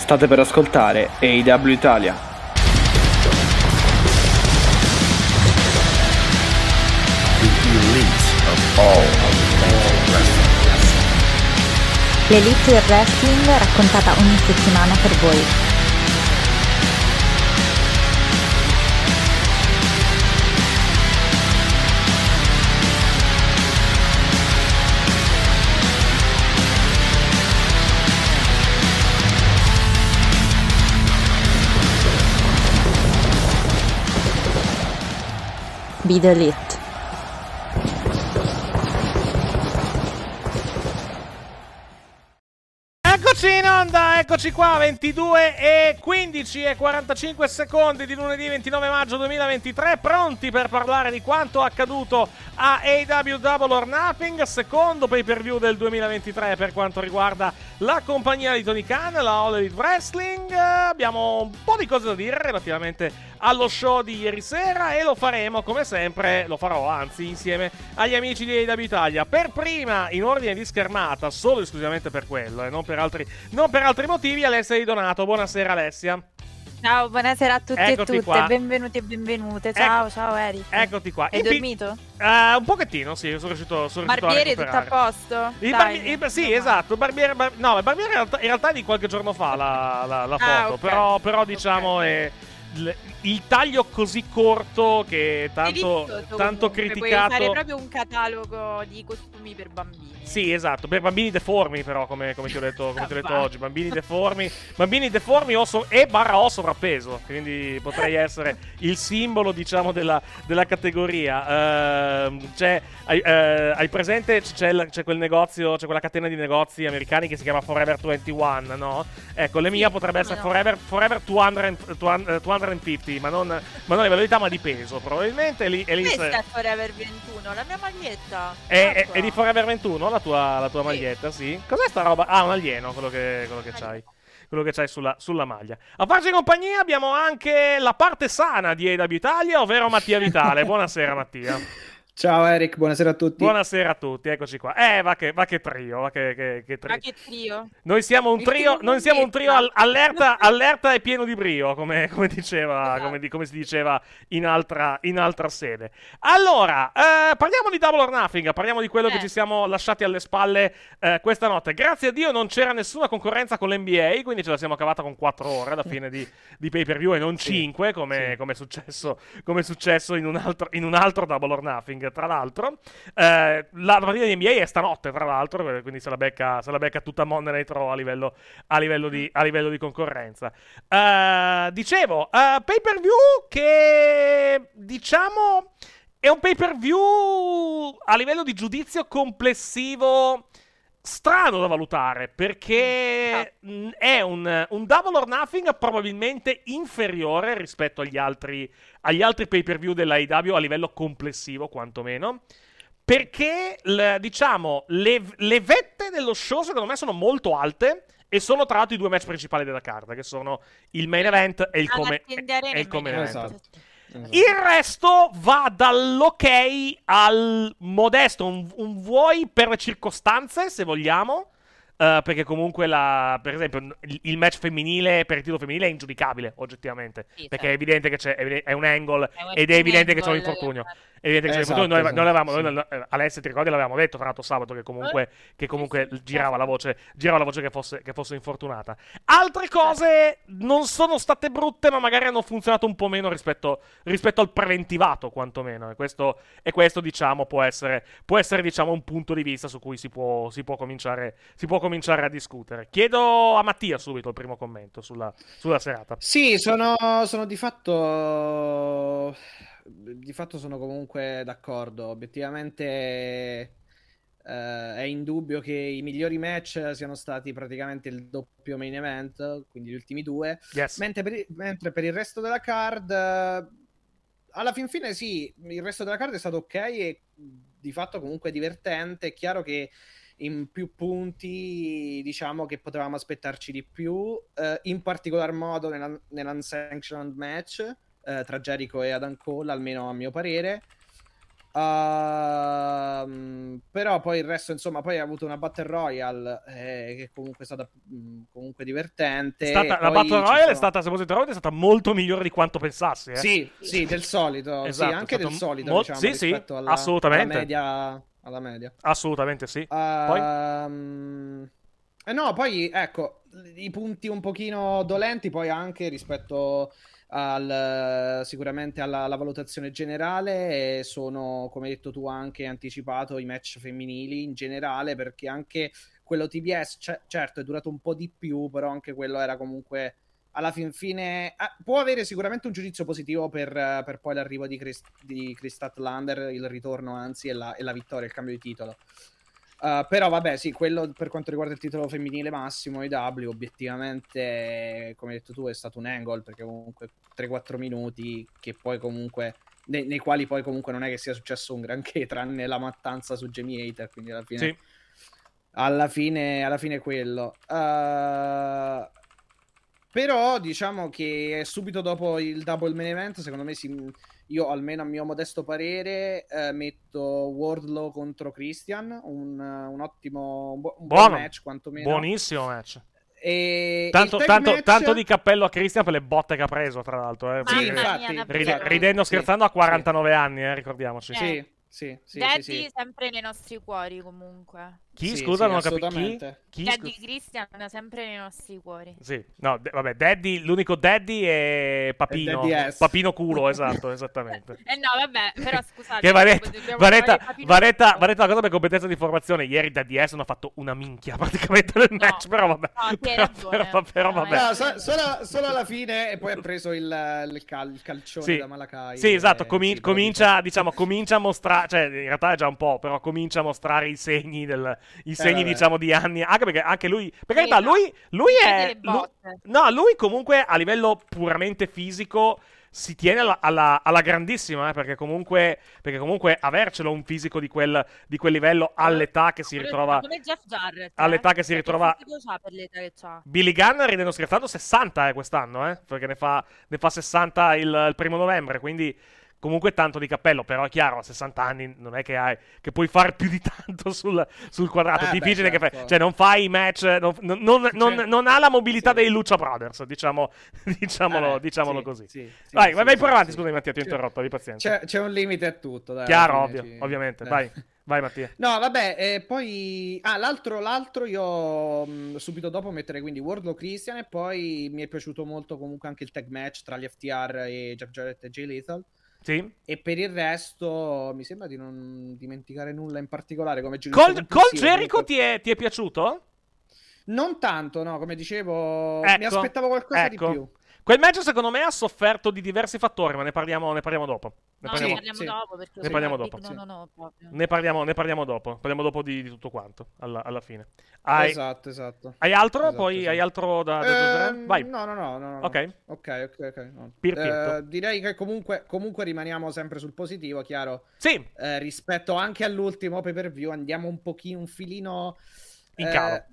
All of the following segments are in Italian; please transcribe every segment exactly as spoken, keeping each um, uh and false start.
State per ascoltare A E W Italia. L'elite del wrestling raccontata ogni settimana per voi. Be the elite. Eccoci in onda, eccoci qua, ventidue e quindici e quarantacinque secondi di lunedì ventinove maggio duemilaventitré, pronti per parlare di quanto accaduto a A E W Double or Nothing, secondo pay per view del duemilaventitré per quanto riguarda la compagnia di Tony Khan, la All Elite Wrestling. Abbiamo un po' di cose da dire relativamente allo show di ieri sera e lo faremo come sempre, lo farò anzi insieme agli amici di A E W Italia. Per prima, in ordine di schermata, solo e esclusivamente per quello e non per altri, non per altri motivi, Alessia Di Donato. Buonasera Alessia. Ciao, buonasera a tutti Eccoti e tutte, qua. benvenuti e benvenute. Ciao, Ecco, ciao Eric. Eccoti qua. Hai In pi- dormito? Uh, un pochettino, sì, sono riuscito, sono riuscito Barbieri, a tutto a recuperare. posto? Il Dai, barbi- il- sì, meno esatto. Il barbiere, bar- no, il barbiere in realtà, in realtà è di qualche giorno fa la, la, la foto. Ah, ok. Però, però diciamo Ok. è il, il taglio così corto che tanto, Delizioso, tanto comunque, criticato. puoi fare proprio un catalogo di costumi per bambini. Sì, esatto, per bambini deformi però, come, come ti ho detto, come ti ho detto Va. oggi, bambini deformi, bambini deformi o so- e barra o sovrappeso, quindi potrei essere il simbolo, diciamo, della, della categoria. Ehm, c'è, hai, eh, hai presente, c'è, il- c'è quel negozio, c'è quella catena di negozi americani che si chiama Forever ventuno, no? Ecco, le mia Sì, potrebbe come essere no. Forever, Forever duecento, duecentocinquanta, ma non, ma non a livello di età, ma di peso, probabilmente. E lì, e lì se- Questa è Forever ventuno, la mia maglietta. è, è- Ecco. è di Forever ventuno la tua, la tua Sì. maglietta, sì? Cos'è sta roba? Ah, un alieno, quello che, quello che c'hai. Quello che c'hai sulla, sulla maglia. A farci compagnia abbiamo anche la parte sana di A E W Italia, ovvero Mattia Vitale. Buonasera Mattia. Ciao Eric, buonasera a tutti. Buonasera a tutti, eccoci qua. Eh, va che, va che trio, va che, che, che trio. Ma che trio? Noi siamo un Il trio, trio noi siamo un trio al- lunghetta. allerta, allerta e pieno di brio, come, come diceva, Esatto. come, di- come si diceva in altra, in altra sede. Allora, eh, parliamo di Double or Nothing, parliamo di quello che Eh. ci siamo lasciati alle spalle eh, questa notte. Grazie a Dio non c'era nessuna concorrenza con l'N B A, quindi ce la siamo cavata con quattro ore alla fine di, di pay per view e non cinque, come, sì. come è successo, come è successo in un altro, in un altro Double or Nothing, tra l'altro. Eh, la partita di N B A è stanotte, tra l'altro, quindi se la becca, se la becca tutta Monday Night Raw a livello, a livello, di, a livello di concorrenza. Eh, dicevo, eh, pay per view che diciamo è un pay per view a livello di giudizio complessivo strano da valutare, perché mh, è un, un Double or Nothing probabilmente inferiore rispetto agli altri, agli altri pay per view della A E W a livello complessivo, quantomeno. Perché, l- diciamo, le, le vette dello show secondo me sono molto alte e sono tra l'altro i due match principali della carta, che sono il main event e il Ad come, attendere e il nel come main event. event. Esatto. Il resto va dall'ok al modesto, un, un vuoi per le circostanze, se vogliamo. eh, perché comunque, la, per esempio, il, il match femminile per il titolo femminile è ingiudicabile, oggettivamente. Sì, perché è certo. evidente che c'è, è evidente- è un angle È un- ed è un evidente che c'è un angle, infortunio. eh. È evidente che c'è un Esatto, infortunio. Noi, noi esatto, l'avevamo, sì. noi- eh, Alessia, ti ricordi, l'avevamo detto tra l'altro sabato che comunque, che comunque Sì, sì, girava, la certo. voce, girava la voce che fosse, che fosse infortunata. Altre cose non sono state brutte, ma magari hanno funzionato un po' meno rispetto, rispetto al preventivato, quantomeno. E questo, e questo diciamo, può essere, può essere diciamo, un punto di vista su cui si può, si può, cominciare, si può cominciare a discutere. Chiedo a Mattia subito il primo commento sulla, sulla serata. Sì, sono, sono di fatto di fatto sono comunque d'accordo. Obiettivamente eh, è indubbio che i migliori match siano stati praticamente il doppio main event, quindi gli ultimi due, Yes. mentre per il, mentre per il resto della card eh, alla fin fine sì, il resto della card è stato ok e di fatto comunque divertente. È chiaro che in più punti diciamo che potevamo aspettarci di più, eh, in particolar modo nella, nell'unsanctioned match eh, tra Jericho e Adam Cole, almeno a mio parere. Uh, però poi il resto, insomma, poi ha avuto una Battle Royale eh, che comunque è stata mh, comunque divertente. È stata, e la poi Battle ci Royale sono... è stata, se fosse interrotta, è stata molto migliore di quanto pensassi. Eh? Sì, sì, del solito. Esatto, sì, anche è stato del solito, mo- diciamo, sì, rispetto sì, alla, assolutamente. alla media. Alla media. Assolutamente sì. Poi? Um, eh no, poi ecco, i punti un pochino dolenti poi anche rispetto al, sicuramente alla, alla valutazione generale sono, come hai detto tu, anche anticipato i match femminili in generale, perché anche quello T B S, c- certo, è durato un po' di più, però anche quello era comunque alla fin fine eh, può avere sicuramente un giudizio positivo per, per poi l'arrivo di Chris, di Chris Statlander, il ritorno anzi e la, e la vittoria, il cambio di titolo. Uh, però vabbè sì, quello per quanto riguarda il titolo femminile massimo I W obiettivamente, come hai detto tu, è stato un angle, perché comunque tre quattro minuti che poi comunque nei, nei quali poi comunque non è che sia successo un granché tranne la mattanza su Jamie Hater, quindi alla fine Sì. alla fine alla fine quello uh, però diciamo che subito dopo il double main event secondo me si, io almeno a mio modesto parere eh, metto Wardlow contro Christian, un, un ottimo un, bu- un buon match quantomeno, buonissimo match. E tanto, il tanto, match... tanto di cappello a Christian per le botte che ha preso, tra l'altro. Eh, sì, perché... infatti, mia, Ride- infatti. ridendo, scherzando, sì, a quarantanove sì. anni, eh, ricordiamoci. Eh. Sì, sì, sì, Daddy sì, sì. sempre nei nostri cuori comunque. Chi, sì, scusa, sì, non ho capito chi? chi Daddy scu- Christian sempre nei nostri cuori. Sì, no, d- vabbè, Daddy, l'unico Daddy è Papino. È Papino culo, esatto, esattamente. Eh no, vabbè, però scusate. Che Varetta, Varetta, Papino... Varetta, Varetta una cosa per competenza di informazione. Ieri Daddy S hanno fatto una minchia praticamente nel No, match, però vabbè. no, però, però, però vabbè. No, so, solo, solo alla fine e poi ha preso il, il, cal, il calcione sì. da Malakai. Sì, esatto, e... comin- sì, comincia, diciamo, comincia a mostrare, cioè in realtà è già un po', però comincia a mostrare i segni del, i segni eh, diciamo di anni, anche perché anche lui, per carità, lui, lui è, lui, no, lui comunque a livello puramente fisico si tiene alla, alla, alla grandissima, eh, perché comunque perché comunque avercelo un fisico di quel, di quel livello all'età che si ritrova, come Jeff Jarrett, all'età eh? che si Che ritrova c'ha per l'età che c'ha? Billy Gunn, ridendo scherzando, sessanta eh, quest'anno, eh, perché ne fa, ne fa sessanta il, il primo novembre, quindi comunque tanto di cappello, però è chiaro, a sessanta anni non è che hai che puoi fare più di tanto sul, sul quadrato. È eh difficile beh, certo. che fai, cioè non fai i match, non, non, non, non, Cioè, non ha la mobilità sì. dei Lucha Brothers, diciamo, diciamolo, eh, diciamolo sì, così. sì, sì, vai, sì, vai, vai sì, pure avanti, sì. scusami Mattia, ti ho C'è- interrotto, abbi pazienza. C'è, c'è un limite a tutto, dai, Chiaro, alla ovvio, fine ci- ovviamente, eh. vai, vai Mattia. No, vabbè, e poi... Ah, l'altro, l'altro io mh, subito dopo metterei quindi Wardlow Christian e poi mi è piaciuto molto comunque anche il tag match tra gli F T R e Jeff Jarrett e Jay Lethal. Sì. E per il resto mi sembra di non dimenticare nulla in particolare come giudizio Col, Col complessivo, Jericho comunque- ti è, ti è piaciuto? Non tanto, no, come dicevo, mi Ecco, aspettavo qualcosa ecco. di più. Quel match secondo me ha sofferto di diversi fattori, ma ne parliamo, ne parliamo dopo. Ne No, parliamo, ne parliamo sì. dopo perché Ne parliamo Big dopo. No, Sì. no, no, proprio. ne parliamo, ne parliamo dopo. Parliamo dopo di, di tutto quanto, alla, alla fine. Hai, Esatto, esatto. hai altro? Esatto, Poi sì. hai altro da, da aggiungere? Ehm, Vai. No, no, no, no, no. Ok. Ok, ok, ok. No. Perfetto. Eh, direi che comunque, comunque rimaniamo sempre sul positivo, chiaro. Sì, Eh, rispetto anche all'ultimo pay per view, andiamo un pochino, un filino in eh, calo.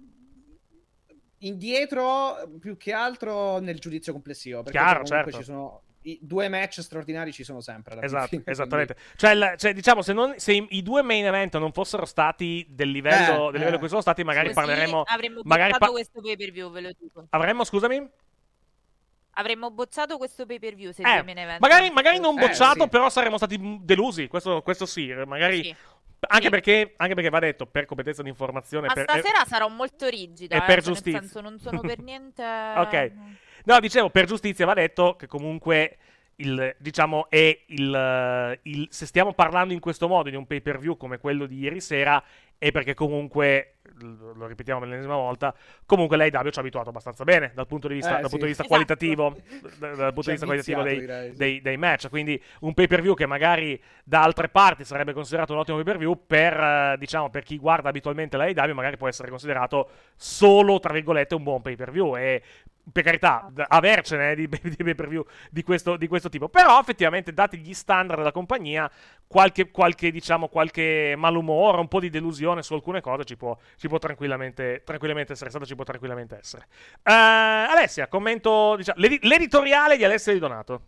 indietro più che altro nel giudizio complessivo. Perché Chiaro, poi comunque certo. ci sono i due match straordinari, ci sono sempre. alla Esatto, fine, esattamente. Cioè, il- cioè, diciamo, se, non, se i, i due main event non fossero stati del livello, Eh, del livello eh. che sono stati, magari Così parleremo. avremmo Magari bocciato pa- questo pay per view, ve lo dico. avremmo, scusami? Avremmo bocciato questo pay per view se Eh, due main event magari, non magari non Eh, bocciato, sì. però saremmo stati delusi. Questo, questo sì, magari. Sì. Anche, Sì. perché, anche perché va detto, per competenza di informazione. Ma per, stasera sarò molto rigida, e eh, per cioè, giustizia. nel senso non sono per niente... Ok. No, dicevo, per giustizia va detto che comunque il, diciamo, è il, il se stiamo parlando in questo modo di un pay per view come quello di ieri sera, è perché comunque, lo lo ripetiamo per l'ennesima volta, comunque l'A E W ci ha abituato abbastanza bene dal punto di vista, Eh, dal sì. punto di vista Esatto. qualitativo, da- dal punto Ci di ha vista qualitativo dei, viziato, direi, sì. dei, dei match. Quindi un pay per view che magari da altre parti sarebbe considerato un ottimo pay per view, per, eh, diciamo, per chi guarda abitualmente l'A E W magari può essere considerato solo, tra virgolette, un buon pay per view. E per carità, d- avercene eh, di, di pay per view di questo, di questo tipo. Però effettivamente, dati gli standard della compagnia, qualche, qualche, diciamo, qualche malumore, un po' di delusione su alcune cose ci può, ci può tranquillamente, tranquillamente essere stato, ci può tranquillamente essere. Eh, Alessia, commento, diciamo, l'edi- l'editoriale di Alessia Di Donato.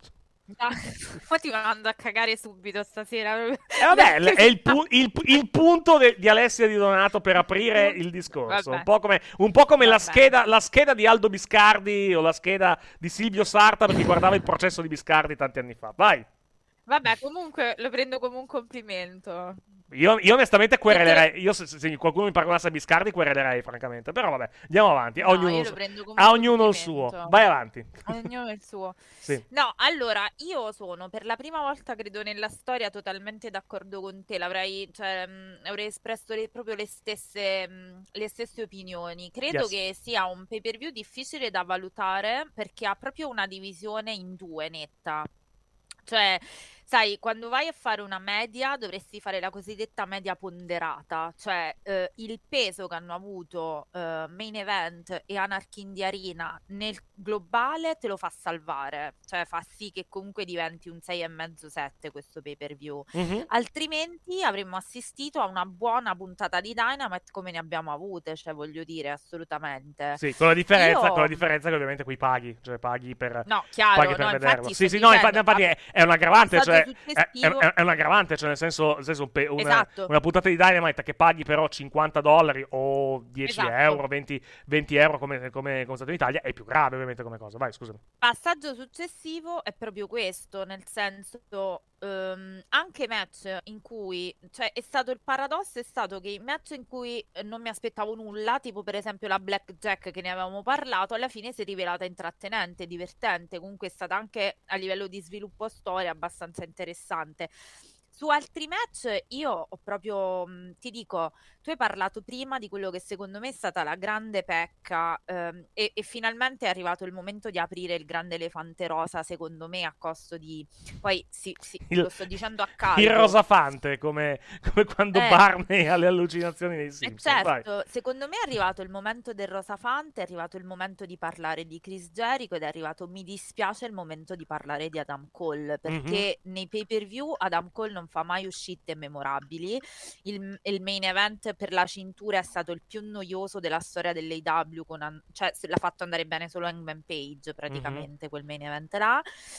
Ma ti mando a cagare subito stasera. E eh vabbè, è il, pu- il, il punto de- di Alessia Di Donato per aprire il discorso. Vabbè. Un po' come, un po' come la, Vabbè. scheda, la scheda di Aldo Biscardi o la scheda di Silvio Sarta per chi guardava il processo di Biscardi tanti anni fa. Vai. Vabbè, comunque lo prendo come un complimento. Io, io onestamente querelerei. Io se, se qualcuno mi paragonasse a Biscardi, querelerei, francamente. Però vabbè, andiamo avanti. A No, ognuno, io il lo suo. prendo come A un ognuno il suo. complimento. Vai avanti. Ognuno il suo. Sì. No, allora, io sono per la prima volta, credo, nella storia totalmente d'accordo con te. L'avrei, cioè, mh, avrei espresso le- proprio le stesse, mh, le stesse opinioni. Credo Yes. che sia un pay-per-view difficile da valutare perché ha proprio una divisione in due netta. Cioè, sai, quando vai a fare una media dovresti fare la cosiddetta media ponderata, cioè eh, il peso che hanno avuto eh, Main Event e Anarchy in the Arena nel globale te lo fa salvare, cioè fa sì che comunque diventi un sei e mezzo sette questo pay per view. Mhm. Altrimenti avremmo assistito a una buona puntata di Dynamite come ne abbiamo avute, cioè voglio dire, assolutamente. Sì, con la differenza, Io- con la differenza che ovviamente qui paghi, cioè paghi per, No, chiaro, paghi per no, vederlo. infatti Sì, sto sì, no, dicendo, infatti, infatti a- è, è un aggravante, passaggio cioè è, è, successivo- è- è un aggravante, cioè nel senso, nel senso un pe- una, Esatto. una puntata di Dynamite che paghi però cinquanta dollari o dieci Esatto. euro, venti, venti euro come, come, come stato in Italia, è più grave ovviamente come cosa. Vai, scusami. Passaggio successivo è proprio questo, nel senso ehm, anche match in cui, cioè è stato il paradosso è stato che i match in cui eh, non mi aspettavo nulla, tipo per esempio la Blackjack che ne avevamo parlato, alla fine si è rivelata intrattenente, divertente, comunque è stata anche a livello di sviluppo storia abbastanza interessante. Su altri match io ho proprio, mh, ti dico, tu hai parlato prima di quello che secondo me è stata la grande pecca ehm, e, e finalmente è arrivato il momento di aprire il grande elefante rosa, secondo me, a costo di... Poi sì, sì, Il- lo sto dicendo a caldo. Il rosafante, come, come quando Eh. Barney ha le allucinazioni nei Eh, Simpson. Vai. certo, secondo me è arrivato il momento del rosafante, è arrivato il momento di parlare di Chris Jericho ed è arrivato, mi dispiace, il momento di parlare di Adam Cole, perché nei pay per view Adam Cole non fa mai uscite memorabili, il, il main event per la cintura è stato il più noioso della storia dell'A E W, con an- cioè se l'ha fatto andare bene solo Hangman Page praticamente quel main event là.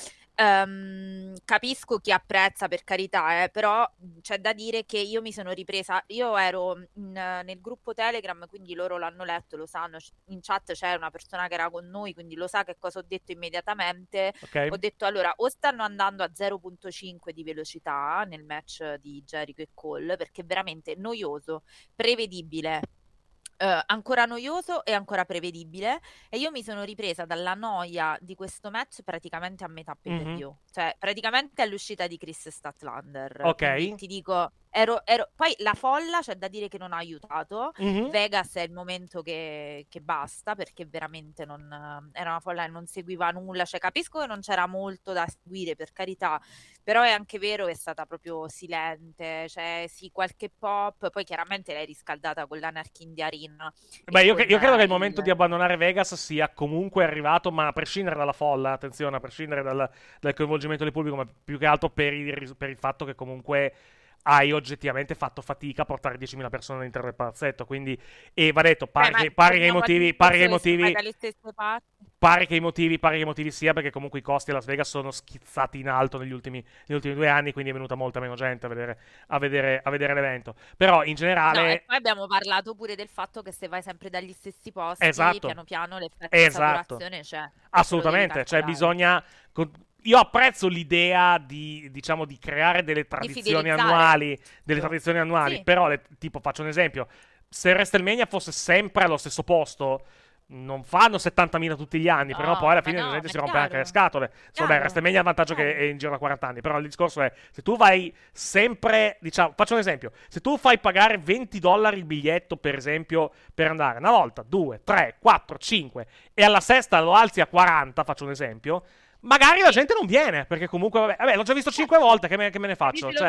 Ehm, capisco chi apprezza, per carità, eh, però mh, c'è da dire che io mi sono ripresa, io ero in- nel gruppo Telegram, quindi loro l'hanno letto, lo sanno, c- in chat c'è una persona che era con noi, quindi lo sa che cosa ho detto immediatamente. Ok. Ho detto allora o stanno andando a zero virgola cinque di velocità nel match di Jericho e Cole, perché è veramente noioso, prevedibile. eh, ancora noioso e ancora prevedibile, e io mi sono ripresa dalla noia di questo match praticamente a metà pay per Mhm. view, cioè praticamente all'uscita di Chris Statlander. Ok. Quindi ti dico, ero, ero... poi la folla c'è da dire che non ha aiutato. Mhm. Vegas è il momento che, che basta, perché veramente non, era una folla che non seguiva nulla, cioè capisco che non c'era molto da seguire, per carità, però è anche vero che è stata proprio silente, cioè sì, qualche pop, poi chiaramente l'hai riscaldata con l'Anarchy in the Arena. e Beh, io, con io credo che il il- momento di abbandonare Vegas sia comunque arrivato, ma a prescindere dalla folla, attenzione, a prescindere dal, dal coinvolgimento del pubblico, ma più che altro per il, ris- per il fatto che comunque hai oggettivamente fatto fatica a portare diecimila persone all'interno del palazzetto, quindi, e va detto, pare, Beh, ma che, pare che i torniamo al motivi, pare che i discorso che se motivi, vai dalle stesse parti. pare che i motivi, pare che i motivi sia perché comunque i costi a Las Vegas sono schizzati in alto negli ultimi, negli ultimi due anni, quindi è venuta molta meno gente a vedere, a vedere, a vedere l'evento. Però in generale... No, e poi abbiamo parlato pure del fatto che se vai sempre dagli stessi posti, Esatto. piano piano l'effetto Esatto. saturazione c'è. Assolutamente, cioè bisogna... con- Io apprezzo l'idea di, diciamo, di creare delle tradizioni fidelizzare. annuali, delle Sì. tradizioni annuali, Sì. però, le- tipo, faccio un esempio, se WrestleMania fosse sempre allo stesso posto, non fanno settantamila tutti gli anni, No, però poi alla ma fine no, la gente ma si è rompe anche le chiaro. scatole. Insomma, beh, Chiaro, WrestleMania ha il vantaggio che chiaro. è in giro da quaranta anni, però il discorso è, se tu vai sempre, diciamo, faccio un esempio, se tu fai pagare venti dollari il biglietto, per esempio, per andare una volta, due, tre, quattro, cinque, e alla sesta lo alzi a quaranta, faccio un esempio, magari la gente non viene, perché comunque, vabbè, vabbè, l'ho già visto cinque volte, che me, che me ne faccio? L'ho Cioè, visto,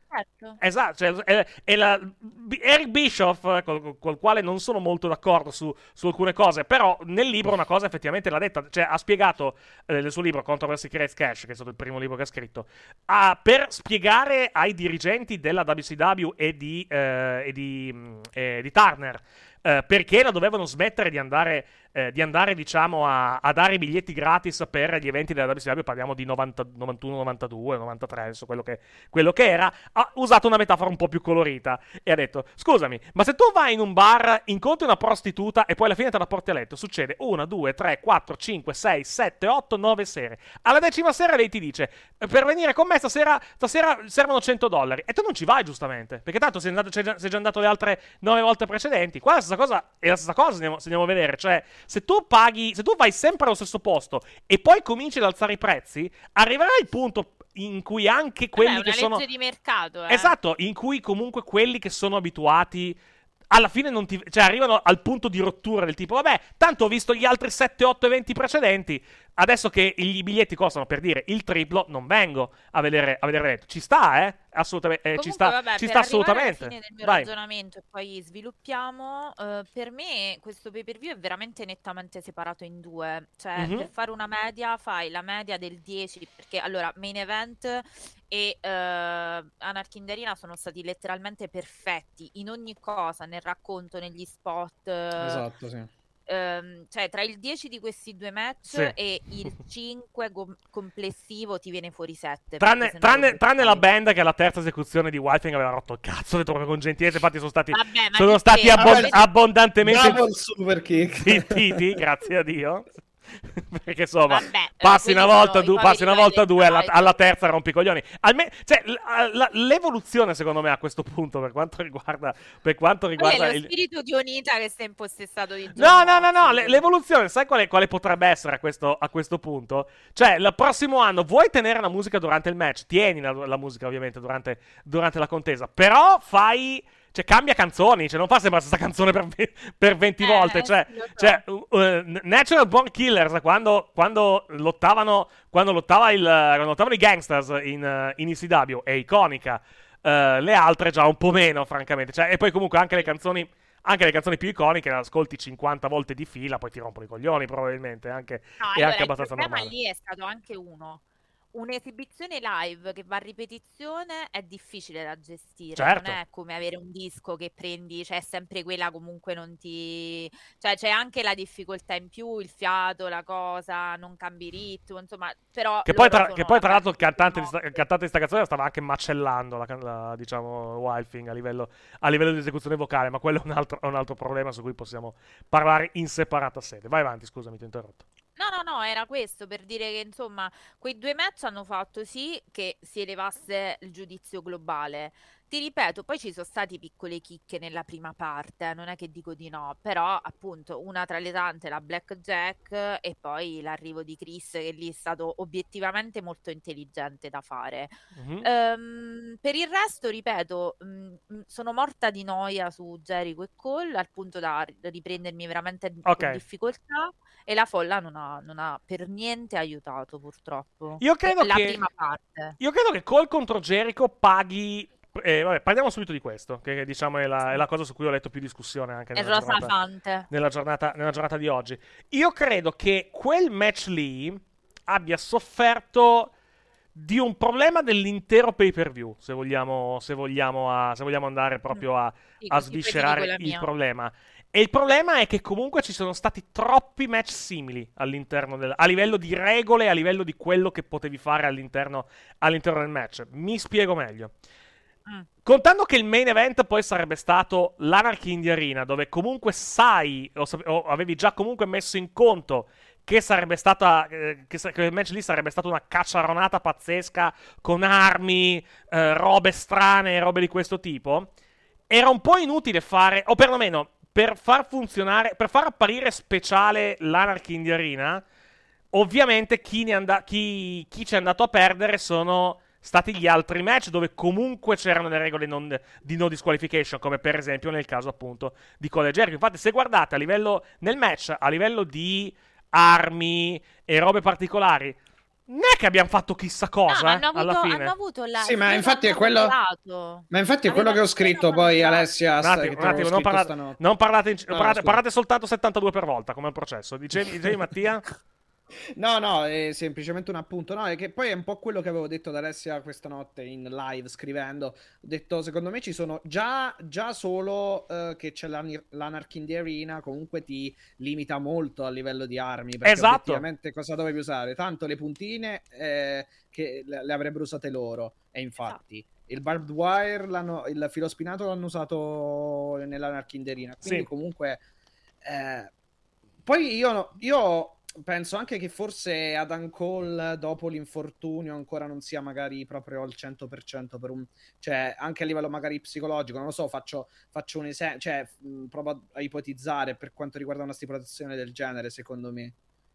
certo. Esatto, cioè, è, è la, Eric Bischoff, col, col quale non sono molto d'accordo su, su alcune cose, però nel libro una cosa effettivamente l'ha detta, cioè ha spiegato eh, nel suo libro Controversy Creates Cash, che è stato il primo libro che ha scritto, ha, per spiegare ai dirigenti della W C W e di, eh, e di, mh, e di Turner eh, perché la dovevano smettere di andare, eh, di andare diciamo, a, a dare i biglietti gratis per gli eventi della W C W, parliamo di novanta, novantuno, novantadue, novantatré, adesso quello che, quello che era, ha usato una metafora un po' più colorita e ha detto, scusami, ma se tu vai in un bar, incontri una prostituta e poi alla fine te la porti a letto, succede una, due, tre, quattro, cinque, sei, sette, otto, nove sere. Alla decima sera lei ti dice, per venire con me stasera, stasera servono cento dollari, e tu non ci vai giustamente, perché tanto sei, andato, sei, già, sei già andato le altre nove volte precedenti. Qua la stessa cosa è la stessa cosa, se andiamo, se andiamo a vedere, cioè se tu paghi, se tu vai sempre allo stesso posto e poi cominci ad alzare i prezzi, arriverà il punto in cui anche quelli Vabbè, che una sono legge di mercato, eh. esatto, in cui comunque quelli che sono abituati alla fine non ti, cioè arrivano al punto di rottura del tipo, vabbè, tanto ho visto gli altri sette otto eventi precedenti, adesso che i biglietti costano, per dire, il triplo, non vengo a vedere a vedere l'evento. Ci sta, eh? Assolutamente, eh, Comunque, ci sta, vabbè, ci per sta arrivare assolutamente. alla fine del mio Vai. ragionamento e poi sviluppiamo, eh, per me questo pay per view è veramente nettamente separato in due, cioè Mhm. per fare una media fai la media del dieci, perché allora main event e eh, Anarchy in the Arena sono stati letteralmente perfetti in ogni cosa, nel racconto, negli spot, eh, Esatto, sì. ehm, cioè tra il dieci di questi due match Sì. e il cinque com- complessivo ti viene fuori sette, Tranne, perché se no tranne- lo tranne la buttavi. band che alla terza esecuzione di Wildfing aveva rotto il cazzo, detto proprio con gentilezza, infatti sono stati, Vabbè, ma sono chi stati te? abbon- Vabbè, abbondantemente Double super kick. zittiti, grazie a Dio. Perché insomma, Vabbè, eh, passi una quelli volta, sono i due, poveri passi una volta, due, alla, Violent alla Night. terza rompi i coglioni. Alme- cioè, l- la- l'evoluzione, secondo me, a questo punto, per quanto riguarda, per quanto Quello riguarda è lo il... spirito di Onita che si è impossessato di John No, no, no, no, Moxley. le- l'evoluzione, sai quale, quale potrebbe essere a questo, a questo punto? Cioè, il prossimo anno vuoi tenere la musica durante il match? Tieni la, la musica, ovviamente, durante, durante la contesa, però fai... Cioè, cambia canzoni, cioè non fa sempre la stessa canzone per, ve- per venti Eh, volte. eh, Cioè, sì, lo so. cioè uh, uh, Natural Born Killers, quando, quando lottavano, quando lottava il, quando lottavano i Gangsters in, uh, in E C W, è iconica. Uh, le altre già un po' meno, francamente. Cioè, e poi comunque anche le canzoni, anche le canzoni più iconiche le ascolti cinquanta volte di fila, poi ti rompono i coglioni, probabilmente. Anche, No, è allora, anche il abbastanza problema normale. lì è stato anche uno. Un'esibizione live che va a ripetizione è difficile da gestire, Certo. non è come avere un disco che prendi, c'è sempre quella, comunque non ti... cioè c'è anche la difficoltà in più, il fiato, la cosa, non cambi ritmo, insomma, però Che poi, loro tra, sono, che poi tra vabbè, l'altro il cantante, di sono- sta, il cantante di sta canzone stava anche macellando la, can- la, diciamo, Wildfing a livello, a livello di esecuzione vocale, ma quello è un, altro, è un altro problema su cui possiamo parlare in separata sede. Vai avanti, scusami, ti ho interrotto. No, no, no, era questo per dire che insomma quei due match hanno fatto sì che si elevasse il giudizio globale. Ti ripeto, poi ci sono stati piccole chicche nella prima parte, eh, non è che dico di no, però appunto una tra le tante la Blackjack e poi l'arrivo di Chris che lì è stato obiettivamente molto intelligente da fare. Mhm. Ehm, per il resto, ripeto, mh, mh, sono morta di noia su Jericho e Cole al punto da ri- riprendermi veramente Ok. con difficoltà e la folla non ha, non ha per niente aiutato purtroppo. Io credo La che- prima parte. Io credo che Cole contro Jericho paghi. Eh, vabbè, parliamo subito di questo, che diciamo è la, è la cosa su cui ho letto più discussione anche È nella Rosa giornata, Fante. nella giornata, nella giornata di oggi. Io credo che quel match lì abbia sofferto di un problema dell'intero pay per view, se vogliamo, se vogliamo, a- se vogliamo andare proprio a, Sì, a così poi ti sviscerare dico la il mia. problema. E il problema è che comunque ci sono stati troppi match simili all'interno del, a livello di regole, a livello di quello che potevi fare all'interno, all'interno del match. Mi spiego meglio. Mm. Contando che il main event poi sarebbe stato l'Anarchy in the Arena, dove comunque sai, o, sap- o avevi già comunque messo in conto che sarebbe stata, eh, che, sa- che il match lì sarebbe stata una cacciaronata pazzesca con armi, eh, robe strane, robe di questo tipo, era un po' inutile fare, o perlomeno per far funzionare, per far apparire speciale l'Anarchy in the Arena, ovviamente chi, ne and- chi, chi ci è andato a perdere sono stati gli altri match dove comunque c'erano le regole non- di no disqualification, come per esempio nel caso appunto di Cole e Jericho. Infatti, se guardate a livello nel match, a livello di armi e robe particolari, non è che abbiamo fatto chissà cosa, No, ma eh, hanno avuto, alla fine. hanno avuto la Sì, ma loro infatti è hanno quello. parlato. Ma infatti è quello che ho Avevano scritto appena poi, parlato. Alessia. Un sta- attimo, che un ti avevo attimo, non scritto parlate, stanotte. non parlate, in- No, no, parlate, scusa. parlate soltanto settantadue per volta, come il processo. Dicevi, dicevi Mattia? No, no, è semplicemente un appunto. No, è che poi è un po' quello che avevo detto ad Alessia questa notte in live scrivendo. Ho detto, secondo me ci sono già, già solo eh, che c'è l'ani- l'Anarchy in the Arena, comunque ti limita molto a livello di armi. Perché Esatto. obiettivamente cosa dovevi usare? Tanto le puntine eh, che le, le avrebbero usate loro. E infatti il barbed wire, l'hanno, il filo spinato l'hanno usato nell'Anarchy in the Arena. Quindi Sì. comunque... Eh, poi io, io penso anche che forse Adam Cole dopo l'infortunio ancora non sia magari proprio al cento per cento per un, cioè anche a livello magari psicologico, non lo so, faccio, faccio un esempio, cioè mh, provo a ipotizzare per quanto riguarda una stipulazione del genere, secondo me.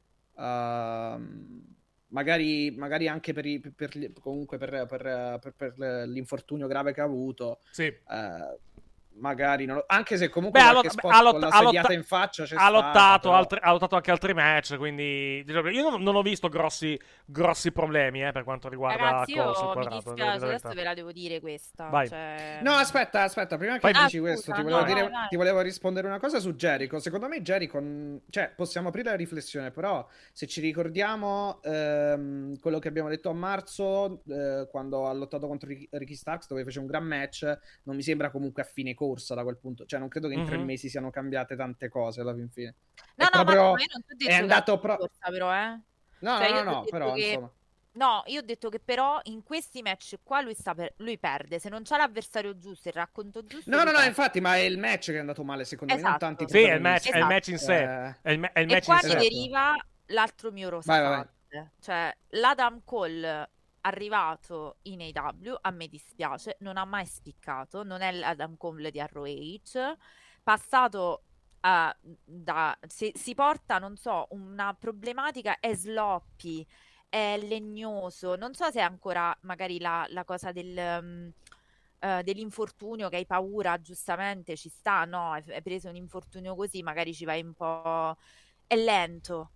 Uh, magari, magari anche per, i, per gli, comunque per, per, per, per l'infortunio grave che ha avuto. Sì. Uh, magari non lo... anche se comunque Beh, qualche lot- spot ha lot- con la ha lotta- sediata in faccia c'è ha lottato, stata, però... altri- ha lottato anche altri match, quindi diciamo, io non, non ho visto grossi, grossi problemi eh, per quanto riguarda Ragazzi, Cole sul io mi quadrato, devo dire dispiace, la adesso verità. ve la devo dire questa. Vai. Cioè... No, aspetta, aspetta, prima che Vai. dici Ah, questo, scusa, ti volevo, no, dire, vai, vai. ti volevo rispondere una cosa su Jericho. Secondo me Jericho, mh, cioè, possiamo aprire la riflessione, però se ci ricordiamo ehm, quello che abbiamo detto a marzo, eh, quando ha lottato contro Ricky, Ricky Starks, dove fece un gran match, non mi sembra comunque a fine corsa da quel punto. Cioè, non credo che in tre Mhm. mesi siano cambiate tante cose alla fin fine. No, È no, proprio... ma io non ti ho detto è che andato ha pro... corsa, però, eh. No, Cioè, no, io no, ti ho no, detto però, che... insomma... No, io ho detto che però in questi match qua lui, sta per... lui perde. Se non c'ha l'avversario giusto, il racconto giusto, No, lui no, no, perde. infatti, ma è il match che è andato male, secondo me, non Esatto. tanti Sì, è il match, protagonisti. è il match in sé. Eh, È il, ma- è il E match qua in mi sé. Esatto. deriva l'altro mio Vai, vai, vai. rosafante. Cioè, l'Adam Cole arrivato in A E W, a me dispiace, non ha mai spiccato, non è l'Adam Cole di R O H, passato a, da, si, si porta, non so, una problematica, è sloppy, è legnoso, non so se è ancora magari la, la cosa del... um, eh, dell'infortunio che hai paura, giustamente ci sta, no? Hai, hai preso un infortunio così, magari ci vai un po'... è lento.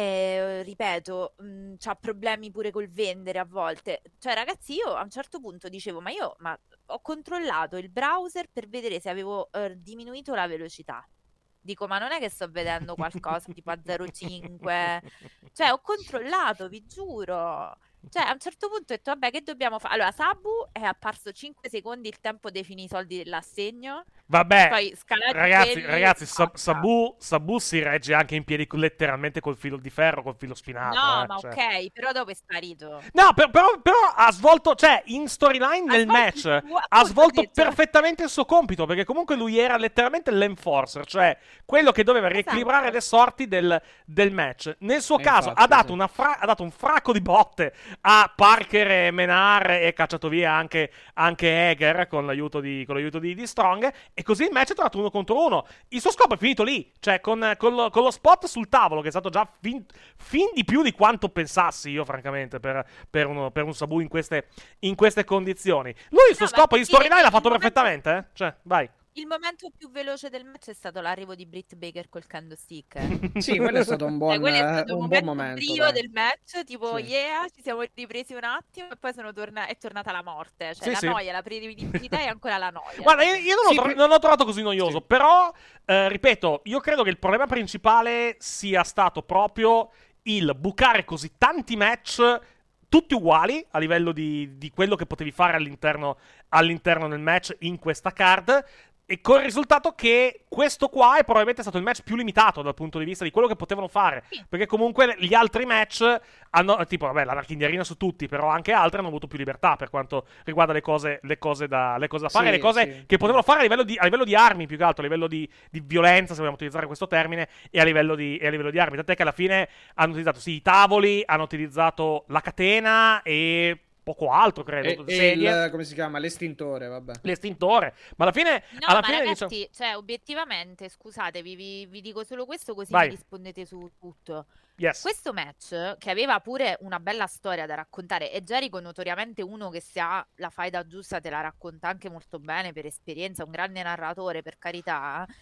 E, ripeto, mh, c'ha problemi pure col vendere a volte. Cioè, ragazzi, io a un certo punto dicevo, ma io ma ho controllato il browser per vedere se avevo eh, diminuito la velocità. Dico, ma non è che sto vedendo qualcosa tipo a zero virgola cinque? Cioè, ho controllato, vi giuro. Cioè, a un certo punto ho detto, vabbè, che dobbiamo fare? Allora, Sabu è apparso cinque secondi il tempo dei fini i soldi dell'assegno. Vabbè, Poi scalati ragazzi, quelli, ragazzi Sa- basta. Sabu, Sabu si regge anche in piedi letteralmente col filo di ferro, col filo spinato. No, eh, ma cioè. ok, però dopo è sparito. No, per- però, però ha svolto, cioè, in storyline Ha nel svolto match, il suo- ha appunto, svolto ho detto. perfettamente il suo compito, perché comunque lui era letteralmente l'enforcer, cioè quello che doveva Esatto. riequilibrare le sorti del, del match. Nel suo E caso infatti, ha, dato sì. una fra- ha dato un fracco di botte a Parker e Menar e cacciato via anche, anche Eger con l'aiuto, di, con l'aiuto di, di Strong, e così il match è tornato uno contro uno. Il suo scopo è finito lì, cioè con, con, lo, con lo spot sul tavolo, che è stato già fin, fin di più di quanto pensassi io, francamente, per, per, uno, per un Sabu in queste, in queste condizioni. Lui il suo No, ma scopo di sì, storyline l'ha il fatto momento- perfettamente, eh? Cioè, vai. Il momento più veloce del match è stato l'arrivo di Britt Baker col kendo stick. eh. Sì, quello è stato un buon, Cioè, quello è eh, stato un un buon momento momento. brio dai. del match, tipo Sì. yeah, ci siamo ripresi un attimo e poi sono torna- è tornata la morte. Cioè Sì, la sì. noia, la prevedibilità e ancora la noia. Guarda, io, io non, Sì, l'ho tro- pi- non l'ho trovato così noioso, Sì. però, eh, ripeto, io credo che il problema principale sia stato proprio il bucare così tanti match tutti uguali a livello di, di quello che potevi fare all'interno, all'interno del match in questa card. E col risultato che questo qua è probabilmente stato il match più limitato dal punto di vista di quello che potevano fare. Sì. Perché comunque gli altri match hanno, tipo, vabbè, l'Anarchy in the Arena su tutti, però anche altri hanno avuto più libertà per quanto riguarda le cose, le cose, da, le cose da fare, Sì, le cose sì. che potevano fare a livello, di, a livello di armi, più che altro, a livello di, di violenza, se vogliamo utilizzare questo termine, e a livello di, e a livello di armi. Tant'è che alla fine hanno utilizzato, sì, i tavoli, hanno utilizzato la catena e poco altro, credo. E, e sedie, il, come si chiama? L'estintore, vabbè. l'estintore. Ma alla fine, No, alla ma fine ragazzi, diciamo- cioè, obiettivamente, scusate, vi, vi dico solo questo così Vai. mi rispondete su tutto. yes. Questo match, che aveva pure una bella storia da raccontare, e Jericho notoriamente uno che se ha la faida giusta te la racconta anche molto bene per esperienza, un grande narratore, per carità.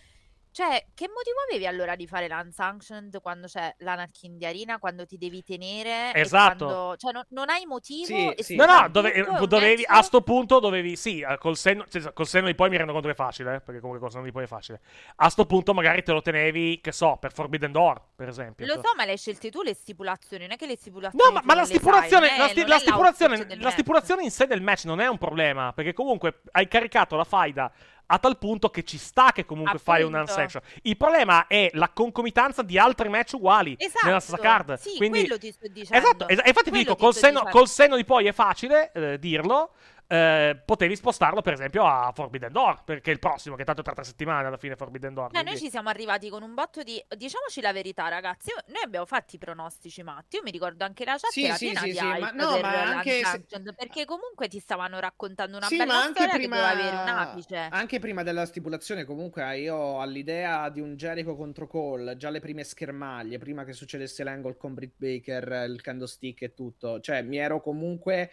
Cioè, che motivo avevi allora di fare l'unsanctioned quando c'è l'Anakin di Arena, quando ti devi tenere Esatto. e quando... Cioè, no, non hai motivo Sì, e sì. No, no, soprattutto dove- è un dovevi, match- a sto punto dovevi, sì, eh, col senno, cioè, col senno di poi mi rendo conto che è facile, eh, perché comunque col senno di poi è facile. A sto punto magari te lo tenevi, che so, per Forbidden Door, per esempio. Lo so, ma le hai scelte tu le stipulazioni, non è che le stipulazioni No, ma, tu ma non la le sai, stipulazione, non è- la, sti- non la è stipulazione, l'output del la match. stipulazione in sé del match non è un problema, perché comunque hai caricato la faida a tal punto che ci sta che comunque fai un Appunto. unsanction. Il problema è la concomitanza di altri match uguali Esatto, nella stessa card. sì, Quindi, quello ti sto dicendo. esatto, es- infatti ti Quello dico, ti col sto senno, dicendo. col senno di poi è facile eh, dirlo. eh, potevi spostarlo per esempio a Forbidden Door, perché è il prossimo, che tanto tra tre settimane alla fine Forbidden Door. Beh, noi quindi- ci siamo arrivati con un botto di... Diciamoci la verità, ragazzi. io- Noi abbiamo fatto i pronostici matti. Io mi ricordo anche la chat Sì, era sì, piena sì, di sì, ma hype no, per ma anche se- l'Unsanctioned, perché comunque ti stavano raccontando una Sì, bella ma anche storia prima, che doveva avere un apice. anche prima della stipulazione, comunque io all'idea di un Jericho contro Cole, già le prime schermaglie, prima che succedesse l'angle con Britt Baker, il candlestick e tutto, cioè mi ero comunque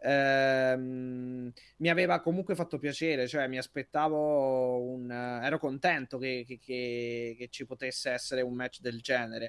ehm, mi aveva comunque fatto piacere, cioè mi aspettavo un ero contento che, che, che, che ci potesse essere un match del genere.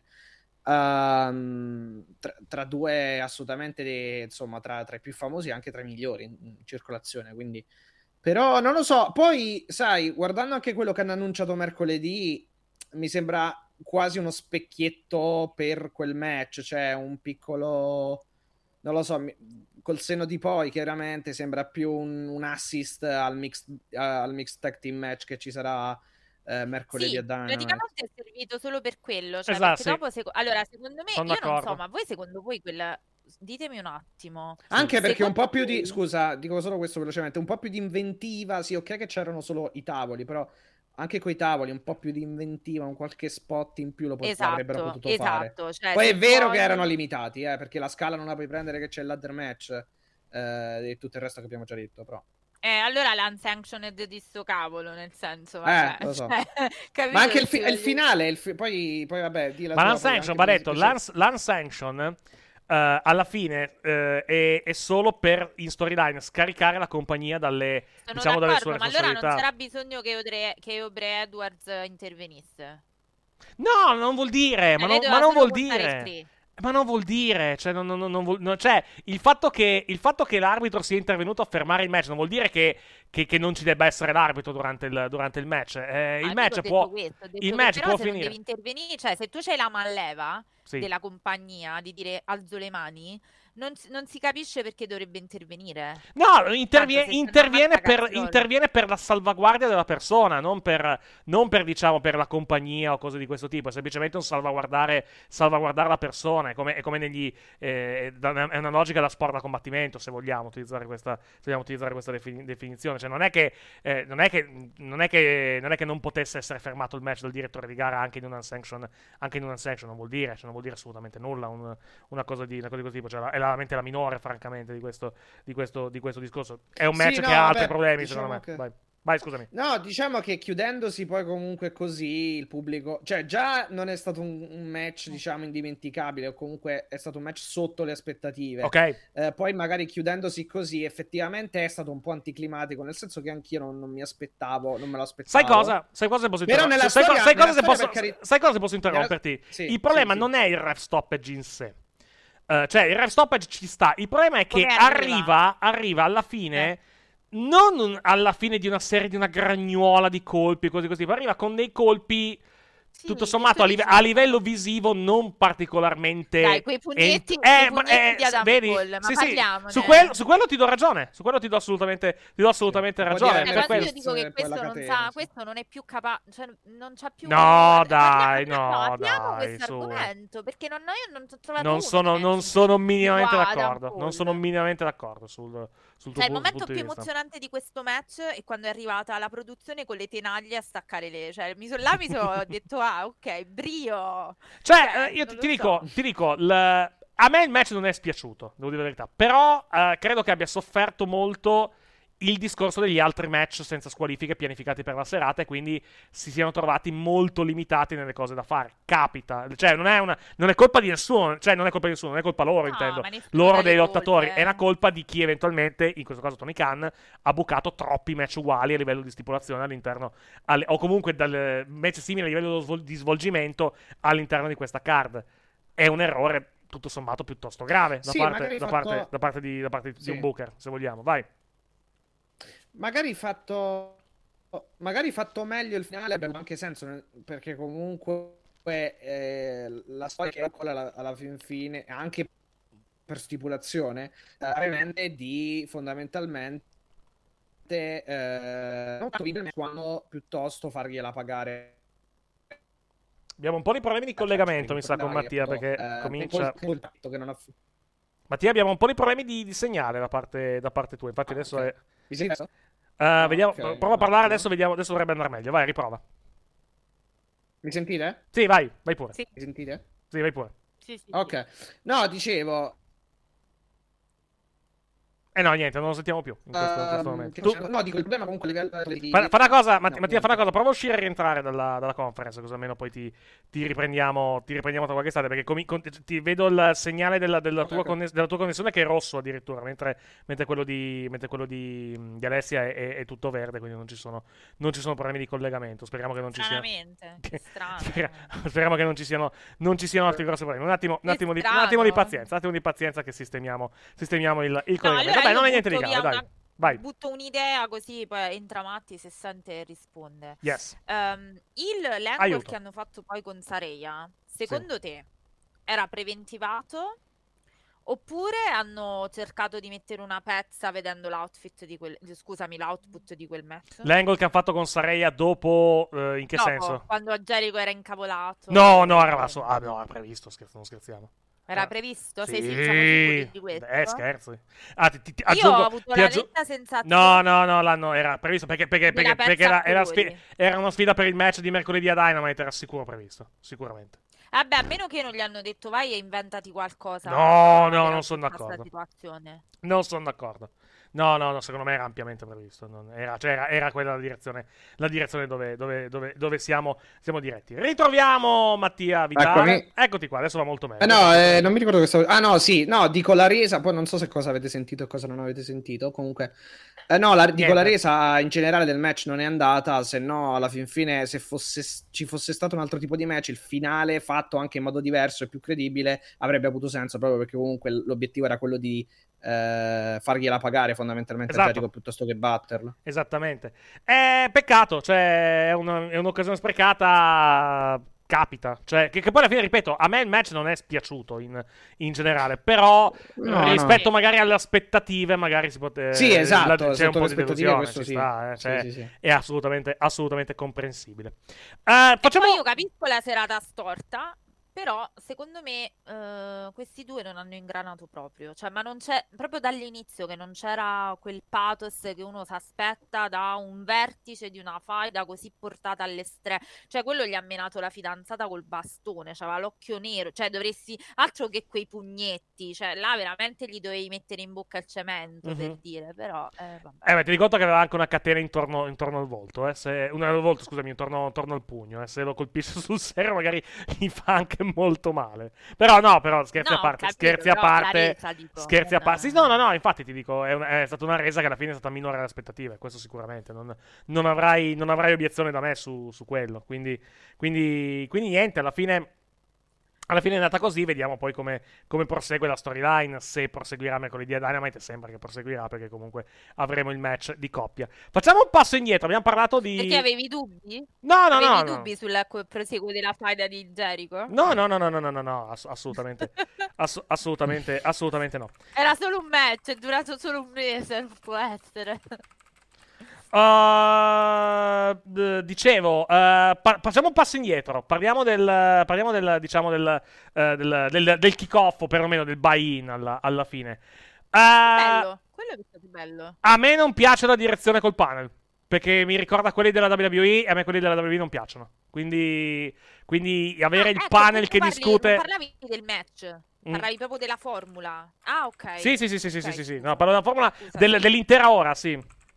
Um, tra, tra due assolutamente de, insomma tra, tra i più famosi e anche tra i migliori in, in circolazione, quindi però non lo so. Poi sai, guardando anche quello che hanno annunciato mercoledì, mi sembra quasi uno specchietto per quel match, cioè un piccolo, non lo so, mi- col senno di poi chiaramente sembra più un, un assist al mixed, al mixed tag team match che ci sarà eh, mercoledì Sì, a Dynamite. praticamente è servito solo per quello. Cioè, Esatto, perché sì. dopo, seco- allora, secondo me, Sono io non so, d'accordo. ma voi secondo voi quel... Ditemi un attimo. Anche perché un Secondo po' più di, voi- scusa, dico solo questo velocemente, un po' più di inventiva, sì, ok che c'erano solo i tavoli, però anche coi tavoli un po' più di inventiva, un qualche spot in più lo pot- l'avrebbero Esatto, potuto fare. esatto. Cioè, Poi se è vero vuoi- che erano limitati, eh, perché la scala non la puoi prendere che c'è il ladder match eh, e tutto il resto che abbiamo già detto, però. Eh, allora l'unsanctioned di sto cavolo, nel senso, Eh, vabbè, lo so. cioè, capito Ma anche il, che fi- ti il voglio finale, il fi- poi, poi vabbè, di la Ma tua, l'unsanction, poi va anche detto, per- l'uns- l'unsanction eh, alla fine eh, è, è solo per in storyline scaricare la compagnia dalle, Sono diciamo, dalle d'accordo, sue ma allora non responsabilità. c'era bisogno che Audrey, che Aubrey Edwards intervenisse. No, non vuol dire, ma Cioè, lei non, doveva ma non solo vuol portare il dire. tre. Ma non vuol dire, cioè, non, non- non- non vuol- no, cioè, il fatto che, il fatto che l'arbitro sia intervenuto a fermare il match non vuol dire che, che- che non ci debba essere l'arbitro durante il, durante il match. Eh, Ah, il match io ho può, detto questo, ho detto il che match però può se non finire. devi intervenire, cioè se tu c'hai la manleva Sì. della compagnia di dire alzo le mani, non, si- non si capisce perché dovrebbe intervenire. No, intervie- Tanto se interviene, stanno a per, cazzi loro. interviene per la salvaguardia della persona, non per, non per, diciamo, per la compagnia o cose di questo tipo. È semplicemente un salvaguardare, salvaguardare la persona. È come, è come negli. eh, da- è una logica da sport da combattimento, se vogliamo utilizzare questa, se vogliamo utilizzare questa defini- definizione. Cioè, non è che, eh, non è che, non è che, non è che non potesse essere fermato il match dal direttore di gara anche in una sanction, anche in una sanction, non vuol dire, cioè, non vuol dire assolutamente nulla. Un, una cosa di, una cosa di questo tipo, cioè, è veramente la minore, francamente, di questo, di questo, di questo discorso. È un Sì, match no, che ha altri vabbè, problemi, diciamo secondo me. che- Vai. Vai, scusami. No, diciamo che chiudendosi poi comunque così il pubblico, cioè già non è stato un, un match diciamo indimenticabile o comunque è stato un match sotto le aspettative. Ok. Eh, poi magari chiudendosi così effettivamente è stato un po' anticlimatico, nel senso che anch'io non, non mi aspettavo, non me lo aspettavo. Sai cosa? Sai cosa se posso Però interrom- nella sai, storia- sai cosa nella se storia posso, per cari- sai cosa se posso Nella- interromperti? sì, il problema sì, sì. non è il ref stoppage in sé. Eh, cioè, il ref stoppage ci sta. Il problema è che Come arriva, arriva? arriva alla fine. Eh. Non un- alla fine di una serie di una gragnuola di colpi, così così, ma arriva con dei colpi. Sì, Tutto sommato, a, live- diciamo- a livello visivo, non particolarmente. Dai, quei pugnetti- ent- quei eh, ma- pugnetti eh, di Adam vedi? Cole, ma Sì, sì, parliamone. su, quello, su quello ti do ragione. Su quello ti do assolutamente, ti do assolutamente un po' di ragione. Eminem Per Eh, quando quello. io dico che e poi la questo non catena, sa, sì. questo non è più capace, cioè non c'ha più. No, Parliamo- dai, parliamo- no, apriamo dai, questo su. argomento perché non, io non ho trovato Non uno sono, di non match sono minimamente uguale a d'accordo. Adam Non sono Cole. minimamente d'accordo sul, sul tuo Cioè, il pu- momento punto più di vista. emozionante di questo match è quando è arrivata la produzione con le tenaglie a staccare le. Cioè, mi so, là mi sono ho detto, ah, ok, brio. Cioè, Cioè, eh, io non ti, lo ti dico, so. ti dico, l- a me il match non è spiaciuto, devo dire la verità. Però eh, credo che abbia sofferto molto il discorso degli altri match senza squalifiche pianificati per la serata e quindi si siano trovati molto limitati nelle cose da fare. Capita, cioè non è, una, non è colpa di nessuno, cioè non è colpa di nessuno, non è colpa loro, No, intendo, ma nessuno loro ha dei le lottatori, colpe. è una colpa di chi eventualmente, in questo caso Tony Khan, ha bucato troppi match uguali a livello di stipulazione all'interno, alle- o comunque dal match simili a livello svol- di svolgimento all'interno di questa card. È un errore tutto sommato piuttosto grave da Sì, parte, magari da fatto- parte, da parte di, da parte di Sì. un booker, se vogliamo, vai. Magari fatto magari fatto meglio il finale avrebbe anche senso, nel- perché comunque eh, la storia che Cole alla, alla fin fine, anche per stipulazione, eh, prevede di fondamentalmente eh, non tanto vincere quando piuttosto fargliela pagare. Abbiamo un po' di problemi di collegamento, mi sa, con Mattia, perché Eh, comincia... col- col fatto che non ha... Mattia, abbiamo un po' di problemi di, di segnale da parte, da parte tua. Infatti Ah, adesso ok. è... Mi senti adesso? Eh, Ah, vediamo, ok, prova a un parlare attimo. adesso, vediamo, adesso dovrebbe andare meglio. Vai, riprova. Mi sentite? Sì, vai, vai pure. Sì, Mi sentite? Sì, vai pure. sì, sì, sì. Ok. No, dicevo... Eh no, niente, non lo sentiamo più in questo, in questo ehm, momento. che Tu, c'è- no, dico il problema comunque a livello di... fa, fa una cosa, Matt- No, Mattia, fa una niente. cosa, prova a uscire e rientrare dalla, dalla conference, così almeno poi ti, ti riprendiamo ti riprendiamo tra qualche istante, perché comi- con- ti vedo il segnale della, della, Ok, tua ok. conness- della tua connessione che è rosso addirittura, mentre, mentre quello, di, mentre quello di, di Alessia è, è- è tutto verde, quindi non ci, sono, non ci sono problemi di collegamento. Speriamo che non ci siano... Stranamente, che- strano. spera- speriamo che non ci siano, non ci siano altri grossi problemi. Un attimo, un Che attimo, di, un strano. attimo di pazienza, un attimo di pazienza che sistemiamo, sistemiamo il, il No, collegamento. allora Vabbè, io non è niente di butto grave, via dai. una- Vai. Butto un'idea così poi entra Matti se sente e risponde. Yes. Ehm, il l'angle Aiuto. che hanno fatto poi con Saraya, secondo te era preventivato? Oppure hanno cercato di mettere una pezza vedendo l'outfit di quel... Scusami, l'output di quel match? L'angle che hanno fatto con Saraya dopo, eh, in che Dopo, senso? quando Jericho era incavolato. No, no, era so- ah, no, era previsto, scherzo, non scherziamo. Era Ah, previsto? Sì, Sei, sì, siamo sicuri di questo? eh, scherzo. Ah, ti, ti- ti Io aggiungo, ho avuto ti la aggiu- netta sensazione... No, no, no, l'hanno, era previsto perché, perché, Della perché, perché pezza era, a era, colori. sfi- era una sfida per il match di mercoledì a Dynamite, era sicuro previsto, sicuramente. Vabbè, a meno che non gli hanno detto vai e inventati qualcosa. No, no, per non sono questa d'accordo. situazione. Non sono d'accordo. No, no, no, secondo me era ampiamente previsto. Non- era, cioè era, era quella la direzione, la direzione dove, dove, dove, dove siamo, siamo diretti. Ritroviamo Mattia Vitale. Eccomi. Eccoti qua, adesso va molto meglio. Eh no, eh, non mi ricordo che stavo... Ah no, sì, no, dico la resa, poi non so se cosa avete sentito e cosa non avete sentito, comunque... Eh no, la, dico Niente. la resa in generale del match non è andata, se no alla fin fine se fosse, ci fosse stato un altro tipo di match, il finale fatto anche in modo diverso e più credibile avrebbe avuto senso, proprio perché comunque l'obiettivo era quello di eh, fargliela pagare fondamentalmente Esatto. a Jericho piuttosto che batterlo. Esattamente. È peccato, cioè è, una- è un'occasione sprecata. Capita, cioè che, che poi alla fine, ripeto, a me il match non è spiaciuto in, in generale, però No, rispetto no. magari alle aspettative magari si poteva... Sì, esatto, la- c'è un sotto po' le di aspettative delusione, questo ci sì. sta, eh, Sì, cioè, sì, sì. è assolutamente, assolutamente comprensibile. Eh, E facciamo... poi io capisco la serata storta, però secondo me eh, questi due non hanno ingranato proprio, cioè ma non c'è proprio dall'inizio che non c'era quel pathos che uno si aspetta da un vertice di una faida così portata all'estremo, cioè quello gli ha menato la fidanzata col bastone, c'aveva l'occhio nero, cioè dovresti, altro che quei pugnetti, cioè là veramente gli dovevi mettere in bocca il cemento per Mhm. dire, però eh, vabbè. Eh, beh, ti ricordo che aveva anche una catena intorno, intorno al volto, eh, se, una al volto, scusami, intorno, intorno al pugno, eh, se lo colpisce sul serio magari gli fa anche molto male. Però no, però scherzi No, a ho parte, capito, scherzi a però la parte, resa, dico, scherzi a non- parte. Sì, no, no, no, infatti ti dico, è, un- è stata una resa che alla fine è stata minore alle aspettative, questo sicuramente, non, non avrai, non avrai obiezione da me su, su quello, quindi, quindi, quindi niente, alla fine... Alla fine è andata così, vediamo poi come, come prosegue la storyline, se proseguirà mercoledì a Dynamite, sembra che proseguirà perché comunque avremo il match di coppia. Facciamo un passo indietro, abbiamo parlato di... Perché avevi dubbi? No, no, Avevi no, no. dubbi sul co- proseguo della faida di Jericho? No, no, no, no, no, no, no, no, ass- assolutamente, ass- assolutamente, assolutamente no. Era solo un match, è durato solo un mese, non può essere. Uh, d- dicevo, uh, pa- facciamo un passo indietro. Parliamo del, parliamo del diciamo, del, uh, del, del, del kick-off, o perlomeno del buy-in alla, alla fine. Uh, Bello, quello è stato bello. a me non piace la direzione col panel, perché mi ricorda quelli della W W E e a me quelli della W W E non piacciono. Quindi, quindi avere Ah, il ecco, panel tu che parli- discute... Non parlavi del match, Mm. parlavi proprio della formula. Ah, ok. Sì, sì, sì, sì, sì, Ok, sì, sì, sì. scusa. No, parlo della formula Scusa, del- sì. dell'intera ora, sì.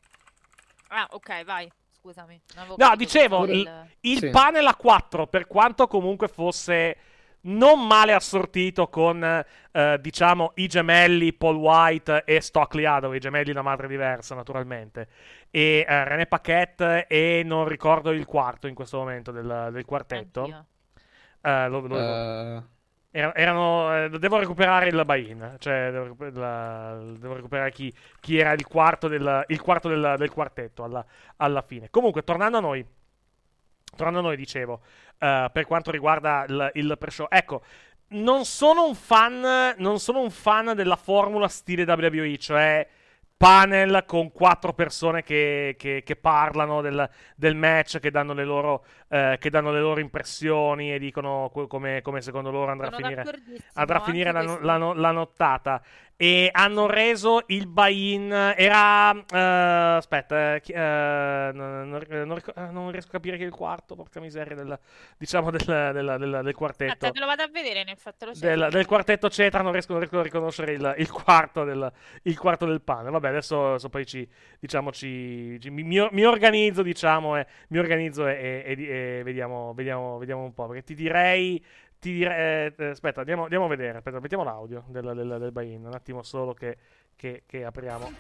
Ah, ok, vai. Scusami. No, dicevo, il, il sì. panel a quattro, per quanto comunque fosse non male assortito con, eh, diciamo, i gemelli Paul White e Stockley Hathaway, i gemelli da madre diversa, naturalmente, e eh, René Paquette e non ricordo il quarto in questo momento del, del quartetto. Eh, lo, lo, uh... Erano, eh, devo recuperare il buy-in, cioè devo, la, devo recuperare chi, chi era il quarto del, il quarto del, del quartetto alla, alla fine. Comunque, tornando a noi, tornando a noi, dicevo, uh, per quanto riguarda il, il pre-show, ecco, non sono un fan, non sono un fan della formula stile W W E, cioè panel con quattro persone che, che, che parlano del, del match, che danno le loro, eh, che danno le loro impressioni e dicono come, come secondo loro andrà Sono a finire, andrà a finire la, la, la, la nottata. E hanno reso il buy-in. Era. Uh, aspetta, uh, non, non, non, non riesco a capire che è il quarto. Porca miseria, del, diciamo del, del, del, del quartetto. Aspetta, te lo vado a vedere. Nel fatto lo del, del quartetto Cetra. Non riesco, non riesco a riconoscere il, il, quarto del, il quarto del panel. Vabbè, adesso, adesso poi ci. Diciamo, ci, ci mi, mi organizzo, diciamo, e, mi organizzo e, e, e, e vediamo, vediamo, vediamo un po'. Perché ti direi. Ti direi, eh, aspetta, andiamo, andiamo a vedere. Aspetta, mettiamo l'audio del, del, del buy-in. Un attimo solo che, che, che apriamo.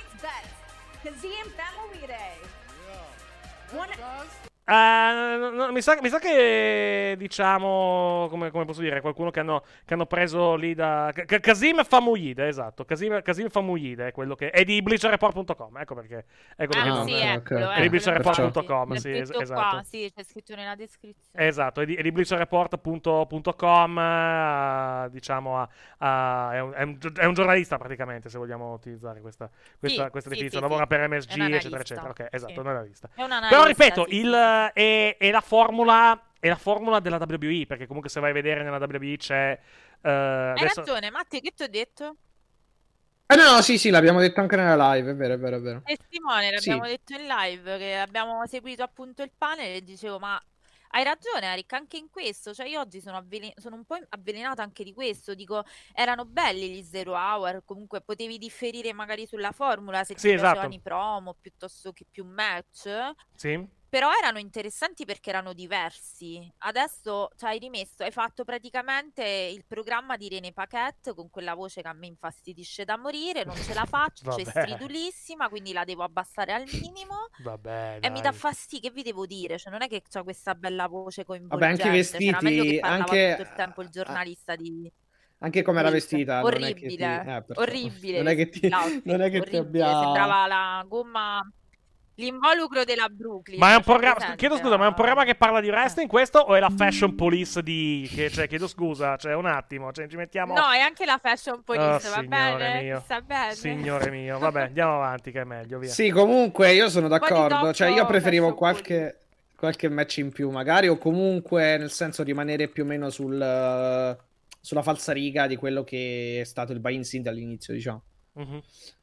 Uh, no, no, mi, sa, mi sa che, diciamo, come, come posso dire, qualcuno che hanno, che hanno preso lì da... K- Kasim Famuyide, esatto, Kasim, Kasim Famuyide è quello che... è di bleacher report punto com, ecco perché... Ecco ah, perché no, non, sì, è, eccolo, è di bleacher report punto com, sì, es- esatto. Qua, sì, c'è scritto nella descrizione. Esatto, è di, di bleacher report punto com, uh, diciamo, uh, uh, è, un, è, un, è un giornalista praticamente, se vogliamo utilizzare questa, questa, sì, questa sì, definizione, sì, lavora sì. per M S G, eccetera, eccetera. Ok, esatto, sì. un analista. È un analista. Però ripeto, sì, il... sì. È, è la formula è la formula della W W E, perché comunque se vai a vedere nella W W E c'è uh, hai adesso... ragione, Matti, che ti ho detto? Eh no, no, sì, sì, l'abbiamo detto anche nella live, è vero, è vero, è vero. E Simone, l'abbiamo sì. detto in live, che abbiamo seguito appunto il panel e dicevo, ma hai ragione Eric, anche in questo, cioè io oggi sono, avvelen- sono un po' avvelenata anche di questo, dico, erano belli gli zero hour, comunque potevi differire magari sulla formula se sì, ti esatto. piacevano i promo piuttosto che più match. Sì. Però erano interessanti perché erano diversi. Adesso cioè, hai rimesso, hai fatto praticamente il programma di René Paquette con quella voce che a me infastidisce da morire, non ce la faccio, c'è stridulissima, quindi la devo abbassare al minimo. Vabbè, e dai. mi dà fastidio, che vi devo dire? Cioè, non è che c'ha questa bella voce coinvolgente. Vabbè, anche i vestiti, c'era meglio che parlava anche... tutto il tempo il giornalista di... Anche come era vestita, orribile, non è che ti... eh, orribile. Non è che ti, non è che ti abbia... Sembrava la gomma... L'involucro della Brooklyn. Ma è un programma. Chiedo scusa, ma è un programma che parla di wrestling eh. questo? O è la Fashion Police di. Che, cioè, chiedo scusa, cioè, un attimo. Cioè, ci mettiamo. No, è anche la Fashion Police, oh, va bene? Mio. Sta bene. Signore mio, vabbè, andiamo avanti, che è meglio. Via. Sì, comunque io sono d'accordo. Cioè, io preferivo qualche, qualche match in più, magari, o comunque nel senso rimanere più o meno sul, uh, sulla falsariga di quello che è stato il buy-in sin dall'inizio, diciamo. Mm-hmm.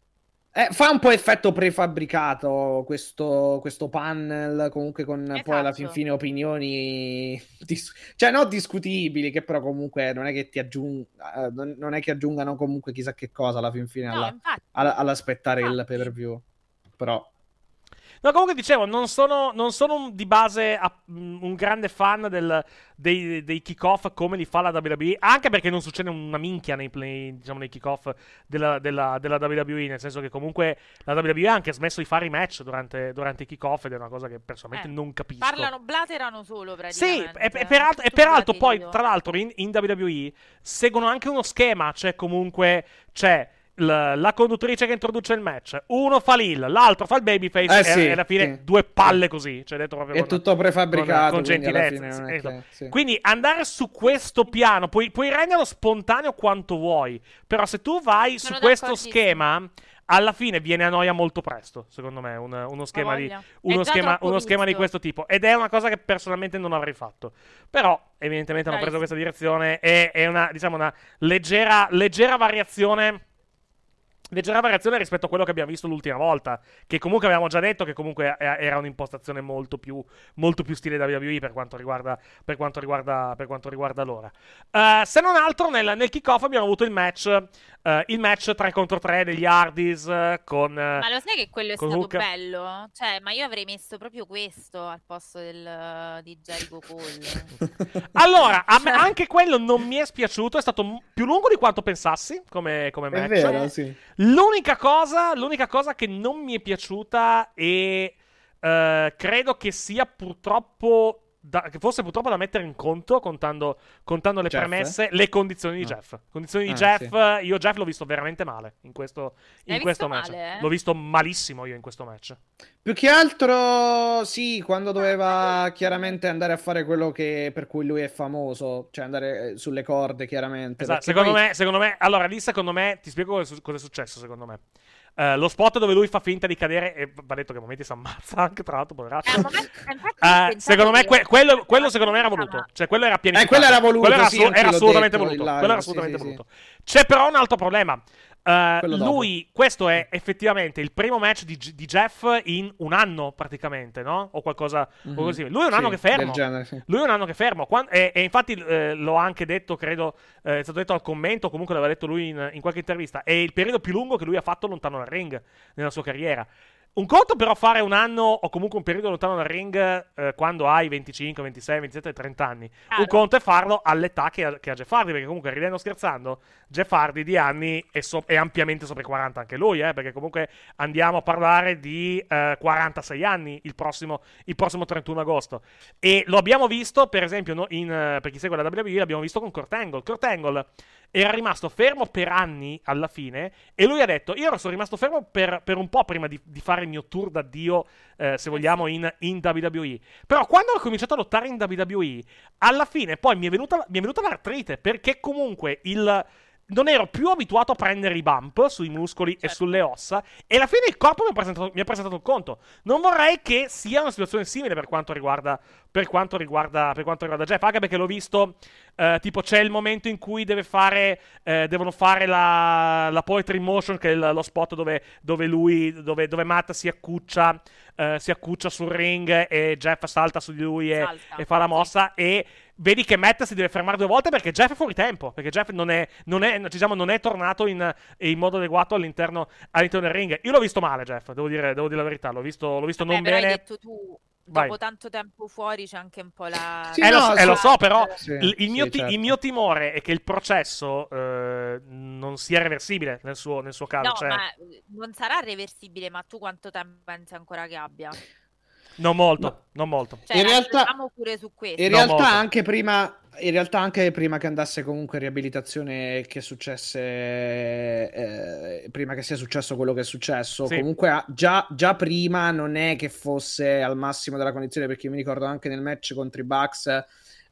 Eh, fa un po' effetto prefabbricato questo, questo panel, comunque con esatto. Poi alla fin fine opinioni dis- cioè non discutibili, che però comunque non è che ti aggiung- uh, non, non è che aggiungano comunque chissà che cosa alla fin fine no, alla, infatti, alla, all'aspettare infatti. il pay per view. Però no, comunque dicevo, non sono, non sono un, di base a, un grande fan del, dei, dei kick-off come li fa la W W E, anche perché non succede una minchia nei, play, diciamo, nei kick-off della, della, della W W E, nel senso che comunque la W W E ha anche smesso di fare i match durante, durante i kick-off, ed è una cosa che personalmente eh, non capisco. Parlano, blaterano solo praticamente. Sì, e, e peraltro, e peraltro poi, tra l'altro, in, in W W E seguono anche uno schema, cioè comunque c'è La, la conduttrice che introduce il match, uno fa l'hill, l'altro fa il babyface, eh, e, sì, e alla fine sì. due palle così, cioè detto proprio è con, tutto prefabbricato con, con gentilezza. Quindi, sì, che, esatto. sì. Quindi andare su questo piano, puoi, puoi renderlo spontaneo quanto vuoi, però se tu vai Sono su questo schema, alla fine viene a noia molto presto, secondo me, un, uno schema, di, uno schema, uno schema di questo tipo, ed è una cosa che personalmente non avrei fatto, però evidentemente hanno preso questa direzione e è una, diciamo, una leggera, leggera variazione Leggera variazione rispetto a quello che abbiamo visto l'ultima volta, che comunque avevamo già detto che comunque era un'impostazione molto più, molto più stile W W E per quanto riguarda, per quanto riguarda, per quanto riguarda l'ora. Uh, se non altro nel, nel kick-off abbiamo avuto il match uh, uh, il match tre contro tre degli Hardys uh, con... Uh, ma lo sai che quello è stato Hook. bello? Cioè, ma io avrei messo proprio questo al posto del, uh, di Jericho Cole. Allora, a me, anche quello non mi è spiaciuto, è stato m- più lungo di quanto pensassi come, come match. È vero, sì. L'unica cosa, l'unica cosa che non mi è piaciuta e uh, credo che sia purtroppo... Da, che fosse purtroppo da mettere in conto, contando, contando le Jeff, premesse, eh? le condizioni di No. Jeff. Condizioni di Ah, Jeff, sì. io Jeff l'ho visto veramente male in questo, in L'hai questo visto match. male, eh? L'ho visto malissimo io in questo match. Più che altro, sì, quando doveva chiaramente andare a fare quello che, per cui lui è famoso, cioè andare eh, sulle corde, chiaramente. Esatto, perché secondo poi- me, secondo me, allora lì secondo me, ti spiego cosa è su- cosa è successo secondo me. Eh, lo spot dove lui fa finta di cadere e va detto che a momenti si ammazza anche tra l'altro, poveraccio. Eh, al momento- infatti io Eh, pensavo secondo me che- que- quello, quello secondo me era voluto, cioè quello era pianificato. Eh, quello era voluto, Quello era, sì, assu- anche era l'ho assolutamente detto voluto. in live, Quello era sì, assolutamente sì, voluto. C'è però un altro problema. Eh, Quello dopo. lui, questo è effettivamente il primo match di, di Jeff in un anno praticamente, no? O qualcosa, Mhm. o così. Lui è un anno Sì, che fermo. del genere, sì. Lui è un anno che fermo. Quan- e, e infatti eh, l'ho anche detto, credo, eh, è stato detto al commento, comunque l'aveva detto lui in, in qualche intervista. È il periodo più lungo che lui ha fatto lontano dal ring nella sua carriera. Un conto però fare un anno o comunque un periodo lontano dal ring eh, quando hai venticinque, ventisei, ventisette, trenta anni. Chiaro. Un conto è farlo all'età che ha, che ha Jeff Hardy, perché comunque ridendo o scherzando, Jeff Hardy di anni è, so- è ampiamente sopra i quaranta anche lui, eh, perché comunque andiamo a parlare di eh, quarantasei anni il prossimo, il prossimo trentuno agosto. E lo abbiamo visto, per esempio, no, in, eh, per chi segue la W W E, l'abbiamo visto con Kurt Angle. Kurt Angle era rimasto fermo per anni alla fine e lui ha detto io ero rimasto fermo per, per un po' prima di, di fare il mio tour d'addio eh, se vogliamo in, in W W E, però quando ho cominciato a lottare in W W E alla fine poi mi è venuta, mi è venuta l'artrite perché comunque il non ero più abituato a prendere i bump sui muscoli Certo. e sulle ossa e alla fine il corpo mi ha, presentato, mi ha presentato il conto. Non vorrei che sia una situazione simile per quanto riguarda per quanto riguarda per quanto riguarda Jeff, anche perché l'ho visto eh, tipo c'è il momento in cui deve fare eh, devono fare la, la poetry motion, che è il- lo spot dove, dove lui dove, dove Matt si accuccia eh, si accuccia sul ring e Jeff salta su di lui e, Salta, e fa la sì. mossa e vedi che Matt si deve fermare due volte perché Jeff è fuori tempo, perché Jeff non è, non è, diciamo, non è tornato in, in modo adeguato all'interno, all'interno del ring. Io l'ho visto male, Jeff, devo dire, devo dire la verità, l'ho visto, l'ho visto Vabbè, non però bene. hai detto tu, Vai. dopo tanto tempo fuori c'è anche un po' la... Sì, eh, lo, no, so- eh, lo sì. so, però Sì, il, il mio sì, ti- certo. il mio timore è che il processo eh, non sia reversibile nel suo, nel suo caso. No, Cioè, ma eh, non sarà reversibile, ma tu quanto tempo pensi ancora che abbia? non molto, No. non molto. Cioè, In realtà- ragioniamo pure su questo. In No, realtà molto. anche prima in realtà anche prima che andasse comunque in riabilitazione che successe eh, prima che sia successo quello che è successo Sì. comunque ah, già, già prima non è che fosse al massimo della condizione, perché io mi ricordo anche nel match contro i Bucks eh,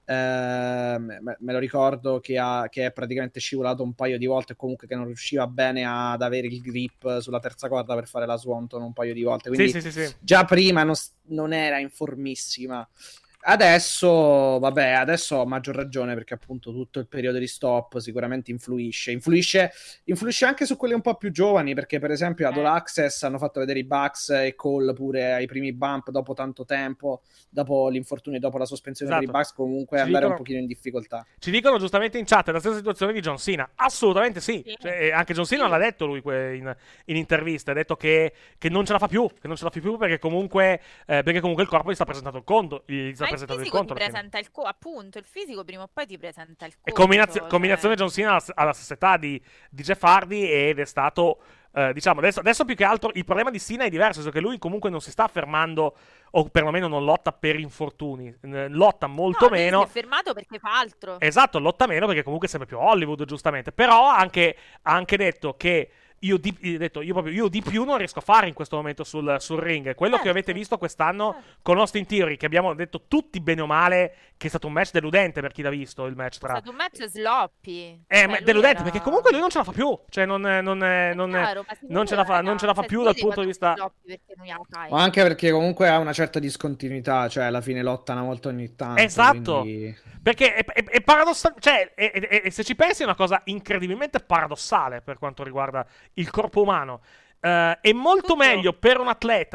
me, me lo ricordo che, ha, che è praticamente scivolato un paio di volte e comunque che non riusciva bene ad avere il grip sulla terza corda per fare la swanton un paio di volte, quindi Sì, sì, sì, sì. già prima non, non era in formissima. Adesso, vabbè, adesso ho a maggior ragione perché appunto tutto il periodo di stop sicuramente influisce. Influisce, influisce anche su quelli un po' più giovani, perché per esempio ad All Access hanno fatto vedere i Bucks e Cole pure ai primi bump dopo tanto tempo, dopo l'infortunio, dopo la sospensione Esatto. per i Bucks, comunque Ci andare dicono- un pochino in difficoltà. Ci dicono giustamente in chat, è la stessa situazione di John Cena. Assolutamente sì. Sì. Cioè, anche John Cena l'ha detto lui que- in, in intervista. Ha detto che, che non ce la fa più. Che non ce la fa più perché comunque, eh, perché comunque il corpo gli sta presentando il conto. Gli sta Ma il presentando il fisico conto. ti alla fine. presenta il conto, appunto, il fisico prima o poi ti presenta il E conto. combinazio- cioè- combinazione John Cena alla, alla stessa età di, di Jeff Hardy ed è stato. eh, diciamo adesso, adesso più che altro il problema di Cena è diverso, nel senso che lui comunque non si sta fermando o perlomeno non lotta per infortuni, eh, lotta molto No, lui meno. si è fermato perché fa altro. Esatto, lotta meno perché comunque è sempre più Hollywood, giustamente. Però ha anche, ha anche detto che io di, io detto, io, proprio, io di più non riesco a fare in questo momento sul, sul ring. Quello che Certo. avete visto quest'anno Certo. con Austin Theory, che abbiamo detto tutti bene o male che è stato un match deludente per chi l'ha visto, il match È tra... stato un match sloppy. Eh, Cioè, ma lui deludente era- perché comunque lui non ce la fa più. Cioè non, non, non, È non, chiaro, ma si non ce la vede, fa, non ce la fa cioè, più si dal vede punto di vista... quando è sloppy perché non gliela fai. Ma anche perché comunque ha una certa discontinuità, cioè alla fine lotta una volta ogni tanto. Esatto. quindi- Perché è, è, è paradossale, cioè, è- è- è- se ci pensi è una cosa incredibilmente paradossale per quanto riguarda il corpo umano. Eh, è molto Tutto. meglio per un atleta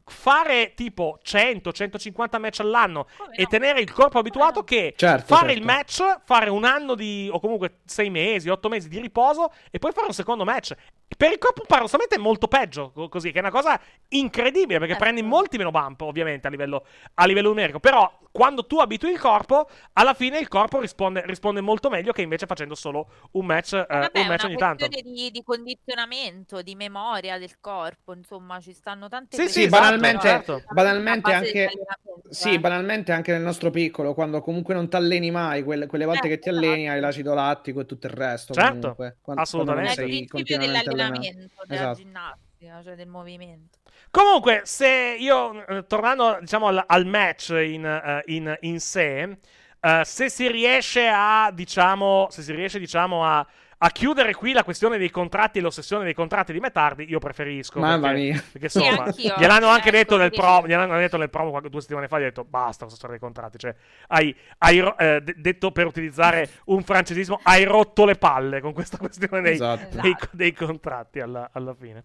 fare tipo cento centocinquanta match all'anno Come e no? tenere il corpo abituato no? che Certo, fare certo. il match, fare un anno di, o comunque sei mesi, otto mesi di riposo e poi fare un secondo match. Per il corpo paradossalmente è molto peggio co- così, che è una cosa incredibile perché Certo. prendi molti meno bump ovviamente a livello, a livello numerico, però quando tu abitui il corpo, alla fine il corpo risponde, risponde molto meglio che invece facendo solo un match, eh, Eh, vabbè, un è match una ogni tanto. questione di, di condizionamento, di memoria del corpo, insomma, ci stanno tante Sì, questioni. sì, Sì, esatto, banalmente, certo. banalmente A base di anche, allenamento, sì, eh. banalmente anche nel nostro piccolo, quando comunque non ti alleni mai, quelle, quelle volte Eh, che ti alleni hai esatto. l'acido lattico e tutto il resto, Certo, comunque, quan- quando, non È il assolutamente. sei principio continuamente allenato. dell'allenamento, della Esatto. ginnastica, cioè del movimento. Comunque, se io, eh, tornando diciamo al, al match in, eh, in, in sé, eh, se si riesce a, diciamo, se si riesce, diciamo, a, a chiudere qui la questione dei contratti e l'ossessione dei contratti di Metardi, io preferisco. Mamma perché, mia. perché Sì, insomma, anch'io. gliel'hanno anche Ecco, detto nel direi. promo, gliel'hanno detto nel promo qualche- due settimane fa, gli ho detto basta questa storia dei contratti, cioè hai, hai ro- eh, de- detto per utilizzare un francesismo, hai rotto le palle con questa questione dei, Esatto. dei, dei contratti alla, alla fine.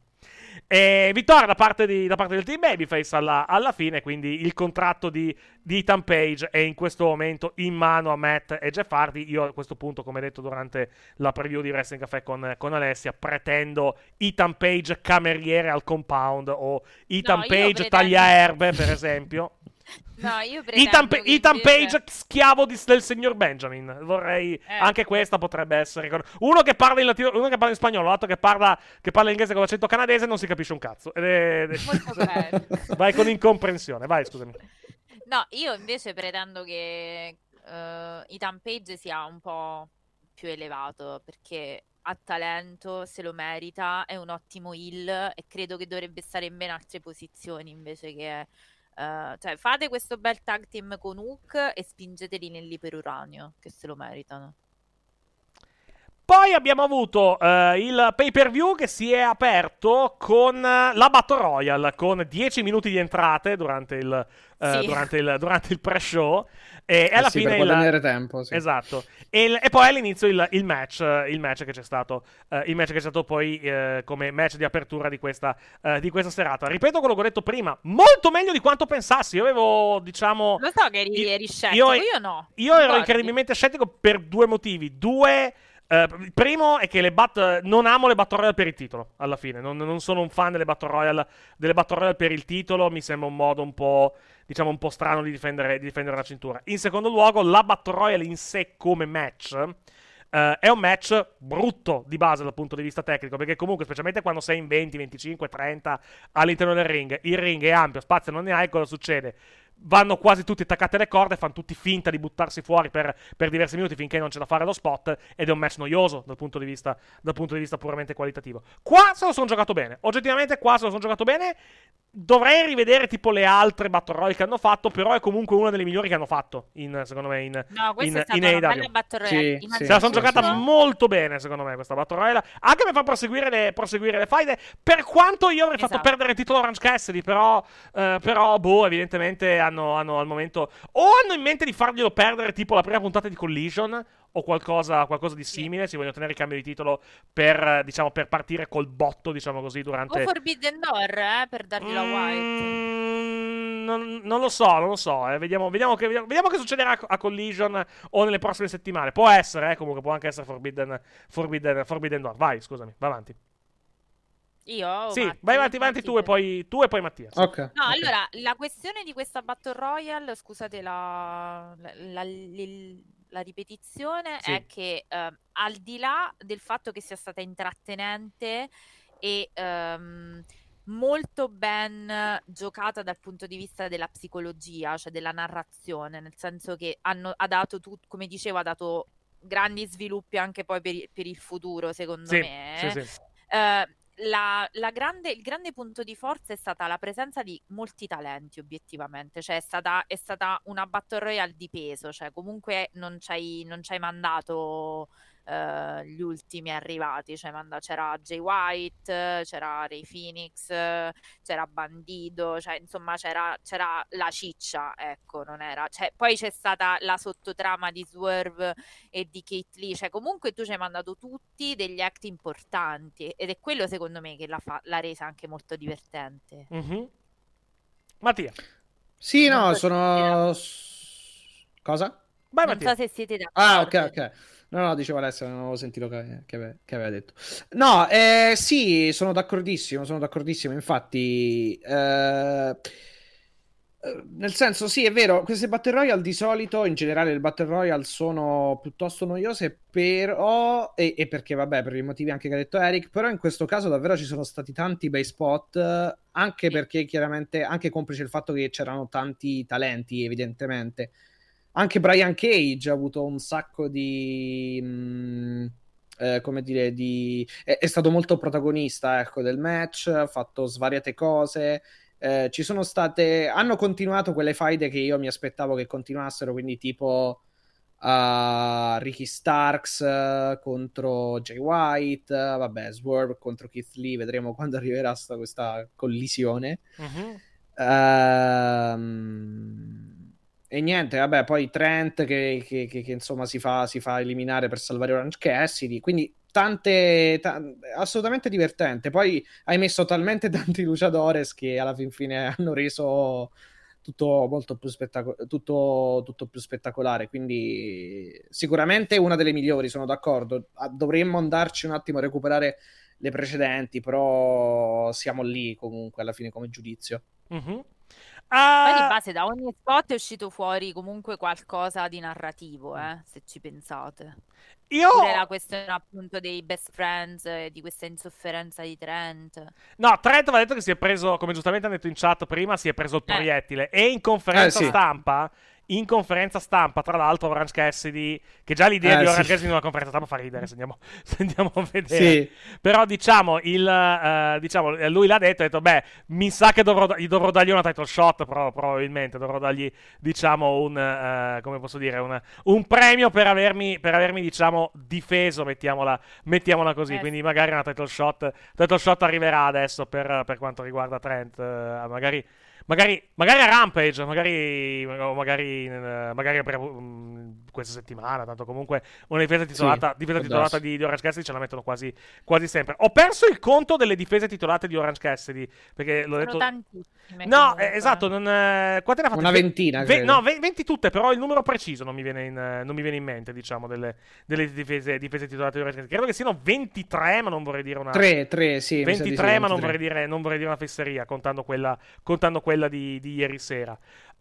E vittoria da parte, di, da parte del team Babyface alla, alla fine, quindi il contratto di, di Ethan Page è in questo momento in mano a Matt e Jeff Hardy. Io a questo punto, come detto durante la preview di Wrestling Café con, con Alessia, pretendo Ethan Page cameriere al compound o Ethan No, io Page pretendo- tagliaerbe, per esempio. No, io pretendo Ethan, Pa- che Ethan invece- Page schiavo di- del signor Benjamin. Vorrei Eh. anche questa potrebbe essere ricor- uno che parla in latino, uno che parla in spagnolo, l'altro che parla che parla inglese con l'accento canadese, non si capisce un cazzo. Ed è- Molto bene. Vai con incomprensione, vai, scusami. No, io invece pretendo che eh, Ethan Page sia un po' più elevato perché ha talento, se lo merita, è un ottimo heel e credo che dovrebbe stare in ben altre posizioni invece che eh, cioè fate questo bel tag team con Hook e spingeteli nell'iperuranio che se lo meritano. Poi abbiamo avuto eh, il pay per view che si è aperto con eh, la Battle Royale, con dieci minuti di entrate durante il, eh, Sì. durante il, durante il pre-show. E, e Eh alla sì, fine per il- guadagnare tempo, sì. Esatto. E, il- e poi all'inizio il, il match, eh, il match che c'è stato, eh, il match che c'è stato poi eh, come match di apertura di questa, eh, di questa serata. Ripeto quello che ho detto prima, molto meglio di quanto pensassi. Io avevo, diciamo, Lo so che eri, io- eri scettico, io- io, no. io ero Ricordi? incredibilmente scettico per due motivi. Due. eh, il primo è che le bat- non amo le Battle Royale per il titolo. Alla fine, non, non sono un fan delle Battle Royale, delle Battle Royale per il titolo. Mi sembra un modo un po', diciamo, un po' strano di difendere, di difendere la cintura. In secondo luogo, la Battle Royale in sé come match eh, è un match brutto di base dal punto di vista tecnico, perché comunque, specialmente quando sei in venti, venticinque, trenta all'interno del ring, il ring è ampio, spazio non ne hai, cosa succede? Vanno quasi tutti attaccati alle corde, fanno tutti finta di buttarsi fuori per, per diversi minuti finché non c'è da fare lo spot, ed è un match noioso dal punto di vista, dal punto di vista puramente qualitativo. Qua se lo sono giocato bene, oggettivamente qua se lo sono giocato bene. Dovrei rivedere tipo le altre Battle Royale che hanno fatto, però è comunque una delle migliori che hanno fatto, in, secondo me, in, No, questa in, è stata in una A E W. bella battle royale. Sì, Innanzitutto- sì, Se la sono sì, giocata sì. molto bene, secondo me, questa Battle Royale. Anche per far proseguire le, proseguire le faide. Per quanto io avrei fatto Esatto. perdere il titolo a Orange Cassidy, però, eh, però boh, evidentemente hanno, hanno al momento. O hanno in mente di farglielo perdere, tipo la prima puntata di Collision, o qualcosa, qualcosa di simile. Si vogliono tenere il cambio di titolo per, eh, diciamo, per partire col botto, diciamo così, durante. O Forbidden Door, eh, per dargli la White. Mm, non, non lo so, non lo so. eh. Vediamo, vediamo, che, vediamo, vediamo che succederà a Collision o nelle prossime settimane. Può essere, eh, comunque, può anche essere Forbidden, Forbidden, Forbidden Door. Vai, scusami, vai avanti. Io? o sì, Matti? vai avanti, avanti Matti tu e te. poi, tu e poi Mattia. sì. Ok. No, ok. allora, la questione di questa Battle Royale, scusate la, la, la- li- la ripetizione, Sì. è che ehm, al di là del fatto che sia stata intrattenente e ehm, molto ben giocata dal punto di vista della psicologia, cioè della narrazione, nel senso che hanno, ha dato, tut- come dicevo, ha dato grandi sviluppi anche poi per, i- per il futuro, secondo Sì, me. sì, sì. Eh, la, la grande, il grande punto di forza è stata la presenza di molti talenti, obiettivamente, cioè è stata, è stata una Battle Royale di peso, cioè comunque non ci hai, non ci hai mandato eh, gli ultimi arrivati, cioè manda- c'era Jay White, c'era Ray Phoenix, c'era Bandido, cioè insomma c'era, c'era la ciccia, ecco, non era, cioè, poi c'è stata la sottotrama di Swerve e di Kate Lee, cioè comunque tu ci hai mandato tutti degli act importanti ed è quello secondo me che l'ha, fa- l'ha resa anche molto divertente. Mhm. Mattia. Sì, no, Non so se sono... Cosa? Vai, Non Mattia. so se siete Ah, ok, d'accordo. ok. No, no, dicevo Alessio, non avevo sentito che, che ave- che aveva detto. No, eh, sì, sono d'accordissimo, sono d'accordissimo. Infatti, eh, eh, nel senso, sì, è vero, queste Battle Royale di solito, in generale, le Battle Royale sono piuttosto noiose, però, e, e perché, vabbè, per i motivi anche che ha detto Eric, però in questo caso davvero ci sono stati tanti bei spot, eh, anche perché chiaramente, anche complice il fatto che c'erano tanti talenti, evidentemente. Anche Brian Cage ha avuto un sacco di... mh, eh, come dire, di... È, è stato molto protagonista, ecco, del match, ha fatto svariate cose. Eh, ci sono state... Hanno continuato quelle faide che io mi aspettavo che continuassero, quindi tipo uh, Ricky Starks uh, contro Jay White, uh, vabbè, Swerve contro Keith Lee, vedremo quando arriverà sta, questa collisione. Mm-hmm. Ehm... E niente, vabbè, poi Trent che, che, che, che insomma si fa, si fa eliminare per salvare Orange Cassidy, quindi tante, ta- assolutamente divertente. Poi hai messo talmente tanti luchadores che alla fin fine hanno reso tutto molto più, spettaco- tutto, tutto più spettacolare, quindi sicuramente una delle migliori, sono d'accordo. Ah, dovremmo andarci un attimo a recuperare le precedenti, però siamo lì comunque alla fine come giudizio. Mm-hmm. Poi di Uh, base da ogni spot è uscito fuori comunque qualcosa di narrativo, eh, se ci pensate. io... Pure la questione appunto dei best friends e di questa insofferenza di Trent. No, Trent va detto che si è preso, come giustamente hanno detto in chat prima, si è preso il Eh. proiettile. E in conferenza Eh, sì. stampa, in conferenza stampa, tra l'altro, Orange Cassidy, che già l'idea Eh, di Orange sì. Cassidy in una conferenza stampa fa ridere, se andiamo, se andiamo a vedere. Sì. Però diciamo, il, eh, diciamo, lui l'ha detto, ha detto, beh, mi sa che dovrò, gli dovrò dargli una title shot, però probabilmente dovrò dargli, diciamo, un, eh, come posso dire, un, un premio per avermi, per avermi, diciamo, difeso, mettiamola, mettiamola così. Eh, Quindi magari una title shot, title shot arriverà adesso per, per quanto riguarda Trent, eh, magari... Magari, magari a Rampage, magari, magari, magari per um, questa settimana. Tanto comunque una difesa titolata, Sì, difesa può titolata darsi. di, di Orange Cassidy ce la mettono quasi, quasi sempre. Ho perso il conto delle difese titolate di Orange Cassidy. Perché l'ho sono detto. tantissime No, comunque. eh, esatto. Non, eh, quante ne ha fatte? Una Ve- ventina, ve- credo. no, ve- venti tutte. Però il numero preciso non mi viene in, eh, non mi viene in mente, diciamo, delle, delle difese, difese titolate di Orange Cassidy. Credo che siano ventitré, ma non vorrei dire una. Tre, tre, sì. mi sa di sì, ventitré, ma non ventitré. vorrei dire, non vorrei dire una fesseria, contando quella, contando quella di, di ieri sera.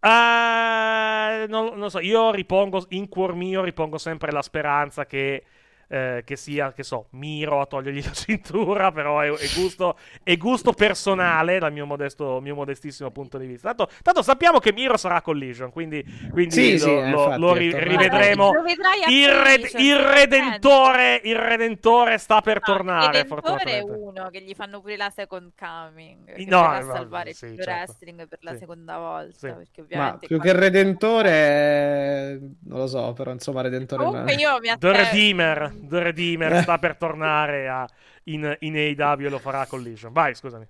Uh, non, non so, io ripongo in cuor mio, ripongo sempre la speranza che, eh, che sia, che so, Miro a togliergli la cintura, però è, è, gusto, è gusto personale dal mio, modesto, mio modestissimo punto di vista. Tanto, tanto sappiamo che Miro sarà a Collision, quindi, quindi Sì, lo, sì, lo, infatti, lo è ri- tornato. rivedremo. Lo vedrai a Il, red- Collision, il sono redentore, il redentore sta per No, tornare, il Redentore è fortunatamente. uno che gli fanno pure la second coming, che No, verrà a eh, salvare sì, il certo. wrestling per la Sì. seconda volta, Sì. perché Ma ovviamente più qua- che il Redentore, non lo so, però insomma Redentore non Comunque è... io mi The aspetto Redeemer, The Redeemer sta per tornare a, in, in A E W e lo farà a Collision. Vai, scusami.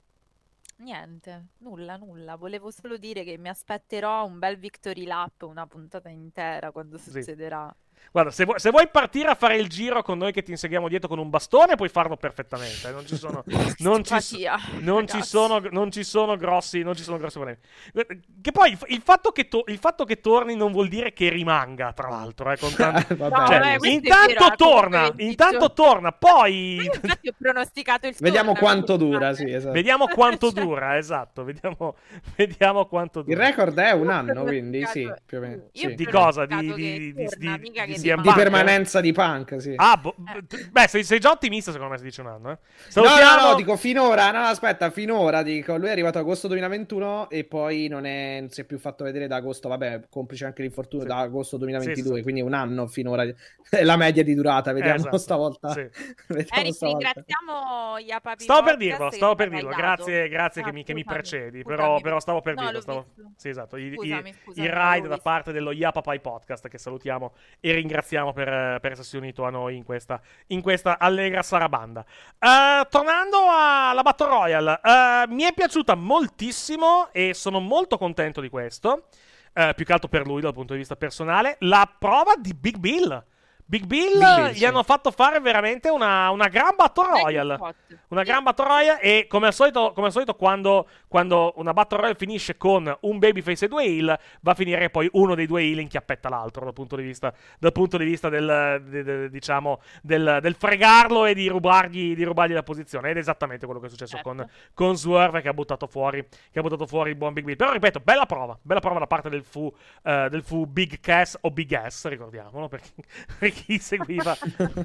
Niente, nulla, nulla. Volevo solo dire che mi aspetterò un bel victory lap, una puntata intera quando Sì. succederà. Guarda, se vuoi, se vuoi partire a fare il giro con noi che ti inseguiamo dietro con un bastone, puoi farlo perfettamente. eh. Non ci sono, non ci, so- Simpatia, non ci ragazzi. sono, non ci sono grossi, non ci sono grossi problemi. Che poi il, il fatto che, to- il fatto che torni non vuol dire che rimanga, tra l'altro. Eh, con tanti- Vabbè, No, cioè, eh, questo è intanto vero, eh, torna, comunque intanto dicio- torna, poi Io infatti ho pronosticato il Vediamo torna, quanto quindi dura, fate. sì, esatto. vediamo quanto Cioè- dura, esatto. Vediamo, vediamo quanto Il dura. record è un Io ho anno, quindi sì, pronosticato- più o meno. Io sì. ho Di cosa? Di- pronosticato di- che di- torna, di- mica di che C M di Punk? Di Punk. permanenza di Punk, sì. Ah, boh, Eh. t- beh, sei, sei già ottimista secondo me se dice un anno, eh. No, Salutiamo... no, no, dico finora, no, aspetta, finora, dico, lui è arrivato agosto duemilaventuno e poi non, è, non si è più fatto vedere da agosto, vabbè, complice anche l'infortunio, Sì. da agosto duemilaventidue, Sì, sì, sì. quindi un anno finora, è la media di durata, vediamo esatto, stavolta. sì. Vediamo Eric, stavolta. ringraziamo Iapapi Stavo per Podcast dirlo, che stavo ci per ha dirlo. guidato. Grazie, grazie Ah, che, mi, che mi scusami, precedi. scusami. Però, però stavo per No, dirlo. l'ho Stavo... visto. Sì, esatto. I, Scusami, i, scusami, il l'avevo ride da visto. parte dello Yapapai Podcast, che salutiamo e ringraziamo per, per essersi unito a noi in questa, in questa allegra sarabanda. Uh, tornando alla Battle Royale, uh, mi è piaciuta moltissimo e sono molto contento di questo. Uh, più che altro per lui dal punto di vista personale. La prova di Big Bill. Big Bill, Big Bill, gli sì. hanno fatto fare veramente una, una gran Battle Royale. Una gran Battle Royale e come al solito, come al solito quando, quando una Battle Royale finisce con un babyface e due heel, va a finire che poi uno dei due heel inchiappetta l'altro dal punto di vista, dal punto di vista del, de, de, diciamo, del, del fregarlo e di rubargli, di rubargli la posizione. Ed è esattamente quello che è successo Certo. con, con Swerve che ha buttato fuori, che ha buttato fuori il buon Big Bill. Però ripeto, bella prova, bella prova da parte del fu, uh, del fu Big Cass o Big Ass, ricordiamolo, per chi, per chi seguiva.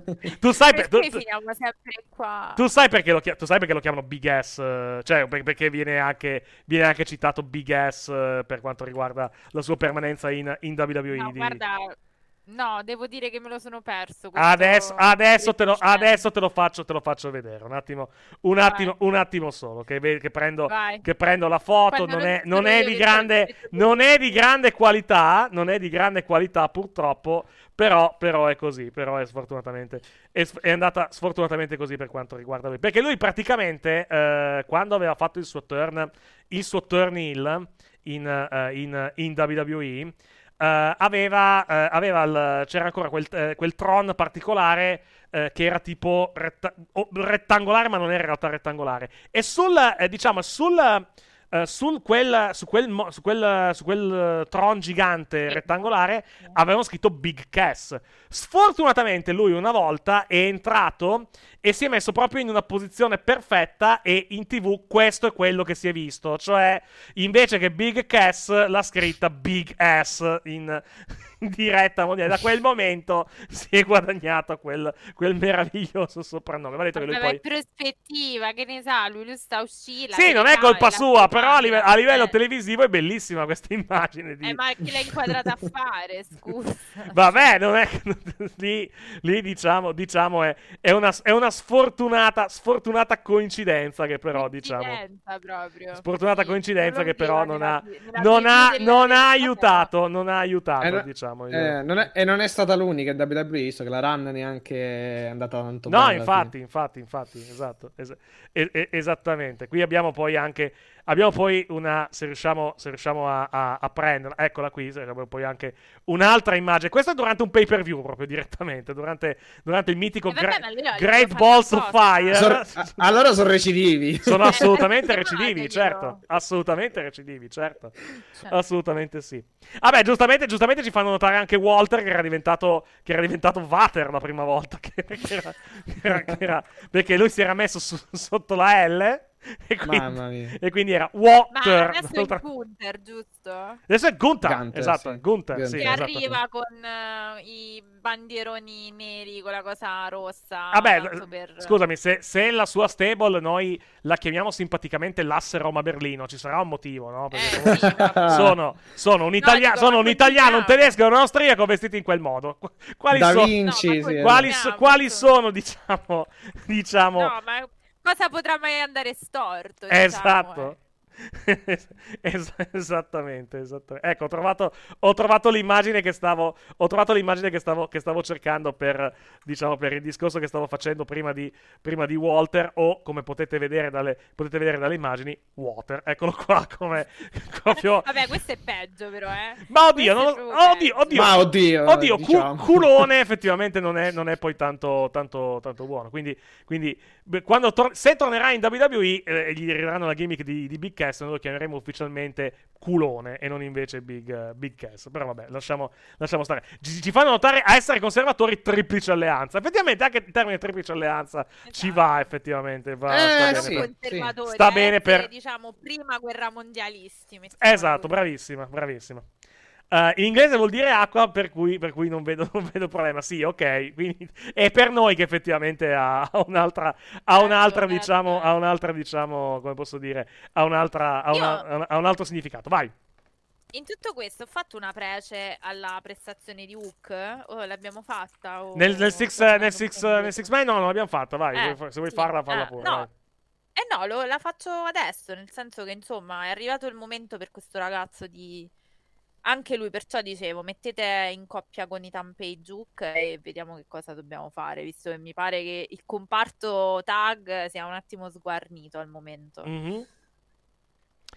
Tu sai, per, tu, Perché finiamo sempre qua? tu sai perché lo, chia- tu sai perché lo chiamano Big Ass? eh, Cioè, per- perché viene anche, viene anche citato Big Ass eh, per quanto riguarda la sua permanenza in, in W W E. No, di- guarda, no, devo dire che me lo sono perso. questo Adesso, adesso, te lo, retroscena. adesso te lo faccio, te lo faccio vedere. Un attimo, un attimo, un attimo solo. Che, ve- che prendo, Vai. che prendo la foto. Quando Non lo è, dico non è io di che grande, poi- non è di grande qualità. Non è di grande qualità, purtroppo. Però, però è così. Però è sfortunatamente. È, s- è andata sfortunatamente così per quanto riguarda lui. Perché lui praticamente, eh, quando aveva fatto il suo turn, il suo turn heel in, eh, in, in W W E. Uh, aveva, uh, aveva il, c'era ancora quel, uh, quel Tron particolare uh, che era tipo retta- oh, rettangolare, ma non era in realtà rettangolare. E sul, eh, diciamo, sul, uh, sul quel, su quel, mo- su quel, su quel uh, Tron gigante rettangolare avevano scritto Big Cass. Sfortunatamente lui una volta è entrato e si è messo proprio in una posizione perfetta e in TV questo è quello che si è visto, cioè invece che Big Cass l'ha scritta Big Ass in, in diretta mondiale. Da quel momento si è guadagnato quel, quel meraviglioso soprannome. Va detto che lui Vabbè, ma poi... in prospettiva, che ne sa, lui, lui sta uscendo. Sì, non è colpa sua, però a livello, a livello televisivo è bellissima questa immagine di... Eh, ma chi l'ha inquadrata a fare, scusa. Vabbè, non è lì, lì diciamo, diciamo è, è, una, è una sfortunata, sfortunata coincidenza che però diciamo Coincidenza proprio. sfortunata Sì, coincidenza non che lo però vedo non ha, nella- nella non ha, preview della non ha puntata. aiutato, non ha aiutato, Eh, no- diciamo. eh, non è- e non è stata l'unica in W W E, visto che la run neanche è andata tanto No, bene alla infatti, fine. infatti, infatti, esatto, es- e- e- esattamente. Qui abbiamo poi anche, abbiamo poi una, se riusciamo, se riusciamo a, a, a prenderla, eccola qui, se abbiamo poi anche un'altra immagine. Questa è durante un pay per view proprio direttamente, durante, durante il mitico Eh, vabbè, Gra- ma allora Great glielo Balls fanno of apposta. Fire. Sor- a- allora sono recidivi. Sono assolutamente Eh, recidivi, chiamateglielo. certo. Assolutamente recidivi, certo. Cioè. Assolutamente sì. Vabbè, giustamente, giustamente ci fanno notare anche Walter che era diventato, che era diventato Vater la prima volta. Che, che era, che era- che era- perché lui si era messo su- sotto la L. E quindi, Mamma mia. e quindi era Ma Water. adesso è il Gunther, giusto? Adesso è Gunther. Gunther, Esatto, sì. Gunther, sì, Che Gunther. esatto. arriva con eh, i bandieroni neri con la cosa rossa. Vabbè, tanto per- scusami, se, se la sua stable noi la chiamiamo simpaticamente l'asse Roma Berlino, ci sarà un motivo, no? Perché Eh, comunque sì, ma- sono, sono un, italia- dico, sono ma un italiano, un continuiamo. tedesco e un austriaco vestiti in quel modo. Qu- Quali, Da so- Vinci, No, ma sì, poi- eh. quali, Continuiamo, so- quali insomma. sono, diciamo, diciamo, No, ma cosa potrà mai andare storto? esatto. Diciamo, eh? Es- esattamente, esattamente. Ecco, ho trovato, ho trovato l'immagine che stavo, ho trovato l'immagine che stavo, che stavo cercando per, diciamo, per il discorso che stavo facendo prima di, prima di Walter, o come potete vedere dalle, potete vedere dalle immagini, Water. Eccolo qua, come proprio. Vabbè, questo è peggio, però, eh. Ma oddio, non Questo lo- è proprio oddio, peggio. oddio, Ma oddio, oddio, cu- diciamo. culone effettivamente non è, non è poi tanto, tanto, tanto buono. Quindi, quindi beh, quando tor- se tornerà in W W E eh, e gli ridaranno la gimmick di, di Big Cass, noi lo chiameremo ufficialmente culone e non invece Big, uh, Big Cass. Però vabbè, lasciamo, lasciamo stare. Ci, ci fanno notare a essere conservatori triplice alleanza. Effettivamente anche il termine triplice alleanza ci Esatto. va effettivamente. Va, Eh, sta Sono bene sì, per- conservatori, Sta a bene per- essere, diciamo, prima guerra mondialisti. mettiamola Esatto, così. bravissima, bravissima. Uh, in inglese vuol dire acqua, per cui, per cui non, vedo, non vedo problema. Sì, ok. Quindi è per noi che effettivamente ha, ha un'altra, ha un'altra, Certo, diciamo, certo. ha un'altra, diciamo, come posso dire, ha un'altra, ha, una- Io- ha un altro significato. Vai. In tutto questo ho fatto una prece alla prestazione di Hook? O l'abbiamo fatta? O... Nel, nel six, o- nel six, nel six man no, non l'abbiamo fatta. Vai, Eh, se vuoi- se vuoi sì. farla, falla Eh, pure. no. vai. Eh no, lo- la faccio adesso, nel senso che insomma è arrivato il momento per questo ragazzo di... Anche lui, perciò dicevo, mettete in coppia con i Tampage Hook e vediamo che cosa dobbiamo fare, visto che mi pare che il comparto tag sia un attimo sguarnito al momento. Mhm.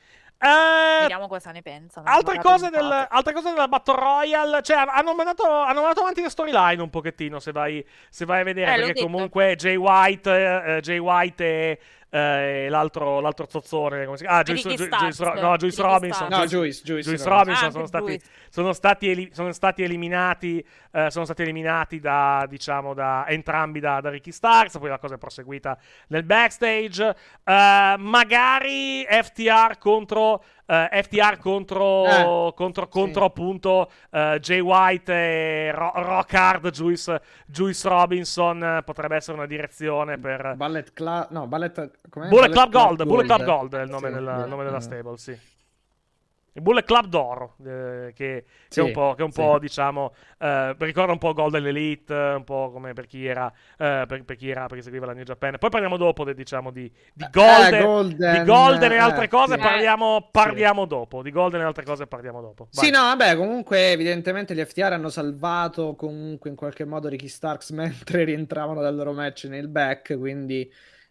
Eh, Vediamo cosa ne pensano. altre, magari cose un del, po'. altre cose della Battle Royale. Cioè, hanno mandato, hanno mandato avanti le storyline un pochettino. Se vai, se vai a vedere, Eh, l'ho perché detto. comunque Jay White, eh, Jay White e eh, l'altro, l'altro zozzone, come si chiama? Ah, Juice, Ricky Ju- Juice, Starks. no, Juice Ricky Robinson. Starks. No, Juice, Juice, Juice Robinson. Robinson Ah, sono anche stati, Juice. sono stati, eli- sono stati eliminati, eh, sono stati eliminati da, diciamo, da entrambi da, da Ricky Starks. Poi la cosa è proseguita nel backstage. Eh, magari F T R contro. Uh, F T R contro, Eh, contro, sì. contro appunto uh, Jay White e Ro- Rock Hard, Juice, Juice Robinson. uh, potrebbe essere una direzione per Ballet Club, no, Ballet, com'è? Bullet Ballet Club Gold. Bullet Club Gold è il nome, Sì, della, eh, nome della eh. stable, sì. Il Bullet Club d'oro, eh, che, che Sì, è un po', che è un sì. po' diciamo, eh, ricorda un po' Golden Elite, eh, un po' come per chi era, eh, per, per chi era, perché seguiva la New Japan. Poi parliamo dopo, de- diciamo, di, di Golden, Eh, Golden, di Golden e eh, altre cose, sì. parliamo, parliamo dopo. Di Golden e altre cose parliamo dopo. Vai. Sì, no, vabbè, comunque evidentemente gli F T R hanno salvato comunque in qualche modo Ricky Starks mentre rientravano dal loro match nel back, quindi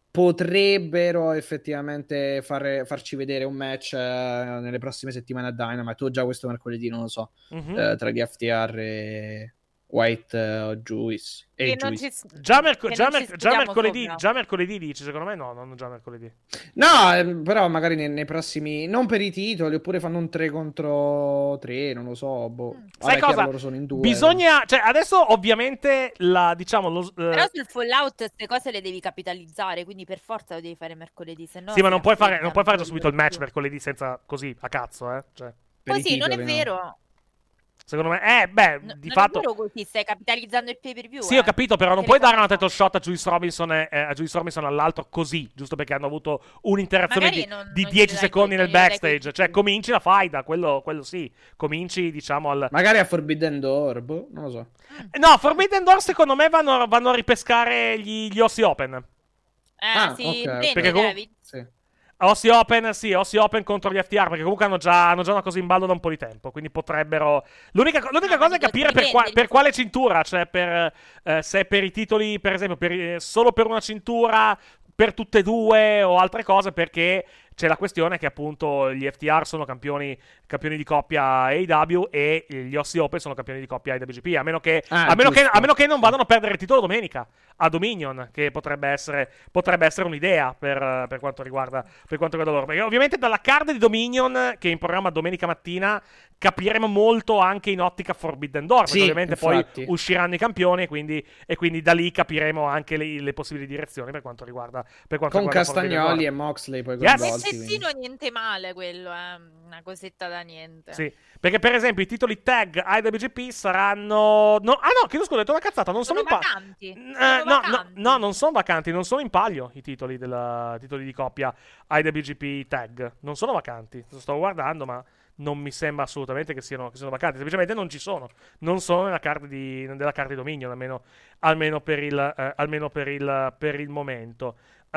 potrebbero effettivamente fare- farci vedere un match eh, nelle prossime settimane a Dynamite, o già questo mercoledì, non lo so, Mhm. eh, tra gli F T R e White eh, o Juice. E Che non Juice. ci- Già, merc- che già, non ci merc- già studiamo mercoledì, sopra. già mercoledì dici, secondo me no, non già mercoledì. No, ehm, però magari nei, nei prossimi, non per i titoli, oppure fanno un tre contro tre, non lo so. Boh. Mm. Sai Vabbè, cosa? chiaro, loro sono in due. Bisogna, cioè adesso ovviamente la, diciamo, lo, eh, Però sul Fallout queste cose le devi capitalizzare, quindi per forza lo devi fare mercoledì, se no sì, ma si non puoi fare, non affrettano. puoi fare già subito il match mercoledì senza così, a cazzo, eh. Cioè, per i Così non è titoli, no. vero. secondo me, eh, beh, No- di non fatto... è vero così, stai capitalizzando il pay per view. Sì, eh. ho capito, però non Perché puoi le dare una cose title shot a Juice Robinson e eh, a Juice Robinson all'altro così, giusto perché hanno avuto un'interazione Magari di, non- di non dieci glielo dai secondi così, nel glielo dai backstage. così. Cioè, cominci la faida, quello, quello sì. Cominci, diciamo, al... Magari a Forbidden Door, boh, non lo so. No, Forbidden Door secondo me vanno, vanno a ripescare gli, gli Aussie Open. Eh, Ah, sì, ok, ok. intendi, Perché comunque- David? Sì. Aussie Open, sì, Aussie Open contro gli F T R, perché comunque hanno già, hanno già una cosa in ballo da un po' di tempo, quindi potrebbero... L'unica, l'unica No, cosa è dico, capire per, qua- dipende. per quale cintura, cioè per, eh, se per i titoli, per esempio, per, eh, solo per una cintura, per tutte e due o altre cose, perché c'è la questione che appunto gli F T R sono campioni, campioni di coppia A E W e gli Aussie Open sono campioni di coppia I W G P, a meno che, Ah, a meno che, giusto. a meno che non vadano a perdere il titolo domenica a Dominion, che potrebbe essere, potrebbe essere un'idea per, per quanto riguarda, per quanto riguarda loro. Perché ovviamente dalla card di Dominion, che è in programma domenica mattina, capiremo molto anche in ottica Forbidden Door, perché Sì, ovviamente infatti. poi usciranno i campioni e quindi, e quindi da lì capiremo anche le, le possibili direzioni per quanto riguarda, per quanto Con riguarda Forbidden Castagnoli Door. e Moxley poi Yes. coinvolti. Pezzettino quindi. niente male quello, eh. Una cosetta da niente. Sì, perché per esempio i titoli tag I W G P saranno... No, ah no, chiedo scusa, ho detto una cazzata, non sono, Sono in palio. vacanti. no, Sono no, vacanti. no, non sono vacanti, non sono in palio i titoli, della, titoli di coppia I W G P tag. Non sono vacanti, lo sto guardando, ma non mi sembra assolutamente che siano, che siano vacanti. Semplicemente non ci sono. Non sono nella card di, nella card di Dominion, almeno, almeno, per, il, eh, almeno per, il, per il momento. Uh,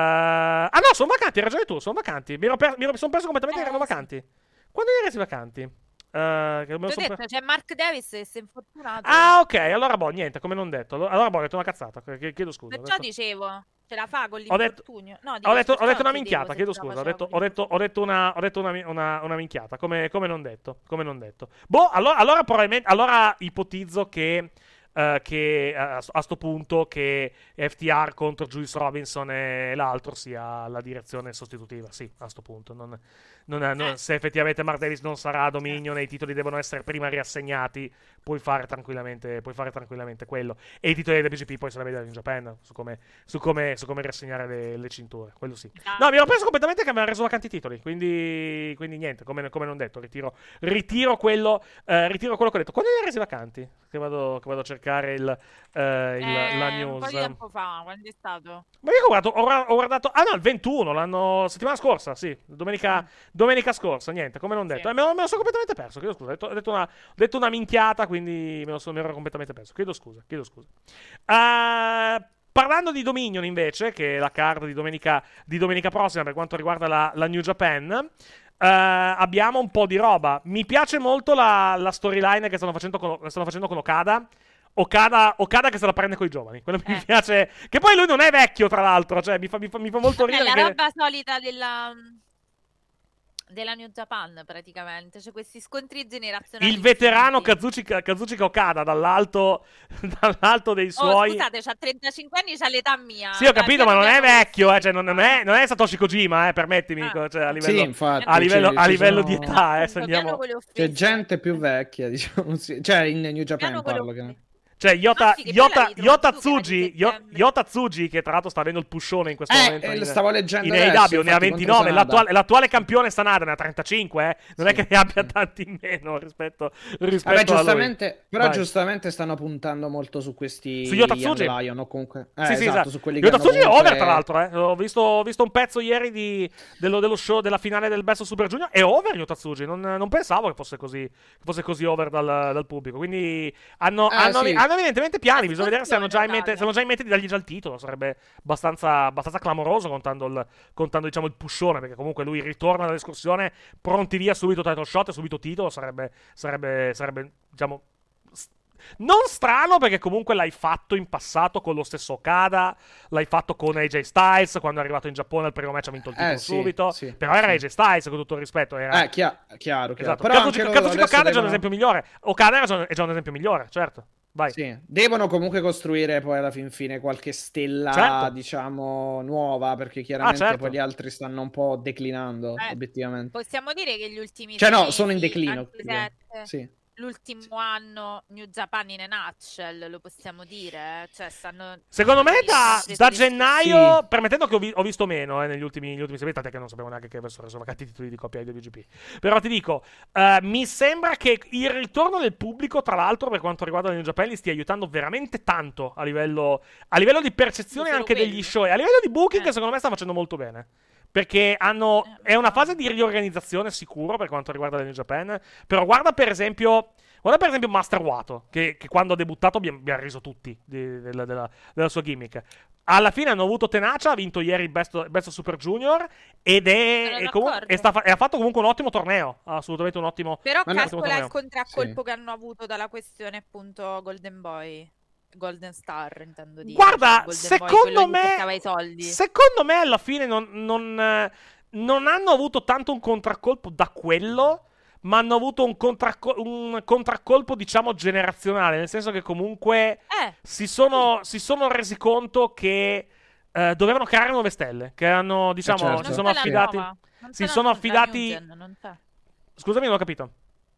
ah no, sono vacanti, hai ragione tu, sono vacanti. Mi, ero per, mi ero, sono perso completamente che Eh, erano sì. vacanti. Quando li hai resi vacanti? Uh, che me lo Ti ho son detto, per- c'è Mark Davis che si è infortunato. Ah, ok, allora boh, niente, come non detto. Allora, allora boh, ho detto una cazzata, ch- chiedo scusa. ho Perciò detto- dicevo, ce la fa con Ho detto- l'infortunio. No, dico, Ho detto, ho perciò detto una chiedevo minchiata, se chiedo ce la scusa. Ho faceva detto, con ho detto, ho l'infortunio. detto, una, ho detto una, mi- una, una minchiata, come, come non detto. Come non detto. Boh, allora, allora probabilmente. Allora ipotizzo che. eh, che eh, a, a sto punto che F T R contro Juice Robinson e l'altro sia la direzione sostitutiva. Sì, a sto punto. Non, non è- non- Eh. se effettivamente Mark Davis non sarà a Dominion e i titoli devono essere prima riassegnati, puoi fare tranquillamente, puoi fare tranquillamente quello. E i titoli del W G P poi se la vede in Japan su come, su come, su come riassegnare le, le cinture. Quello sì. Ah. No, mi ero preso completamente che avevano reso vacanti i titoli. Quindi, quindi niente, come, come non detto, ritiro, ritiro, quello, eh, ritiro quello che ho detto. Quando li hai resi vacanti? Che vado, che vado a cercare il, eh, il- Eh, la un news. po' di tempo fa, quando è stato? Ma io ho guardato, ho, guardato- ho guardato. Ah no, il ventuno, l'anno. Settimana scorsa, sì. Domenica, Mm. domenica scorsa, niente, come non detto. Sì. Eh, me, lo, me lo sono completamente perso. Chiedo scusa. Ho detto, ho detto una, ho detto una minchiata, quindi me lo sono, me lo ero completamente perso. Chiedo scusa, chiedo scusa. Ah, parlando di Dominion, invece, che è la card di domenica, di domenica prossima per quanto riguarda la, la New Japan. eh, abbiamo un po' di roba. Mi piace molto la, la storyline che stanno facendo con, stanno facendo con Okada. Okada, Okada che se la prende con i giovani. Quello mi Eh. piace. Che poi lui non è vecchio, tra l'altro. Cioè, mi fa, mi fa, mi fa molto Vabbè, ridere. la che- roba solita della... della New Japan praticamente, c'è questi scontri generazionali. Il veterano infiniti. Kazuchika, Kazuchika Okada dall'alto, dall'alto dei Oh, suoi... scusate, c'ha trentacinque anni, c'ha l'età mia. Sì, ho Dai, capito, ma piano non è piano vecchio, eh, così. cioè non, non è, non è Satoshi Kojima, eh, permettimi, Ah. cioè, a Sì, livello, infatti, a livello, ci- a ci livello sono- di età, eh, se Appunto, piano andiamo... con le C'è offese. gente più vecchia, diciamo, sì. Cioè in New Japan Piano con le parlo che... offese. Cioè, Yota, Ah, sì, che poi Yota, l'avevi trovato Yota tu, che era di Tsuji, Yo- settembre. Yota Tsuji, che tra l'altro sta avendo il pushone in questo Eh, momento eh, in, lo stavo leggendo in adesso, A E W, ne ha infatti, ventinove, contro l'attuale, Sanada. l'attuale campione Sanada ne ha trentacinque, eh. non è Sì, che ne abbia sì. tanti in meno rispetto, rispetto Vabbè, a lui. giustamente, però Vai. giustamente stanno puntando molto su questi Su Yota Young Tsuji? Lion, o comunque... Eh, Sì, sì, esatto, esatto. su quelli che Yota hanno Tsuji è comunque... over, tra l'altro, eh. Ho visto, ho visto un pezzo ieri di, dello, dello show della finale del Best of Super Junior. È over Yota Tsuji. Non, non pensavo che fosse così, che fosse così over dal, dal pubblico. Quindi hanno, Eh, hanno, sì. hanno evidentemente piani. Bisogna vedere se hanno già in mente, Notare. se hanno già in mente di dargli già il titolo. Sarebbe abbastanza, abbastanza clamoroso contando, il, contando diciamo, il pushone. Perché comunque lui ritorna dall'escursione, pronti via subito title shot e subito titolo. Sarebbe, sarebbe, sarebbe diciamo. s- Non strano, perché comunque l'hai fatto in passato con lo stesso Okada, l'hai fatto con A J Styles quando è arrivato in Giappone al primo match ha vinto il titolo Eh, sì, subito, sì, però era sì. A J Styles, con tutto il rispetto, era... Eh, chia- chiaro, chiaro. esatto. Però Kazuchika, anche loro Kazuchika adesso Okada è già un devono- esempio migliore, Okada è già- è già un esempio migliore, certo, vai. Sì, devono comunque costruire poi alla fin fine qualche stella, Certo. diciamo, nuova, perché chiaramente certo. poi gli altri stanno un po' declinando, Eh, obiettivamente. Possiamo dire che gli ultimi Cioè, sei no, sono in mesi, declino. anche più che altro. sette, Sì. l'ultimo anno New Japan in a nutshell, lo possiamo dire, eh? Cioè stanno... Secondo me da, Sì. da gennaio, Sì. permettendo che ho, vi- ho visto meno eh, negli ultimi, negli ultimi sei mesi, tant'è che non sapevo neanche che avessero reso vacati i titoli di coppia ai W G P. Però ti dico, eh, mi sembra che il ritorno del pubblico, tra l'altro, per quanto riguarda la New Japan, li stia aiutando veramente tanto a livello, a livello di percezione Solo anche quello. degli show. E a livello di booking, Eh. secondo me sta facendo molto bene. Perché hanno, Eh, è una ma- fase di riorganizzazione sicuro per quanto riguarda la New Japan. Però guarda per esempio... Guarda per esempio Master Wato, che, che quando ha debuttato abbiamo, abbiamo riso tutti di- della, della- della sua gimmick. Alla fine hanno avuto tenacia, ha vinto ieri il Best, Best of Super Junior ed è, Sono e comu- d'accordo. e sta fa- e ha fatto comunque un ottimo torneo. Assolutamente un ottimo. Però Ma no, calcola il torneo. contraccolpo Sì. che hanno avuto dalla questione appunto Golden Boy, Golden Star intendo dire. Guarda, Cioè, Golden Boy, secondo quello che me, cercava i soldi. secondo me alla fine non, non, eh, non hanno avuto tanto un contraccolpo da quello, ma hanno avuto un, contracco- un contraccolpo, diciamo, generazionale, nel senso che comunque Eh, si sono, si sono resi conto che eh, dovevano creare nuove stelle, che hanno, diciamo, certo. si non sono c'è la affidati... nuova, non si c'è la sono nu- la affidati- New Gen, non c'è. Scusami, non ho capito.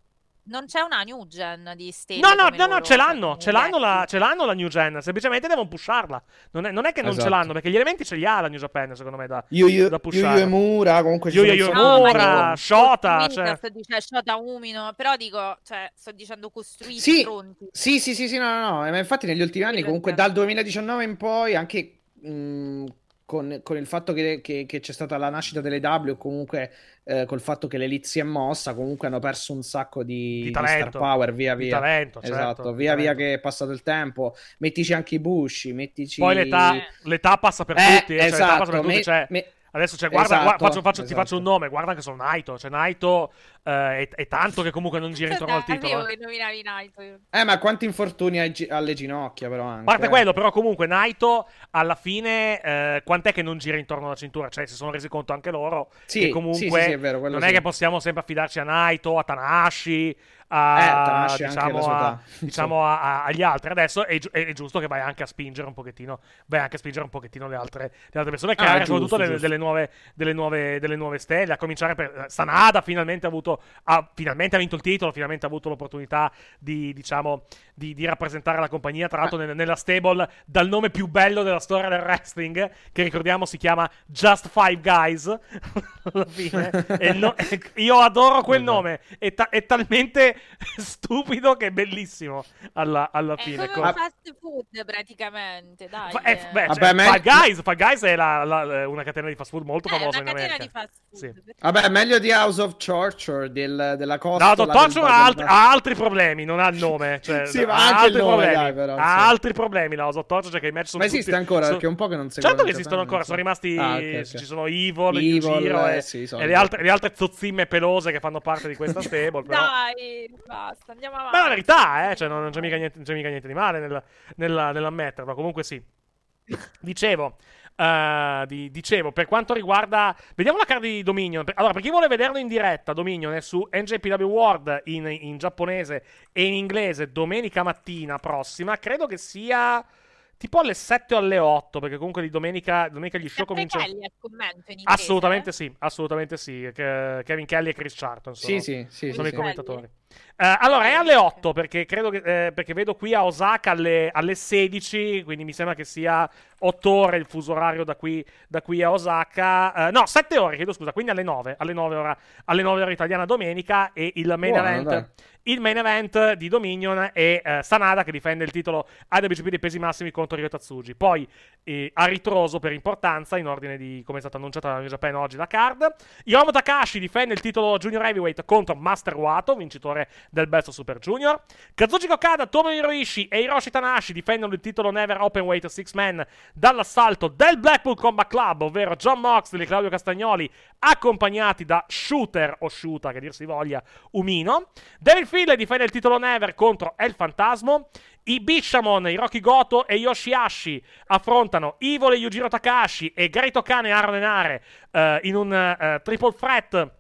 Non c'è una new gen di stelle No, no, come no, no, loro, ce cioè, l'hanno, come ce l'hanno, la, vecchi. ce l'hanno la New Gen, semplicemente devono pusharla. Non è, non è che non ce Esatto. l'hanno, perché gli elementi ce li ha la New Japan, secondo me, da, Yu Yu, da Yu pushare. Yu Emura, comunque ci Yu sono Yu un Emura, sacco- No, ma Ora, io- Shota, costruita, cioè- sto dicendo Shota Umino, però dico, cioè, sto dicendo costruiti, Sì, pronti. sì, sì, sì, sì, no, no, no. Eh, ma infatti negli ultimi anni, Quello comunque intendo. dal duemiladiciannove in poi, anche mh, con, con il fatto che, che- che c'è stata la nascita delle W, comunque eh, col fatto che l'Elite si è mossa, comunque hanno perso un sacco di, Di di talento. star power via Di via. talento, certo, Esatto, di via via talento. che è passato il tempo. Mettici anche i Bushi, mettici... Poi l'età, Eh. l'età passa per Eh, tutti, eh, cioè, l'età esatto, passa per tutti, me- cioè, me- adesso cioè, guarda, Esatto, guarda, faccio- faccio- ti esatto. faccio un nome, guarda che sono Naito, cioè Naito eh, è, è tanto che comunque non gira intorno al Sapevo titolo. eh. che nominavi Naito. io. Eh, ma quanti infortuni ai gi- alle ginocchia, però, anche. A parte eh. quello, però comunque Naito alla fine eh, quant'è che non gira intorno alla cintura? Cioè si sono resi conto anche loro Sì, che comunque sì, sì, sì, è vero, quello non è sì. che possiamo sempre affidarci a Naito, a Tanahashi, a, Eh, Tanahashi anche diciamo, la sua a- età. diciamo a- a- agli altri. Adesso è, gi- è giusto che vai anche a spingere un pochettino, vai anche a spingere un pochettino le altre, le altre persone, Ah, creare giusto, soprattutto delle, giusto. delle nuove, delle, nuove, delle nuove stelle, a cominciare per Sanada finalmente ha avuto ha, finalmente ha vinto il titolo, finalmente ha avuto l'opportunità di, diciamo, di, di rappresentare la compagnia, tra l'altro nel- nella stable dal nome più bello della storia del wrestling, che ricordiamo si chiama Just Five Guys. Alla fine. E no- io adoro quel Vabbè. nome, è, ta- è talmente stupido che è bellissimo alla, alla È fine. come co- un fast food praticamente, dai. Fa- eh, eh. beh, Vabbè, cioè, me- Five Guys, Five Guys è la- la- una catena di fast food molto Eh, è famosa una in catena America. di fast food. Sì. perché- Vabbè, meglio di House of Torture, del- della costa. No, Torture ha, alt- ha altri problemi, non ha il nome. Cioè, Sì, ma ha anche il altri nome, problemi. dai, però, ha sì. altri problemi la House of Torture, cioè che i match sono Ma esiste tutti- ancora? sono- Perché è un po' che non seguo Certo la che esistono Japan, ancora, sono rimasti. Ah, ok, ok. Ci sono Evil, Evil, Yujiro eh, e, sì, so, e le, so. altre, le altre zozzime pelose che fanno parte di questa stable. Però. Dai, basta, andiamo avanti. Ma è la verità, eh, cioè non, non c'è mica niente, non c'è mica niente di male nel- nella- nell'ammetterlo. Comunque sì. Dicevo, Uh, di, dicevo, per quanto riguarda... Vediamo la card di Dominion. Allora, per chi vuole vederlo in diretta, Dominion è su N J P W World in, in giapponese e in inglese domenica mattina prossima. Credo che sia... tipo alle sette o alle otto, perché comunque di domenica, domenica gli show cominciano. Kelly al commento in inglese? Assolutamente sì, assolutamente sì. Che, Kevin Kelly e Chris Charlton sono, sì, sì, sì, sono sì, i sì. commentatori. Uh, allora è alle otto, perché credo che, eh, perché vedo qui a Osaka alle, alle sedici, quindi mi sembra che sia otto ore il fuso orario da qui, da qui a Osaka. Uh, no, sette ore, chiedo scusa, quindi alle nove, alle nove ora, alle nove ora italiana domenica, e il main Buono, event. dai. Il main event di Dominion è uh, Sanada che difende il titolo I W G P dei pesi massimi contro Ryo Tatsuji. Poi eh, a ritroso per importanza, in ordine di come è stata annunciata da New Japan oggi la card, Hiromu Takahashi difende il titolo Junior Heavyweight contro Master Wato, vincitore del Best of Super Junior. Kazuchika Okada, Tomohiro Hiroishi e Hiroshi Tanahashi difendono il titolo Never Openweight Six Man dall'assalto del Blackpool Combat Club, ovvero John Moxley e Claudio Castagnoli, accompagnati da Shooter o Shuta, che dir si voglia, Umino. Devil File difende il titolo Never contro El Fantasmo. I Bishamon, Hiroki Goto e Yoshihashi affrontano Evil e Yujiro Takahashi e Great Kane e Aaron Enare uh, in un uh, triple threat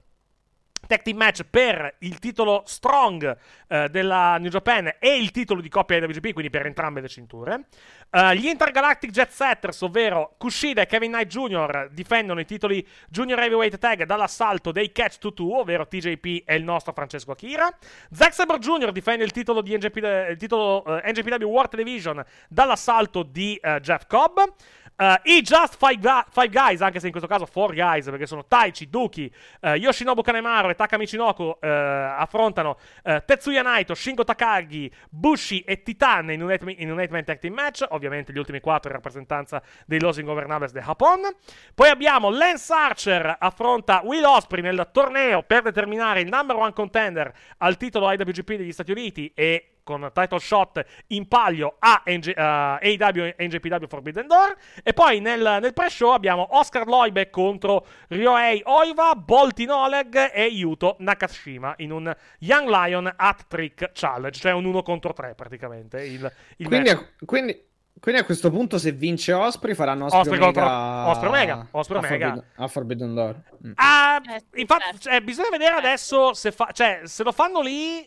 tag team match per il titolo Strong uh, della New Japan e il titolo di coppia I W G P, quindi per entrambe le cinture. Uh, gli Intergalactic Jet Setters, ovvero Kushida e Kevin Knight Junior, difendono i titoli Junior Heavyweight Tag dall'assalto dei Catch ventuno, ovvero T J P e il nostro Francesco Akira. Zack Sabre Junior difende il titolo di N J P, il titolo uh, N J P W World Television dall'assalto di uh, Jeff Cobb. Uh, I Just Five, Gu- Five Guys, anche se in questo caso Four Guys, perché sono Taichi, Duki, uh, Yoshinobu Kanemaru e Taka Michinoku, uh, affrontano uh, Tetsuya Naito, Shingo Takagi, Bushi e Titan in un eight-man tag team match, ovviamente gli ultimi quattro in rappresentanza dei Los Ingovernables de Japón. Poi abbiamo Lance Archer affronta Will Ospreay nel torneo per determinare il number one contender al titolo I W G P degli Stati Uniti e con title shot in palio a N J, uh, A E W e N J P W Forbidden Door. E poi nel, nel pre-show abbiamo Oscar Loibe contro Ryohei Oiwa, Boltin Oleg e Yuto Nakashima in un Young Lion Hat Trick Challenge, cioè un uno contro tre praticamente. Il, il quindi, a, quindi, quindi a questo punto, se vince Osprey, faranno Osprey, Osprey Omega contro Osprey Omega, Osprey a, Omega. Forbidden, a Forbidden Door. Mm. Ah, Eh, sì, infatti, certo. cioè, bisogna vedere adesso se, fa, cioè, se lo fanno lì.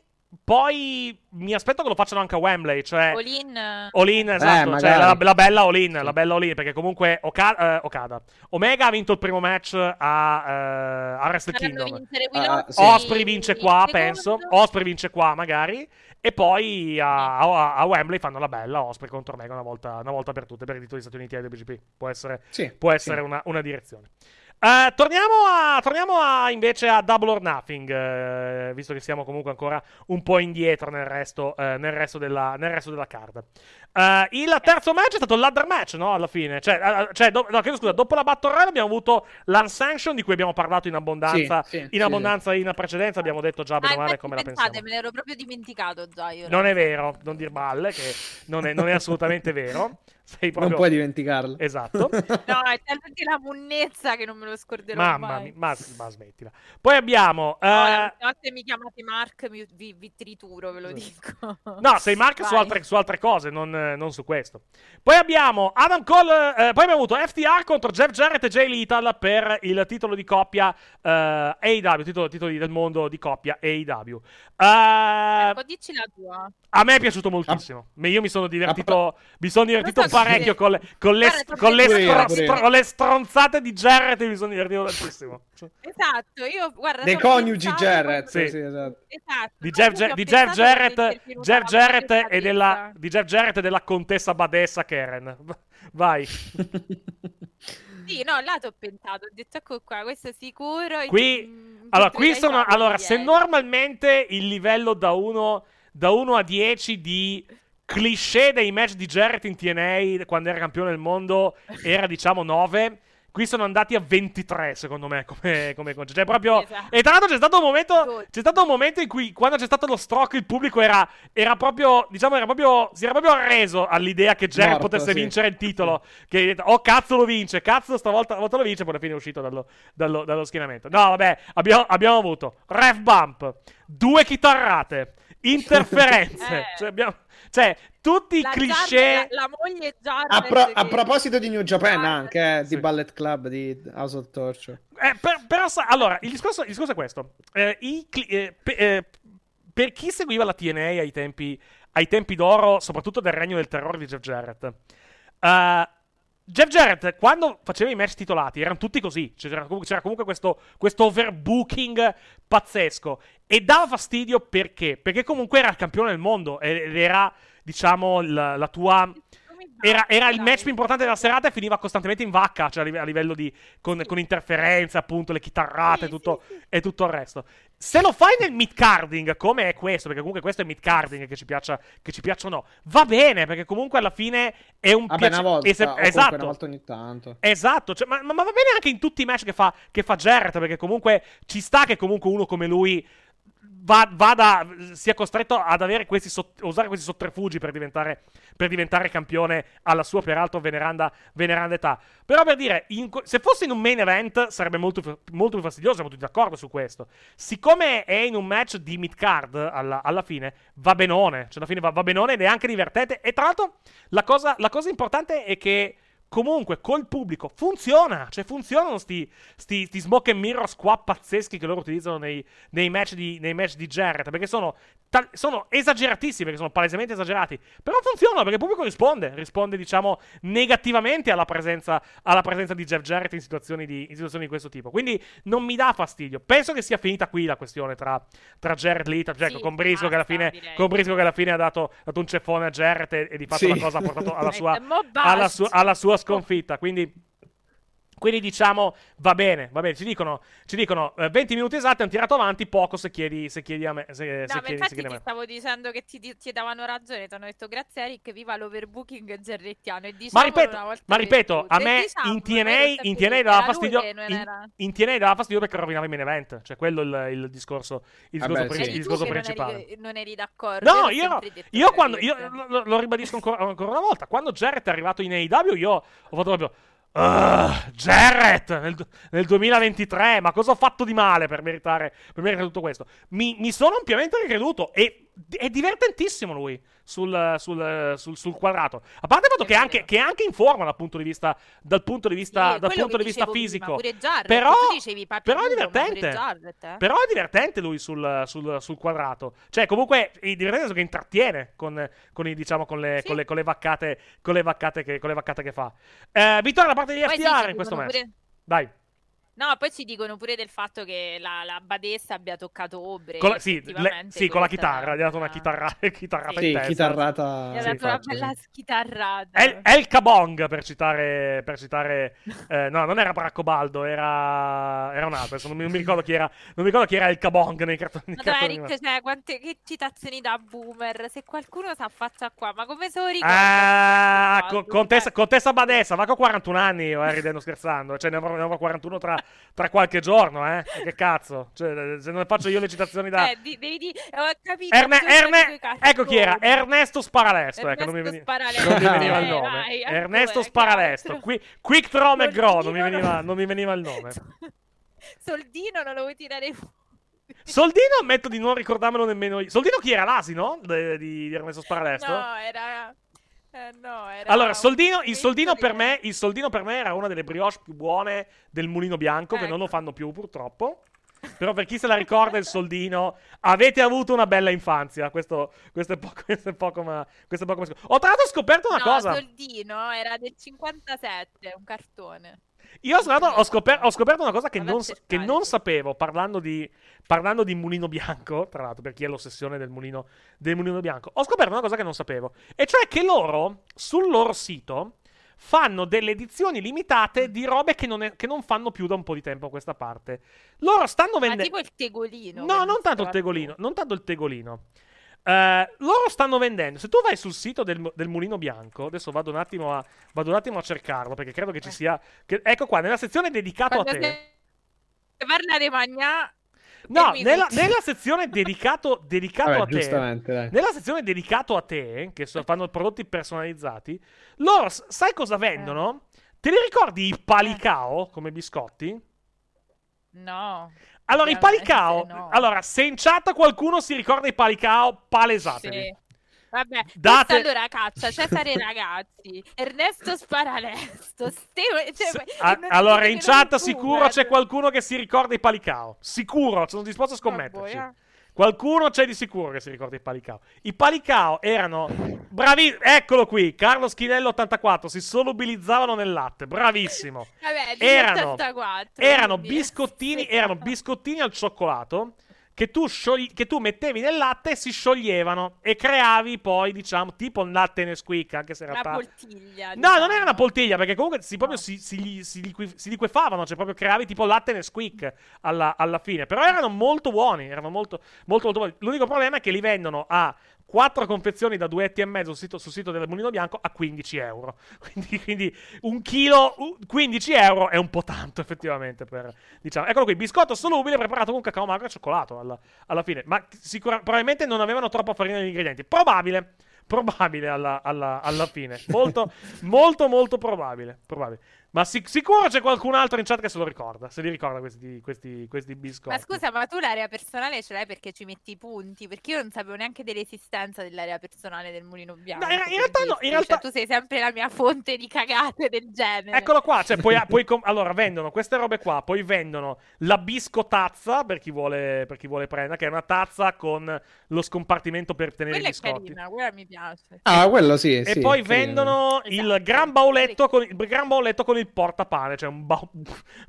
Poi mi aspetto che lo facciano anche a Wembley, cioè All-in, All-in, esatto, Eh, cioè la, magari. la bella All-in, Sì. la bella All-in, perché comunque Oka- eh, Okada, Omega ha vinto il primo match a, eh, a Wrestle faranno Kingdom. vincere Ah, Will sì. Osprey vince qua, il penso. secondo. Osprey vince qua, magari. E poi a, a- a Wembley fanno la bella Osprey contro Omega una volta, una volta per tutte per i titoli degli Stati Uniti e I W G P. Può essere, Sì, può essere sì. una, una direzione. Eh, torniamo a, torniamo a, invece a Double or Nothing, eh, visto che siamo comunque ancora un po' indietro nel resto, eh, nel resto, della, nel resto della card. Eh, il terzo match è stato il ladder match, no? Alla fine, cioè, eh, cioè do- no, chiedo scusa, dopo la Battle Royale abbiamo avuto l'Unsanctioned, di cui abbiamo parlato in abbondanza, Sì, sì, in sì, abbondanza in precedenza. Abbiamo detto già bene Ah, o male infatti, come la pensate, pensiamo. me l'ero proprio dimenticato già io. Non è vero, non dir balle, che non è, non è assolutamente vero. Sei proprio... Non puoi dimenticarlo. Esatto. No, è talmente la munnezza che non me lo scorderò Mamma mai. mia, ma, ma smettila. Poi abbiamo... No, eh, la prossima volta mi chiamate Mark, mi, vi, vi trituro, ve lo dico. No, sei Mark su Vai. altre, su altre cose, non, eh, non su questo. Poi abbiamo Adam Cole, eh, poi abbiamo avuto F T R contro Jeff Jarrett e Jay Lethal per il titolo di coppia eh, A E W, titolo, titoli del mondo di coppia A E W. Eh, Ecco, dici la tua. a me è piaciuto moltissimo. Me- Io mi sono divertito, mi sono divertito Lo so che- parecchio con le, con le, Guarda, con le pure io, stro- pure io. stro- con le stronzate di Jarrett, mi sono divertito tantissimo. Esatto, io guarda. Dei ci ho coniugi pensato Sì. Jarrett. Sì, proprio- esatto. Esatto. Di proprio Jeff, ci ho Ge- di Jeff pensato Jarrett, perché è venuta Jeff la Jarrett base e della, stessa. di Jeff Jarrett e della contessa badessa Karen. Vai. Sì, no, là ti ho pensato, ho detto ecco qua, questo è sicuro. e Qui, ti- allora, ti qui troverai sono, solo allora, di se ieri. normalmente il livello da uno da uno a dieci di cliché dei match di Jarrett in T N A quando era campione del mondo era diciamo nove, qui sono andati a ventitré secondo me come, come concetto. Cioè proprio... Esatto. E tra l'altro c'è stato un momento Good. c'è stato un momento in cui quando c'è stato lo stroke il pubblico era, era proprio, diciamo, era proprio, si era proprio arreso all'idea che Jarrett Morto, potesse sì. vincere il titolo. Che oh cazzo lo vince, cazzo stavolta, stavolta lo vince, poi alla fine è uscito dallo, dallo, dallo schienamento. No vabbè, abbiamo, abbiamo avuto ref bump, due chitarrate, interferenze. Eh. Cioè, abbiamo, cioè, tutti i La cliché. Jarrett- la, la moglie Jarrett A, pro- a che- proposito di New Japan Jarrett. anche, eh, Sì. di Ballet Club, di House of Torture. Eh, per- però, sa- allora, il discorso, il discorso è questo. Eh, i cli- eh, pe- eh, per chi seguiva la T N A ai tempi, ai tempi d'oro, soprattutto del regno del terrore di Jeff Jarrett, eh, Jeff Jarrett, quando faceva i match titolati, erano tutti così. C'era comunque, c'era comunque questo, questo overbooking pazzesco. E dava fastidio perché? Perché comunque era il campione del mondo ed era, diciamo, la, la tua... Era, era il match più importante della serata e finiva costantemente in vacca, cioè a live- a livello di... con, con interferenze, appunto, le chitarrate Sì, e tutto, sì, sì. e tutto il resto. Se lo fai nel mid-carding, come è questo, perché comunque questo è mid-carding, che ci piaccia, che ci piaccia o no, va bene, perché comunque alla fine è un Vabbè, piace- una volta, e se- o comunque esatto. una volta ogni tanto. Esatto, cioè, ma, ma va bene anche in tutti i match che fa, che fa Jarrett, perché comunque ci sta che comunque uno come lui va- vada, sia costretto ad avere questi sott- usare questi sotterfugi per diventare, per diventare campione alla sua peraltro veneranda, veneranda età. Però per dire, in que- se fosse in un main event sarebbe molto, f- molto più fastidioso, siamo tutti d'accordo su questo. Siccome è in un match di mid-card alla, alla fine, va benone, cioè alla fine va, va benone ed è anche divertente. E tra l'altro la cosa, la cosa importante è che comunque col pubblico funziona, cioè funzionano sti, sti, sti smoke and mirrors qua pazzeschi che loro utilizzano nei, nei match di, nei match di Jarrett, perché sono, tal- sono esageratissimi, perché sono palesemente esagerati, però funzionano perché il pubblico risponde, risponde diciamo negativamente alla presenza, alla presenza di Jeff Jarrett in situazioni di, in situazioni di questo tipo, quindi non mi dà fastidio. Penso che sia finita qui la questione tra, tra Jarrett Lee, tra, cioè, Sì, con Briscoe che alla basta, fine, direi. con Briscoe che alla fine ha dato, dato un ceffone a Jarrett e, e di fatto Sì. la cosa ha portato alla sua, Mo basta. alla sua, alla sua sconfitta, quindi quindi diciamo va bene, va bene, ci dicono, ci dicono eh, venti minuti esatti, hanno tirato avanti poco se chiedi, se chiedi a me, se, se No, ma chiedi, se infatti chiedi a ti me. stavo dicendo che ti, ti, ti davano ragione, ti hanno detto grazie Eric, viva l'overbooking gerrettiano. E Ma diciamolo ripeto, una volta ma per ripeto, tutte. a E me diciamolo, in T N ma io A, lo in sapevo, T N A era dava lui fastidio, che non in, era- in T N A dava fastidio perché rovinava i main event, cioè quello il, il discorso, il discorso, Vabbè, princi- sì. il Eri tu discorso che non principale. eri, non eri d'accordo. No, l'ho io, sempre detto io tra quando, di io te. lo, lo- lo ribadisco ancora, ancora una volta, quando Jarrett è arrivato in A E W io ho fatto proprio... Uh, Jarrett nel, nel duemilaventitré, ma cosa ho fatto di male per meritare, per meritare tutto questo? Mi, mi sono ampiamente ricreduto e è divertentissimo lui sul, sul, sul, sul quadrato. A parte il fatto È che è, anche, vero. che è anche in forma dal punto di vista, dal punto di vista, Sì, dal quello punto che di vista dicevo fisico. prima, pure Jarrett, però, tu dicevi papi però è duro, ma pure divertente. Jarrett, eh. Però è divertente lui sul, sul, sul quadrato. Cioè, comunque, è divertente nel senso che intrattiene con, con, i, diciamo, con, le, Sì. con, le, con le vaccate, con le vaccate che, con le vaccate che fa. Eh, vittoria da parte di Poi sì, F T R ci in questo dicono match. pure- Dai. No, poi ci dicono pure del fatto che la, la badessa abbia toccato Obre. Con la, sì, le- effettivamente sì, con la questa è chitarra. Gli ha dato una una- chitarra, chitarrata Sì. in Sì, testa. chitarrata. Gli ha sì, dato una faccio, bella sì. schitarrata. El, El Kabong per citare, per citare eh, no, non era Braccobaldo, era era un altro. Adesso non mi, non mi ricordo chi era, non mi ricordo chi era El Kabong nei cartoni. nei Madonna, cartoni Eric, animati. cioè, quante che citazioni da boomer. Se qualcuno sa faccia qua, ma come se lo ricorda? Ah, Braccobaldo? con, contessa, Eh, contessa Badessa, va con quarantuno anni io, eh, ridendo scherzando. Cioè, ne avrò, ne avrò quarantuno tra, tra qualche giorno, eh. E che cazzo? Cioè, se non faccio io le citazioni da... eh, di- devi dire, ho capito. Erne- tu sei Erne- quei cartoni. ecco chi era, Ernesto Sparalesto, ecco, non mi, Ernesto veni- Sparalesto. non mi veniva il Eh, nome. vai, ecco, Ernesto eh, che Sparalesto, altro. qui, Quick Throw McGraw, non mi, Soldino veniva, non- non mi veniva il nome. Soldino non lo vuoi tirare fuori. Soldino ammetto di non ricordarmelo nemmeno io. Soldino chi era? L'asino de- di, di Ernesto Sparalesto? No, era... eh, no, era Allora, un Soldino, il, momento soldino di- per me, il Soldino per me era una delle brioche più buone del Mulino Bianco, che non lo Ecco. fanno più purtroppo. Però per chi se la ricorda il Soldino, avete avuto una bella infanzia. Questo, questo è poco, questo è poco ma... Questo è poco ma... Ho tra l'altro scoperto una no, cosa. Soldino era del cinquantasette, un cartone. Io ho, scoperto- ho scoper- ho scoperto una cosa che Vado non, a sa- cercare, che non sì. sapevo parlando di, parlando di Mulino Bianco, tra l'altro, per chi è l'ossessione del mulino, del mulino Bianco. Ho scoperto una cosa che non sapevo, e cioè che loro, sul loro sito, fanno delle edizioni limitate di robe che non, è- che non fanno più da un po' di tempo a questa parte. Loro stanno Ma vendendo... tipo il tegolino. No, che non si tanto il trova tegolino, più. non tanto il tegolino. Eh, loro stanno vendendo. Se tu vai sul sito del, del Mulino Bianco, adesso vado un attimo a, vado un attimo a cercarlo perché credo che ci Eh. sia. Che, ecco qua, nella sezione dedicato a Quando te. se parla di Magnà... No, fermi nella, tutti. nella sezione dedicato, dedicato Vabbè, a te. giustamente, dai. Nella sezione dedicato a te, che so- fanno prodotti personalizzati, loro s- sai cosa vendono? Te li ricordi i palicao come biscotti? No. Allora, i Ovviamente Palicao. no. Allora, se in chat qualcuno si ricorda i Palicao, palesatevi. Sì. Vabbè, Date- questa allora caccia Cesare Ragazzi, Ernesto Sparanesto, Steve, cioè, Se- ma- a- non allora, dite in che non chat è sicuro boomer. c'è qualcuno che si ricorda i Palicao. Sicuro, sono disposto a scommetterci. Vabbè, eh. Qualcuno c'è di sicuro che si ricorda i Palicao. I Palicao erano bravi. Eccolo qui, Carlo Schinello ottantaquattro. Si solubilizzavano nel latte. Bravissimo. Vabbè, di Erano, ottantaquattro, erano quindi- biscottini, sì. erano biscottini al cioccolato che tu, sciogli- che tu mettevi nel latte e si scioglievano e creavi poi, diciamo, tipo un latte Nesquik, anche se in Una realtà... poltiglia. No, diciamo. non era una poltiglia, perché comunque si, proprio No. si, si, si, liqui- si liquefavano, cioè proprio creavi tipo latte Nesquik alla, alla fine. Però erano molto buoni, erano molto, molto, molto buoni. L'unico problema è che li vendono a quattro confezioni da due etti e mezzo sul sito, sul sito del Mulino Bianco a quindici euro. Quindi, quindi un chilo, uh, quindici euro è un po' tanto effettivamente per, diciamo. Eccolo qui, biscotto solubile preparato con cacao magro e cioccolato alla, alla fine. Ma sicura- probabilmente non avevano troppa farina negli ingredienti. Probabile. Probabile alla, alla- alla fine. Molto, molto, molto probabile. Probabile. Ma sic- sicuro c'è qualcun altro in chat che se lo ricorda. Se li ricorda questi, questi, questi biscotti. Ma scusa, ma tu l'area personale ce l'hai perché ci metti i punti? Perché io non sapevo neanche dell'esistenza dell'area personale del Mulino Bianco. in- in per realtà no, in dirti. realtà- Cioè, tu sei sempre la mia fonte di cagate del genere. Eccolo qua, cioè, poi, poi com- allora vendono queste robe qua, poi vendono la biscotazza per chi vuole, per chi vuole prendere, che è una tazza con lo scompartimento per tenere Quella i è biscotti. carina, quella mi piace. Ah, quello sì, E sì, poi carino. vendono il Esatto. gran bauletto con il gran bauletto con il portapane, cioè un, ba- un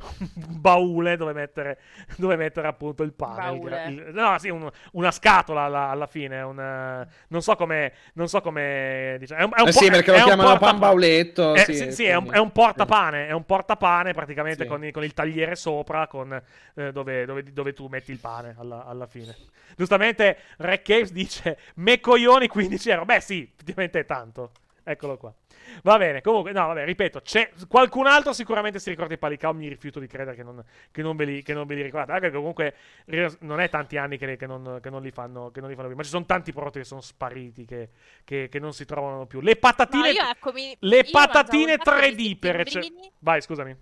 baule dove mettere, dove mettere appunto il pane. Il gra- Baule. il- no, sì, un- una scatola alla, alla fine. Un, eh, non so come, non so come diciamo, è un, è un Eh po- sì, perché è lo un chiamano porta- pan bauletto. Eh, sì, sì, sì, è, un, quindi- è un portapane, è un portapane praticamente Sì. con, il, con il tagliere sopra, con, eh, dove, dove- dove tu metti il pane alla, alla fine. Giustamente, Re Caves dice: me coglioni quindici euro. Beh, sì, effettivamente è tanto. Eccolo qua. Va bene, comunque, no, vabbè, ripeto, c'è qualcun altro sicuramente si ricorda i Palicao. Mi rifiuto di credere che non, che non, ve, li, che non ve li ricordate. Anche che comunque non è tanti anni che, che, non, che, non li fanno, che non li fanno più. Ma ci sono tanti prodotti che sono spariti, che, che, che non si trovano più. Le patatine, No, io, ecco, mi- le io patatine mangiavo un sacco tre di D per ecce- settembrini. Vai, scusami.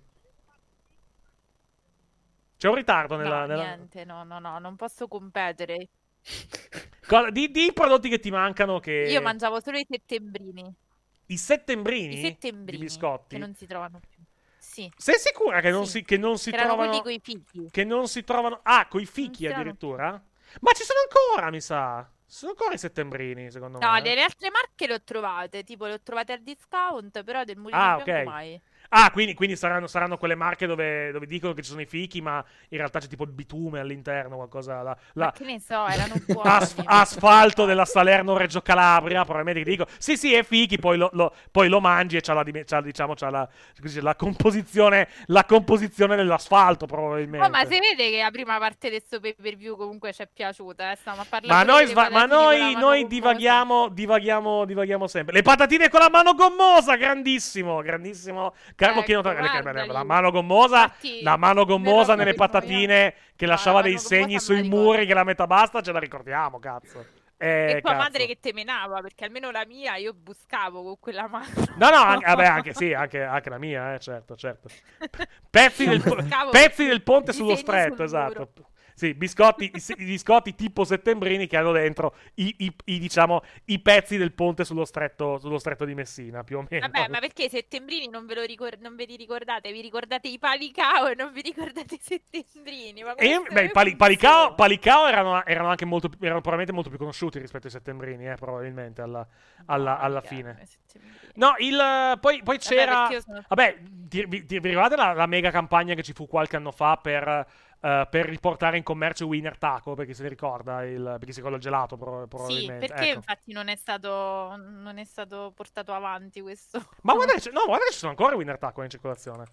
C'è un ritardo nella. No, nella- niente, no, no, no, non posso competere. Cosa- Di, di i prodotti che ti mancano che. Io mangiavo solo i settembrini. I settembrini? I settembrini Di biscotti? che non si trovano più. Sì, Sei sicura che non Sì. si, che non si che erano trovano. quelli coi fichi. Che non si trovano. Ah, coi fichi si trovano addirittura? Ma ci sono ancora, mi sa. Ci sono ancora i settembrini, secondo No, me. delle altre marche le ho trovate, tipo le ho trovate al discount, però del Mulino Ah, Bianco ok. mai. Ah, quindi, quindi saranno, saranno quelle marche dove, dove dicono che ci sono i fichi, ma in realtà c'è tipo il bitume all'interno, qualcosa. La, la- Ma che ne so, erano buoni. Asf- asfalto della Salerno-Reggio Calabria, probabilmente ti dico sì sì è fichi, poi lo, lo- poi lo mangi e c'ha la, dim- c'ha, diciamo, c'ha la, così, la composizione la composizione dell'asfalto probabilmente. Oh, ma si vede che la prima parte del suo pay per view comunque ci è piaciuta, eh? Stiamo a parlare ma pure noi, delle sva- ma patatine con la noi, mano noi gommosa. divaghiamo, divaghiamo, divaghiamo sempre. Le patatine con la mano gommosa, grandissimo, grandissimo. Carlo Ecco, Chino, le- guardali. la mano gommosa, Infatti, la mano gommosa verrò nelle poi patatine che No, lasciava la dei mano segni gommosa sui me la muri ricordo. che la metà basta, ce la ricordiamo, cazzo. Eh, E tua cazzo. madre che te menava, perché almeno la mia io buscavo con quella mano. No, no, anche, vabbè, anche sì, anche, anche la mia, eh, certo, certo. P- Pezzi, del, po- Buscavo pezzi del ponte i sullo segni stretto, sul esatto. muro. Sì, biscotti, i, se- i biscotti tipo settembrini che hanno dentro i, i- i, diciamo, i pezzi del ponte sullo stretto, sullo stretto di Messina, più o meno. Vabbè, ma perché i settembrini non ve, lo ricor- non ve li ricordate? Vi ricordate i palicao e non vi ricordate i settembrini? Ma E io- questo beh, i come pali- palicao, funziona? palicao erano, erano anche molto, erano probabilmente molto più conosciuti rispetto ai settembrini, eh, probabilmente alla, alla- No, alla mica, fine. i settembrini. No, il, poi, poi c'era. perché io sono- Vabbè, ti, vi, ti- vi ricordate la, la mega campagna che ci fu qualche anno fa per, eh, per riportare in commercio Winner Taco? Per chi se ne ricorda, il, per chi si ricorda il gelato, pro- Sì, probabilmente. perché Ecco. infatti non è stato non è stato portato avanti questo. Ma guarda che, c'è- no, guarda che ci sono ancora i Winner Taco in circolazione.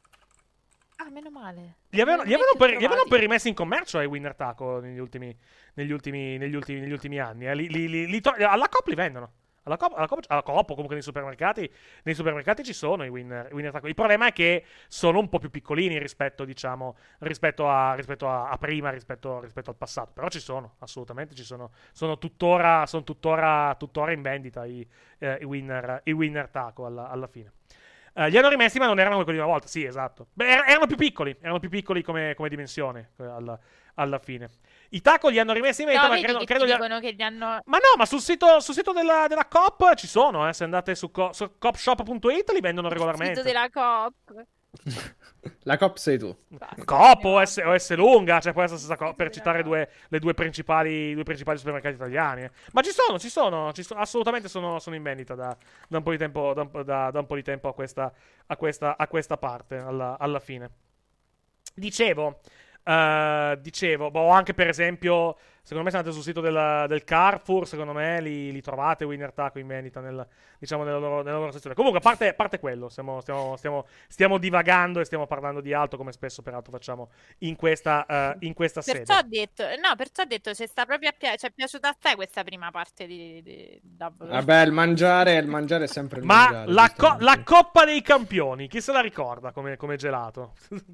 Ah, meno male. Li avevano, Non li li ho avevano più per, li avevano trovati. per rimessi in commercio ai Winner Taco negli ultimi, negli ultimi, negli ultimi, negli ultimi anni. eh. Li- li- li- li tro- alla Coop li vendono. Alla Coop, alla Coop- alla Coop o comunque nei supermercati, nei supermercati ci sono i Winner, i Winner Taco. Il problema è che sono un po' più piccolini rispetto, diciamo, rispetto a, rispetto a, a prima, rispetto, rispetto al passato. Però ci sono, assolutamente ci sono. Sono tuttora, sono tuttora, tuttora in vendita i, eh, i Winner, i Winner Taco alla, alla fine. Uh, li hanno rimessi, ma non erano quelli di una volta. Sì, esatto. Beh, er- erano più piccoli. Erano più piccoli come, come dimensione eh, alla, alla fine. I taco li hanno rimessi in meta, No, ma vedi credo, che credo ti li ha- dicono che li hanno... Ma no, ma sul sito, sul sito della, della Coop ci sono, eh. Se andate su, co- su coopshop punto it li vendono Il regolarmente. sito della Coop. La Coop sei tu. Basta, Coop ne o vado. S, o S lunga, cioè può essere la stessa cosa, Sito per della citare Coop. due, le due principali, i due principali supermercati italiani. eh. Ma ci sono, ci sono, ci sono assolutamente sono, sono in vendita da, da un po' di tempo, da, un po'- da- da un po' di tempo a questa, a questa, a questa parte, alla, alla fine. Dicevo, eh, dicevo, boh, anche per esempio, secondo me se andate sul sito del, del Carrefour, secondo me li, li trovate Winner Taco in vendita nel, diciamo nella loro, nella loro sezione. Comunque, a parte, a parte quello, stiamo, stiamo, stiamo, stiamo divagando e stiamo parlando di altro, come spesso peraltro facciamo in questa, eh, in questa Perciò ho sede. detto, no, perciò ho detto, ci sta proprio a pia- ci è piaciuta a te questa prima parte di, di Double. Vabbè, il mangiare, il mangiare è sempre il Ma mangiare. la, co- giustamente. la Coppa dei Campioni, chi se la ricorda come, come gelato?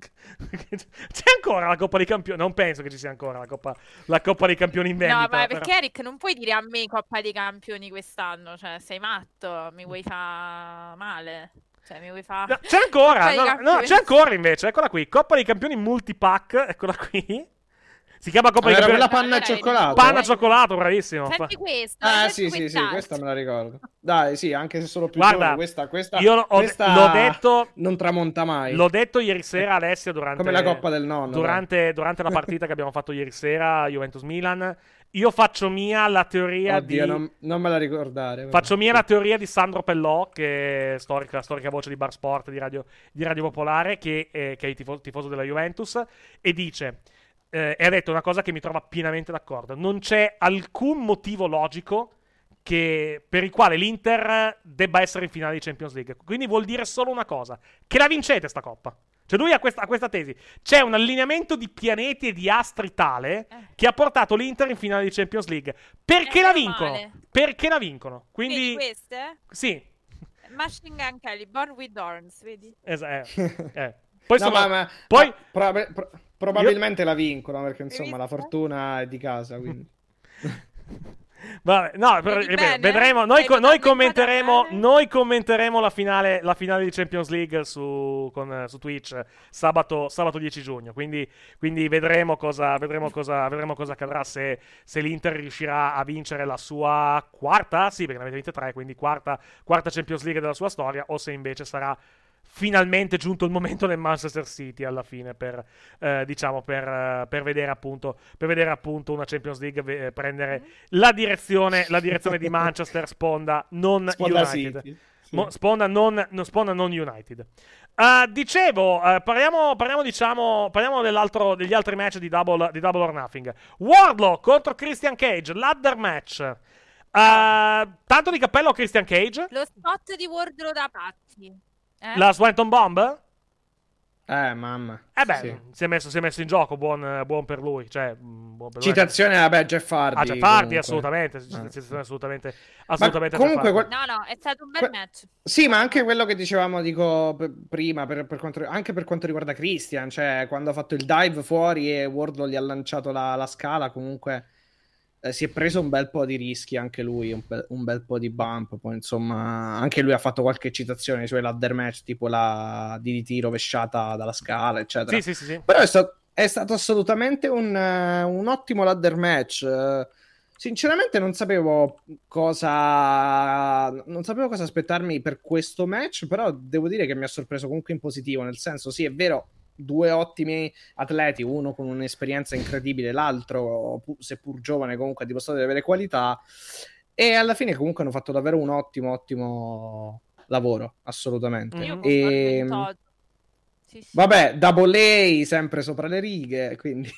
C'è ancora la Coppa dei Campioni? Non penso che ci sia ancora la Coppa, la Coppa dei Campioni in vendita. No, ma però- perché Eric non puoi dire a me Coppa dei Campioni quest'anno, cioè sei matto, mi vuoi fa male? Cioè mi vuoi fa... No, c'è ancora, Coppa dei no, no, Campioni. c'è ancora invece, eccola qui, Coppa dei Campioni multipack, eccola qui. Si chiama Coppa Ah, dei era Campioni. quella panna e Allora, cioccolato? Panna al cioccolato, bravissimo. Senti questo, Ah, senti sì, sì, sì, quest'altro. questa me la ricordo. Dai, sì, anche se solo più Guarda, giovane, questa, questa, io ho- questa l'ho detto- non tramonta mai. L'ho detto ieri sera, Alessia, durante, Come la Coppa del Nonno. durante, durante la partita che abbiamo fatto ieri sera, Juventus-Milan. Io faccio mia la teoria dai. Oddio, di... non, non me la ricordare. vabbè. Faccio mia la teoria di Sandro Pellò, che è storica, storica voce di Bar Sport di Radio, di Radio Popolare, che, eh, che è il tifo- tifoso della Juventus, e dice, eh, e ha detto una cosa che mi trova pienamente d'accordo, non c'è alcun motivo logico che- per il quale l'Inter debba essere in finale di Champions League. Quindi vuol dire solo una cosa, che la vincete sta Coppa. Cioè lui ha questa, ha questa tesi. C'è un allineamento di pianeti e di astri tale Eh. che ha portato l'Inter in finale di Champions League. Perché Eh, la meno vincono? male. Perché la vincono? Vedi Quindi queste? sì, Machine Gun Kelly, Born with Horns, vedi? es- eh, eh. Poi No, sono- ma- ma- poi ma proba- pro- probabilmente la vincono perché insomma la fortuna è di casa, quindi. Vabbè, no, però, Vedi ripeto, bene? vedremo. Noi, Sei co- noi totalmente commenteremo, bene? noi commenteremo la finale, la finale di Champions League su, con, eh, su Twitch sabato, sabato dieci giugno. Quindi, quindi vedremo cosa, vedremo cosa, vedremo cosa accadrà se, se l'Inter riuscirà a vincere la sua quarta, sì, perché ne avete vinte tre, quindi quarta, quarta Champions League della sua storia, o se invece sarà finalmente giunto il momento del Manchester City alla fine per, eh, diciamo, per, eh, per vedere appunto per vedere appunto una Champions League eh, prendere la direzione, la direzione di Manchester, sponda non Sponda United. City, sì. Mo- sponda, non, no, sponda non United. Uh, dicevo, uh, parliamo, parliamo, diciamo, parliamo dell'altro, degli altri match di Double, di Double or Nothing. Wardlow contro Christian Cage, ladder match. Uh, tanto di cappello a Christian Cage. Lo spot di Wardlow da pazzi. Eh? La Swanton Bomb? Eh, mamma. Eh beh, Sì. si, è messo, si è messo in gioco, buon, buon per lui. Cioè, mm, buon per lui. Citazione, vabbè, Jeff Hardy. Ah, Jeff Hardy, comunque. assolutamente. Eh. Citazione assolutamente, Ma assolutamente comunque, Jeff Hardy. quel- No, no, è stato un bel Que- match. Sì, ma anche quello che dicevamo, dico, p- prima, per, per quanto, anche per quanto riguarda Christian, cioè quando ha fatto il dive fuori e Wardlow gli ha lanciato la, la scala, comunque eh, si è preso un bel po' di rischi anche lui, un, bel- un bel po' di bump, poi insomma anche lui ha fatto qualche citazione nei suoi ladder match, tipo la D D T rovesciata dalla scala, eccetera. Sì, sì, sì, sì. Però è, sta- è stato assolutamente un, eh, un ottimo ladder match. Eh, Sinceramente non sapevo cosa non sapevo cosa aspettarmi per questo match, però devo dire che mi ha sorpreso comunque in positivo, nel senso, sì, è vero, due ottimi atleti, uno con un'esperienza incredibile, l'altro, pu- seppur giovane, comunque ha dimostrato di avere qualità, e alla fine comunque hanno fatto davvero un ottimo, ottimo lavoro, assolutamente. Mm. Io Mhm. concordo E, in toto. Sì, sì. vabbè, Double A sempre sopra le righe, quindi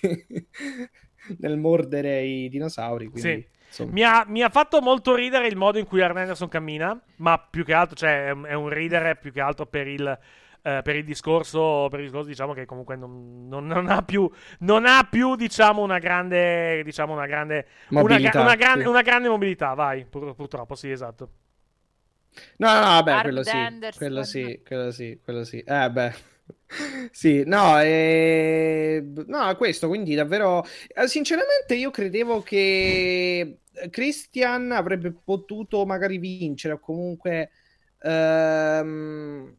nel mordere i dinosauri, quindi, Sì. insomma. Mi ha, mi ha fatto molto ridere il modo in cui Arn Anderson cammina, ma più che altro, cioè, è un, è un ridere più che altro per il, eh, per il discorso, per il discorso, diciamo, che comunque non, non- non ha più, non ha più, diciamo, una grande, diciamo, una grande, una, Mobilità, gra- una grande, sì. una grande mobilità, vai, pur- purtroppo, sì, esatto. No, no, no, vabbè, Arm quello sì, Anderson. quello sì, quello sì, quello sì. Eh, beh. Sì, no, eh, no, questo, quindi davvero, eh, sinceramente io credevo che Christian avrebbe potuto magari vincere o comunque ehm,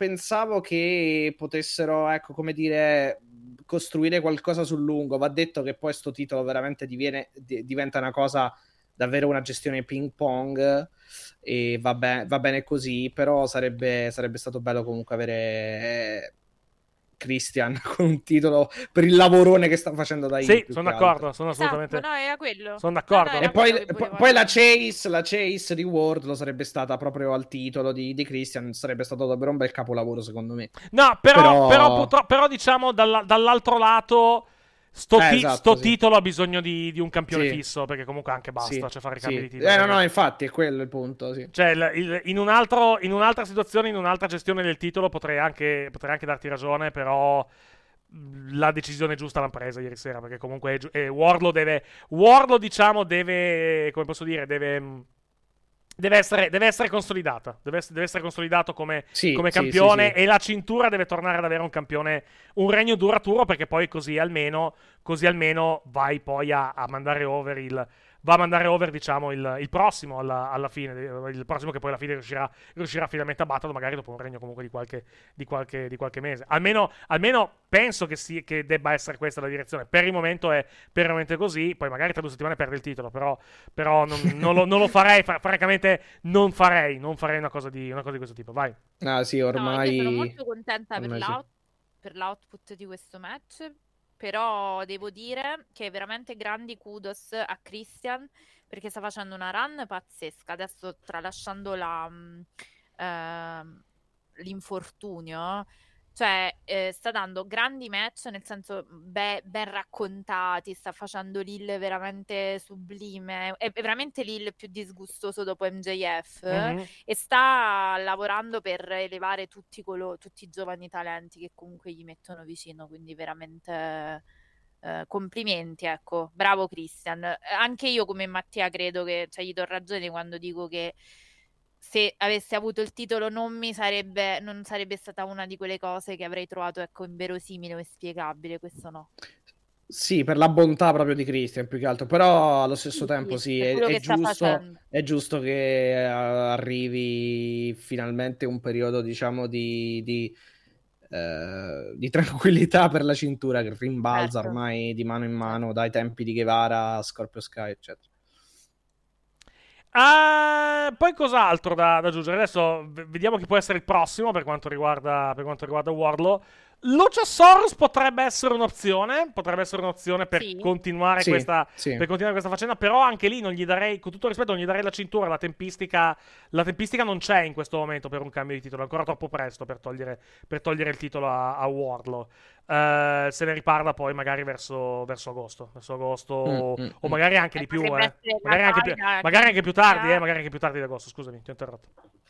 pensavo che potessero, ecco, come dire, costruire qualcosa sul lungo. Va detto che poi sto titolo veramente diviene, di, diventa una cosa, davvero una gestione ping pong, e va, be- va bene così, però sarebbe, sarebbe stato bello comunque avere eh, Christian con un titolo per il lavorone che sta facendo da Sì, più sono che d'accordo, altro. sono assolutamente... Esatto, no, era quello. Sono d'accordo. No, no, E era poi, quello che poi- volevo poi la dire. Chase, la Chase di Wardlow sarebbe stata proprio al titolo di, di Christian, sarebbe stato davvero un bel capolavoro secondo me. No, però, Però- però, purtroppo, però diciamo dalla- dall'altro lato sto, Eh, ti- esatto, sto sì. titolo ha bisogno di, di un campione Sì. fisso, perché comunque anche basta, Sì, cioè fare sì. ricambi di titolo. Eh no, perché- no, infatti è quello il punto, sì. Cioè, il- il- in, un altro, in un'altra situazione, in un'altra gestione del titolo potrei anche, potrei anche darti ragione, però mh, la decisione giusta l'hanno presa ieri sera, perché comunque è giu- eh, Wardlow deve, Wardlow diciamo deve, come posso dire, deve... mh, Deve essere, deve essere consolidata, deve essere, deve essere consolidato come, Sì, come sì, campione, sì, sì. e la cintura deve tornare ad avere un campione, un regno duraturo, perché poi così almeno, così almeno vai poi a, a mandare over il, va a mandare over diciamo il, il prossimo alla, alla fine, il prossimo che poi alla fine riuscirà, riuscirà finalmente a batterlo, magari dopo un regno comunque di qualche, di qualche, di qualche mese. Almeno, almeno penso che, si, che debba essere questa la direzione. Per il momento è, per il momento è così, poi magari tra due settimane perde il titolo, però, però non, non, lo, non lo farei, fra- francamente non farei, non farei una cosa di, una cosa di questo tipo, vai. Ah sì, No, ormai... io sono molto contenta per, ormai sì. l'out- per l'output di questo match, però devo dire che veramente grandi kudos a Christian, perché sta facendo una run pazzesca. Adesso, tralasciando la, mh, ehm, l'infortunio, cioè eh, sta dando grandi match, nel senso be- ben raccontati, sta facendo Lil veramente sublime, è, è veramente Lil più disgustoso dopo M J F, Mhm. e sta lavorando per elevare tutti, colo- tutti i giovani talenti che comunque gli mettono vicino, quindi veramente eh, complimenti, ecco, bravo Christian. Eh, Anche io come Mattia credo che, cioè, gli do ragione quando dico che se avessi avuto il titolo non mi sarebbe, non sarebbe stata una di quelle cose che avrei trovato, ecco, inverosimile o inspiegabile, questo no. Sì, per la bontà proprio di Christian più che altro, però allo stesso Sì, tempo sì, sì, per è, quello è che sta giusto, facendo. è giusto che eh, arrivi finalmente un periodo, diciamo, di, di, eh, di tranquillità per la cintura, che rimbalza Certo. ormai di mano in mano dai tempi di Guevara, Scorpio Sky, eccetera. Ah, poi cos'altro da, da aggiungere? Adesso v- vediamo chi può essere il prossimo per quanto riguarda, per quanto riguarda Wardlow. Luchasaurus potrebbe essere un'opzione, potrebbe essere un'opzione per Sì. continuare Sì, questa, sì. per continuare questa faccenda, però anche lì non gli darei, con tutto il rispetto, non gli darei la cintura, la tempistica, la tempistica non c'è in questo momento per un cambio di titolo, è ancora troppo presto per togliere, per togliere il titolo a, a Wardlow. Eh, se ne riparla poi magari verso, verso agosto, verso agosto o, Mm, mm, o mm. magari anche Eh, di più, potrebbe eh. essere la Magari anche più, faida magari che anche più tardi, inizia- eh, magari anche più tardi di agosto, scusami, ti ho interrotto.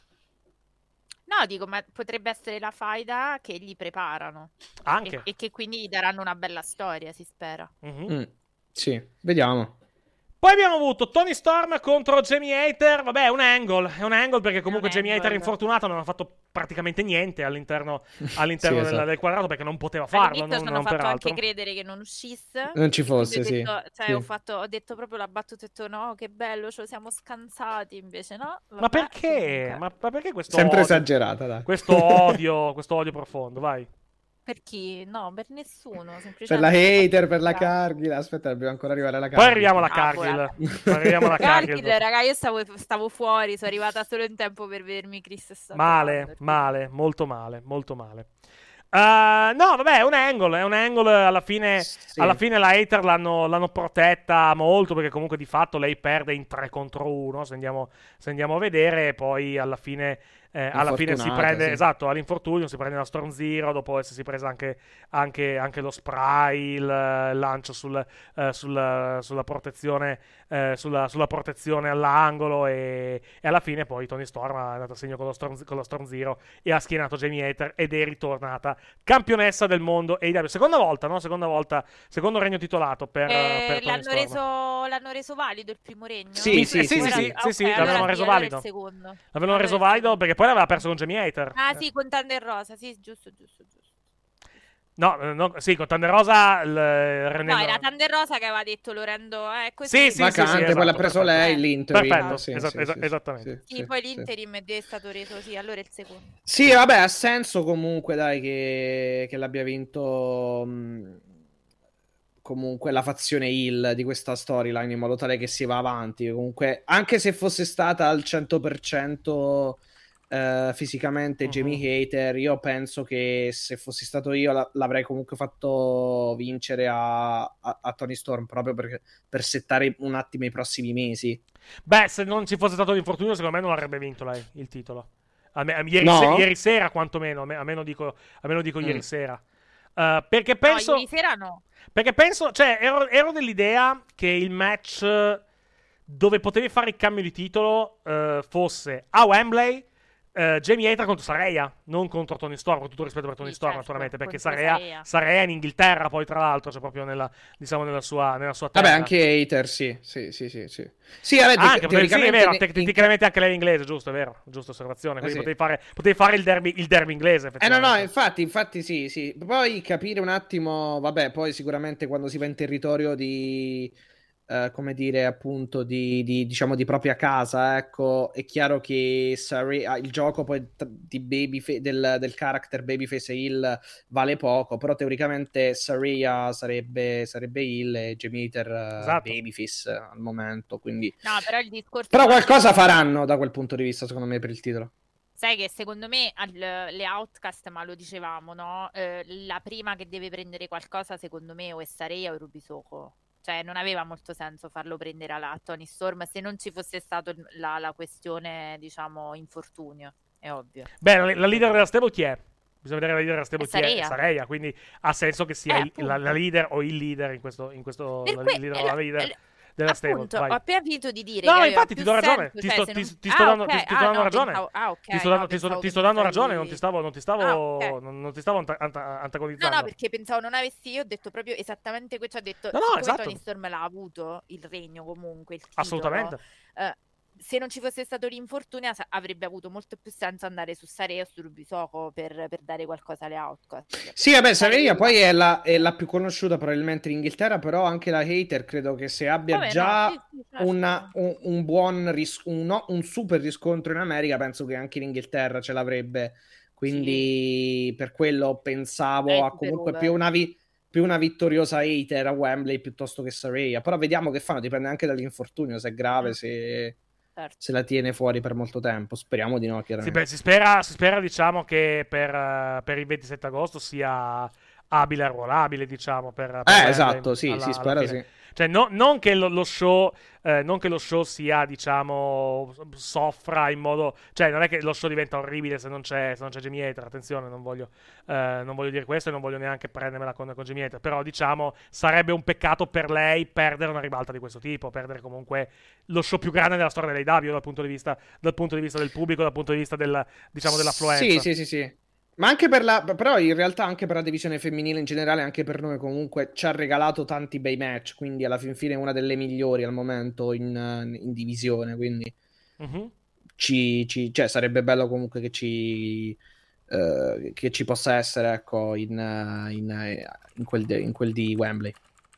No, dico, ma potrebbe essere la faida che gli preparano e, Anche. e che quindi gli daranno una bella storia, si spera. Mhm. Mm, sì, vediamo. Poi abbiamo avuto Tony Storm contro Jamie Hater. Vabbè, è un angle. È un angle perché comunque un Jamie Hater angle. infortunato non ha fatto praticamente niente all'interno, all'interno Sì, del, esatto. del quadrato perché non poteva farlo. All'inizio Non, ci hanno non fatto peraltro. anche credere che non uscisse. Non ci e quindi fosse, ho sì. detto, cioè, Sì. ho, fatto, ho detto proprio la battuta, ho detto no, che bello, ce lo siamo scansati, invece no. Ma vabbè, perché? comunque. Ma, ma perché questo Sempre odio? esagerata, dai. Questo odio, questo odio profondo, vai. Per chi? No, per nessuno. Per semplicemente la hater, per la fatto- Cargill. Aspetta, dobbiamo ancora arrivare alla Poi Cargill. arriviamo alla Ah, Cargill. volata. Poi arriviamo alla Cargill, Cargill. raga, io stavo, stavo fuori, sono arrivata solo in tempo per vedermi Chris Statlander. Male, male, molto male, molto male. Uh, no, vabbè, è un angle, è un angle. Alla fine, Sì. alla fine la hater l'hanno, l'hanno protetta molto perché comunque di fatto lei perde in tre contro uno. Se andiamo, se andiamo a vedere, e poi alla fine. Eh, alla fine si Infortunata, prende, sì. esatto, all'infortunio si prende la Storm Zero dopo essersi presa anche, anche, anche lo spray, il eh, lancio sul, eh, sul- sulla protezione, eh, sulla, sulla protezione all'angolo e, e alla fine poi Tony Storm è andato a segno con lo Storm, con lo Storm Zero e ha schienato Jamie Hater ed è ritornata campionessa del mondo A E W. Seconda volta, no? Seconda volta, secondo regno titolato per, Eh, per Tony l'hanno, Storm. reso, l'hanno reso valido il primo regno? Sì, sì, sì, Ora- sì, ah, sì, ok, sì, allora l'avevano sì, reso allora valido. il secondo. L'avevano Allora reso il valido secondo. perché poi l'aveva perso con Jamie Hater. Ah sì, con Thunder Rosa, sì, giusto, giusto, giusto. No, no, sì, con Thunder Rosa il, no, era Thunder Rosa che aveva detto lo rendo eh, così. Sì, sì, vacante, sì, sì, esatto, poi l'ha preso perfetto. lei, l'interim. Perfetto, sì, esatto, sì, esatto, sì, esattamente. Sì, sì, poi sì. l'interim è stato reso, sì, allora il secondo. Sì, vabbè, ha senso comunque, dai, che, che l'abbia vinto mh, comunque la fazione heel di questa storyline, in modo tale che si va avanti. Comunque, anche se fosse stata al cento per cento eh, fisicamente Mhm. Jamie Hater, io penso che se fossi stato io la- l'avrei comunque fatto vincere a, a, a Tony Storm, proprio per, per settare un attimo i prossimi mesi. Beh, se non ci fosse stato l'infortunio, secondo me non avrebbe vinto lei il titolo. A me- a- ieri, No? se- ieri sera, quantomeno. A me- almeno dico, almeno dico Mm. ieri sera. Uh, perché No, penso. ieri sera no. Perché penso. Cioè, ero, ero dell'idea che il match dove potevi fare il cambio di titolo uh, fosse a Wembley. Uh, Jamie Hater contro Saraya, non contro Tony Storm, con tutto rispetto per Tony Sì, Storm, certo, naturalmente, perché contro Saraya, Saraya. Saraya è in Inghilterra, poi tra l'altro, cioè proprio nella, diciamo, nella sua, nella sua terra. Vabbè, anche Hater, sì, sì, sì, sì, sì. Sì, vabbè, Ah, anche, perché- sì, è teoricamente vero, ne- tec- in- tecnicamente anche lei è inglese, giusto, è vero, giusta osservazione, quindi Eh sì. potevi, fare, potevi fare il derby, il derby inglese, Eh no, effettivamente. no, infatti, infatti sì, sì. Poi capire un attimo, vabbè, poi sicuramente quando si va in territorio di, eh, come dire, appunto, di, di, diciamo, di propria casa, ecco, è chiaro che Saraya- il gioco poi t- di Babyfa- del, del character Babyface e Hill vale poco, però teoricamente Saraya sarebbe, sarebbe Hill e Jamie Hater eh, Esatto. Babyface al momento, quindi... No, però il discorso Però è che qualcosa secondo me- faranno da quel punto di vista, secondo me, per il titolo. Sai che secondo me al- le Outcast, ma lo dicevamo, no? Eh, la prima che deve prendere qualcosa, secondo me, o è Saraya o è Ruby Soho. Cioè, non aveva molto senso farlo prendere alla Tony Storm se non ci fosse stato il- la, la questione, diciamo, infortunio. È ovvio. Beh, la, la leader della stable chi è? Bisogna vedere la leader della stable È chi è. Saraya. È Saraya, quindi ha senso che sia Eh, il- la, la appunto. leader o il leader in questo, in questo Per la que- leader eh, o la la- leader eh, della stable. Appunto, Vai. ho appena finito di dire No, che no, aveva infatti ti più do ragione. senso, Ti cioè, sto, se ti- non- ti sto Ah, dando, ok. ti, ti sto Ah, dando no, ragione. pensavo- ah, ok, Ti sto no, dando, ti sto- pensavo ti che sto dando mi stavi- ragione, non ti stavo, non ti stavo, Ah, ok. non, non ti stavo anta- anta- No, antagonizzando. no, perché pensavo non avessi, io ho detto proprio esattamente questo, ho detto, No, no, siccome esatto. Tony Storm l'ha avuto, il regno comunque, il titolo, Assolutamente. eh, se non ci fosse stato l'infortunio sa- avrebbe avuto molto più senso andare su Saraya o su Ruby Soho per, per dare qualcosa alle Outcast. Sì, vabbè, Saraya- Saraya poi è la, è la più conosciuta probabilmente in Inghilterra, però anche la Hater credo che se abbia Vabbè, no, già sì, sì, certo. una- un, un buon ris- un, no, un super riscontro in America, penso che anche in Inghilterra ce l'avrebbe. Quindi per quello pensavo Lei è a super comunque over. più una, vi- più una vittoriosa Hater a Wembley piuttosto che Saraya. Però vediamo che fanno, dipende anche dall'infortunio, se è grave, Mm. se, Certo. se la tiene fuori per molto tempo. Speriamo di no, Sì, chiaramente. beh, si spera, si spera, diciamo, che per, eh, per il ventisette agosto sia abile e arruolabile, diciamo, per, per Eh, Wembley esatto, sì, alla- si alla spera fine. sì. Cioè, no- non, che lo, lo show, eh, non che lo show sia, diciamo, soffra in modo... Cioè, non è che lo show diventa orribile se non c'è, se non c'è Jamie Hater, attenzione, non voglio, eh, non voglio dire questo e non voglio neanche prendermela con, con Jamie Hater, però, diciamo, sarebbe un peccato per lei perdere una ribalta di questo tipo, perdere comunque lo show più grande della storia dell'A E W dal punto di vista, dal punto di vista del pubblico, dal punto di vista del, diciamo, dell'affluenza. Sì, sì, sì, sì. Ma anche per la, però in realtà anche per la divisione femminile in generale, anche per noi comunque ci ha regalato tanti bei match, quindi alla fin fine è una delle migliori al momento in, in divisione, quindi Mhm. ci, ci- cioè, sarebbe bello comunque che ci, eh, che ci possa essere, ecco, in, eh, in, eh, in quel, de- in quel di Wembley.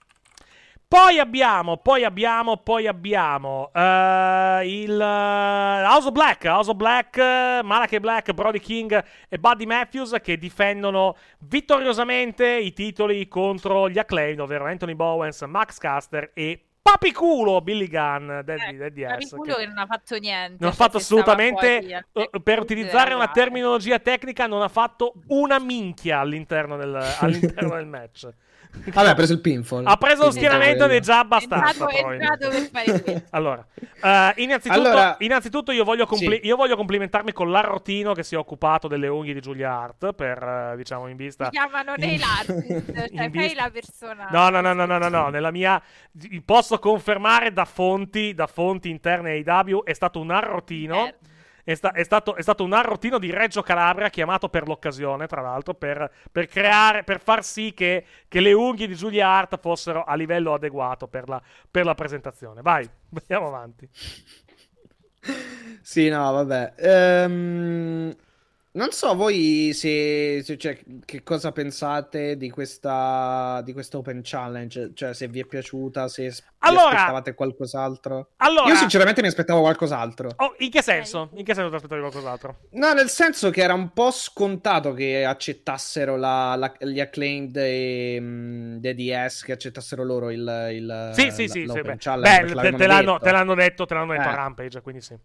Poi abbiamo, poi abbiamo, poi abbiamo eh, il eh, House of Black, House of Black, eh, Malachi Black, Brody King e Buddy Matthews che difendono vittoriosamente i titoli contro gli acclaimed, ovvero Anthony Bowens, Max Caster e Papiculo Billy Gunn, Daddy, Daddy Eh, S, Papiculo che che non ha fatto niente. non ha cioè, fatto se stava assolutamente, fuori al- eh, per utilizzare una eh, terminologia tecnica, non ha fatto una minchia all'interno del, all'interno del match. Vabbè, ha preso il pinfall. Ha preso lo Quindi, schieramento ed è eh, già È abbastanza. entrato, è probabilmente. entrato per fare questo. Allora, eh, innanzitutto, Allora- innanzitutto io, voglio compli- Sì. io voglio complimentarmi con l'Arrotino che si è occupato delle unghie di Giulia Hart per, eh, diciamo, in vista... Si chiamano nail artist, cioè in fai vista- la persona. No, no, no, no, no, no, no, nella mia... Posso confermare da fonti, da fonti interne ai A E W, è stato un Arrotino... Merda. È, sta- è stato, è stato un arrotino di Reggio Calabria chiamato per l'occasione, tra l'altro, per, per creare, per far sì che, che le unghie di Julia Hart fossero a livello adeguato per la, per la presentazione. Vai, andiamo avanti. Sì, no, vabbè. Ehm, Non so voi se, se- cioè, che cosa pensate di questa di questa Open Challenge, cioè se vi è piaciuta, se s- vi Allora, aspettavate qualcos'altro. allora, Io sinceramente mi aspettavo qualcos'altro. oh, in che senso? In che senso ti aspettavi qualcos'altro? No, nel senso che era un po' scontato che accettassero la, la- gli Acclaimed e mm, the D S, che accettassero loro il, il- Sì, sì, la- sì, sì, l'Open beh, Challenge, beh, perché te, l'avevano te l'hanno, detto. te l'hanno detto, te l'hanno detto a Eh. Rampage, quindi sì.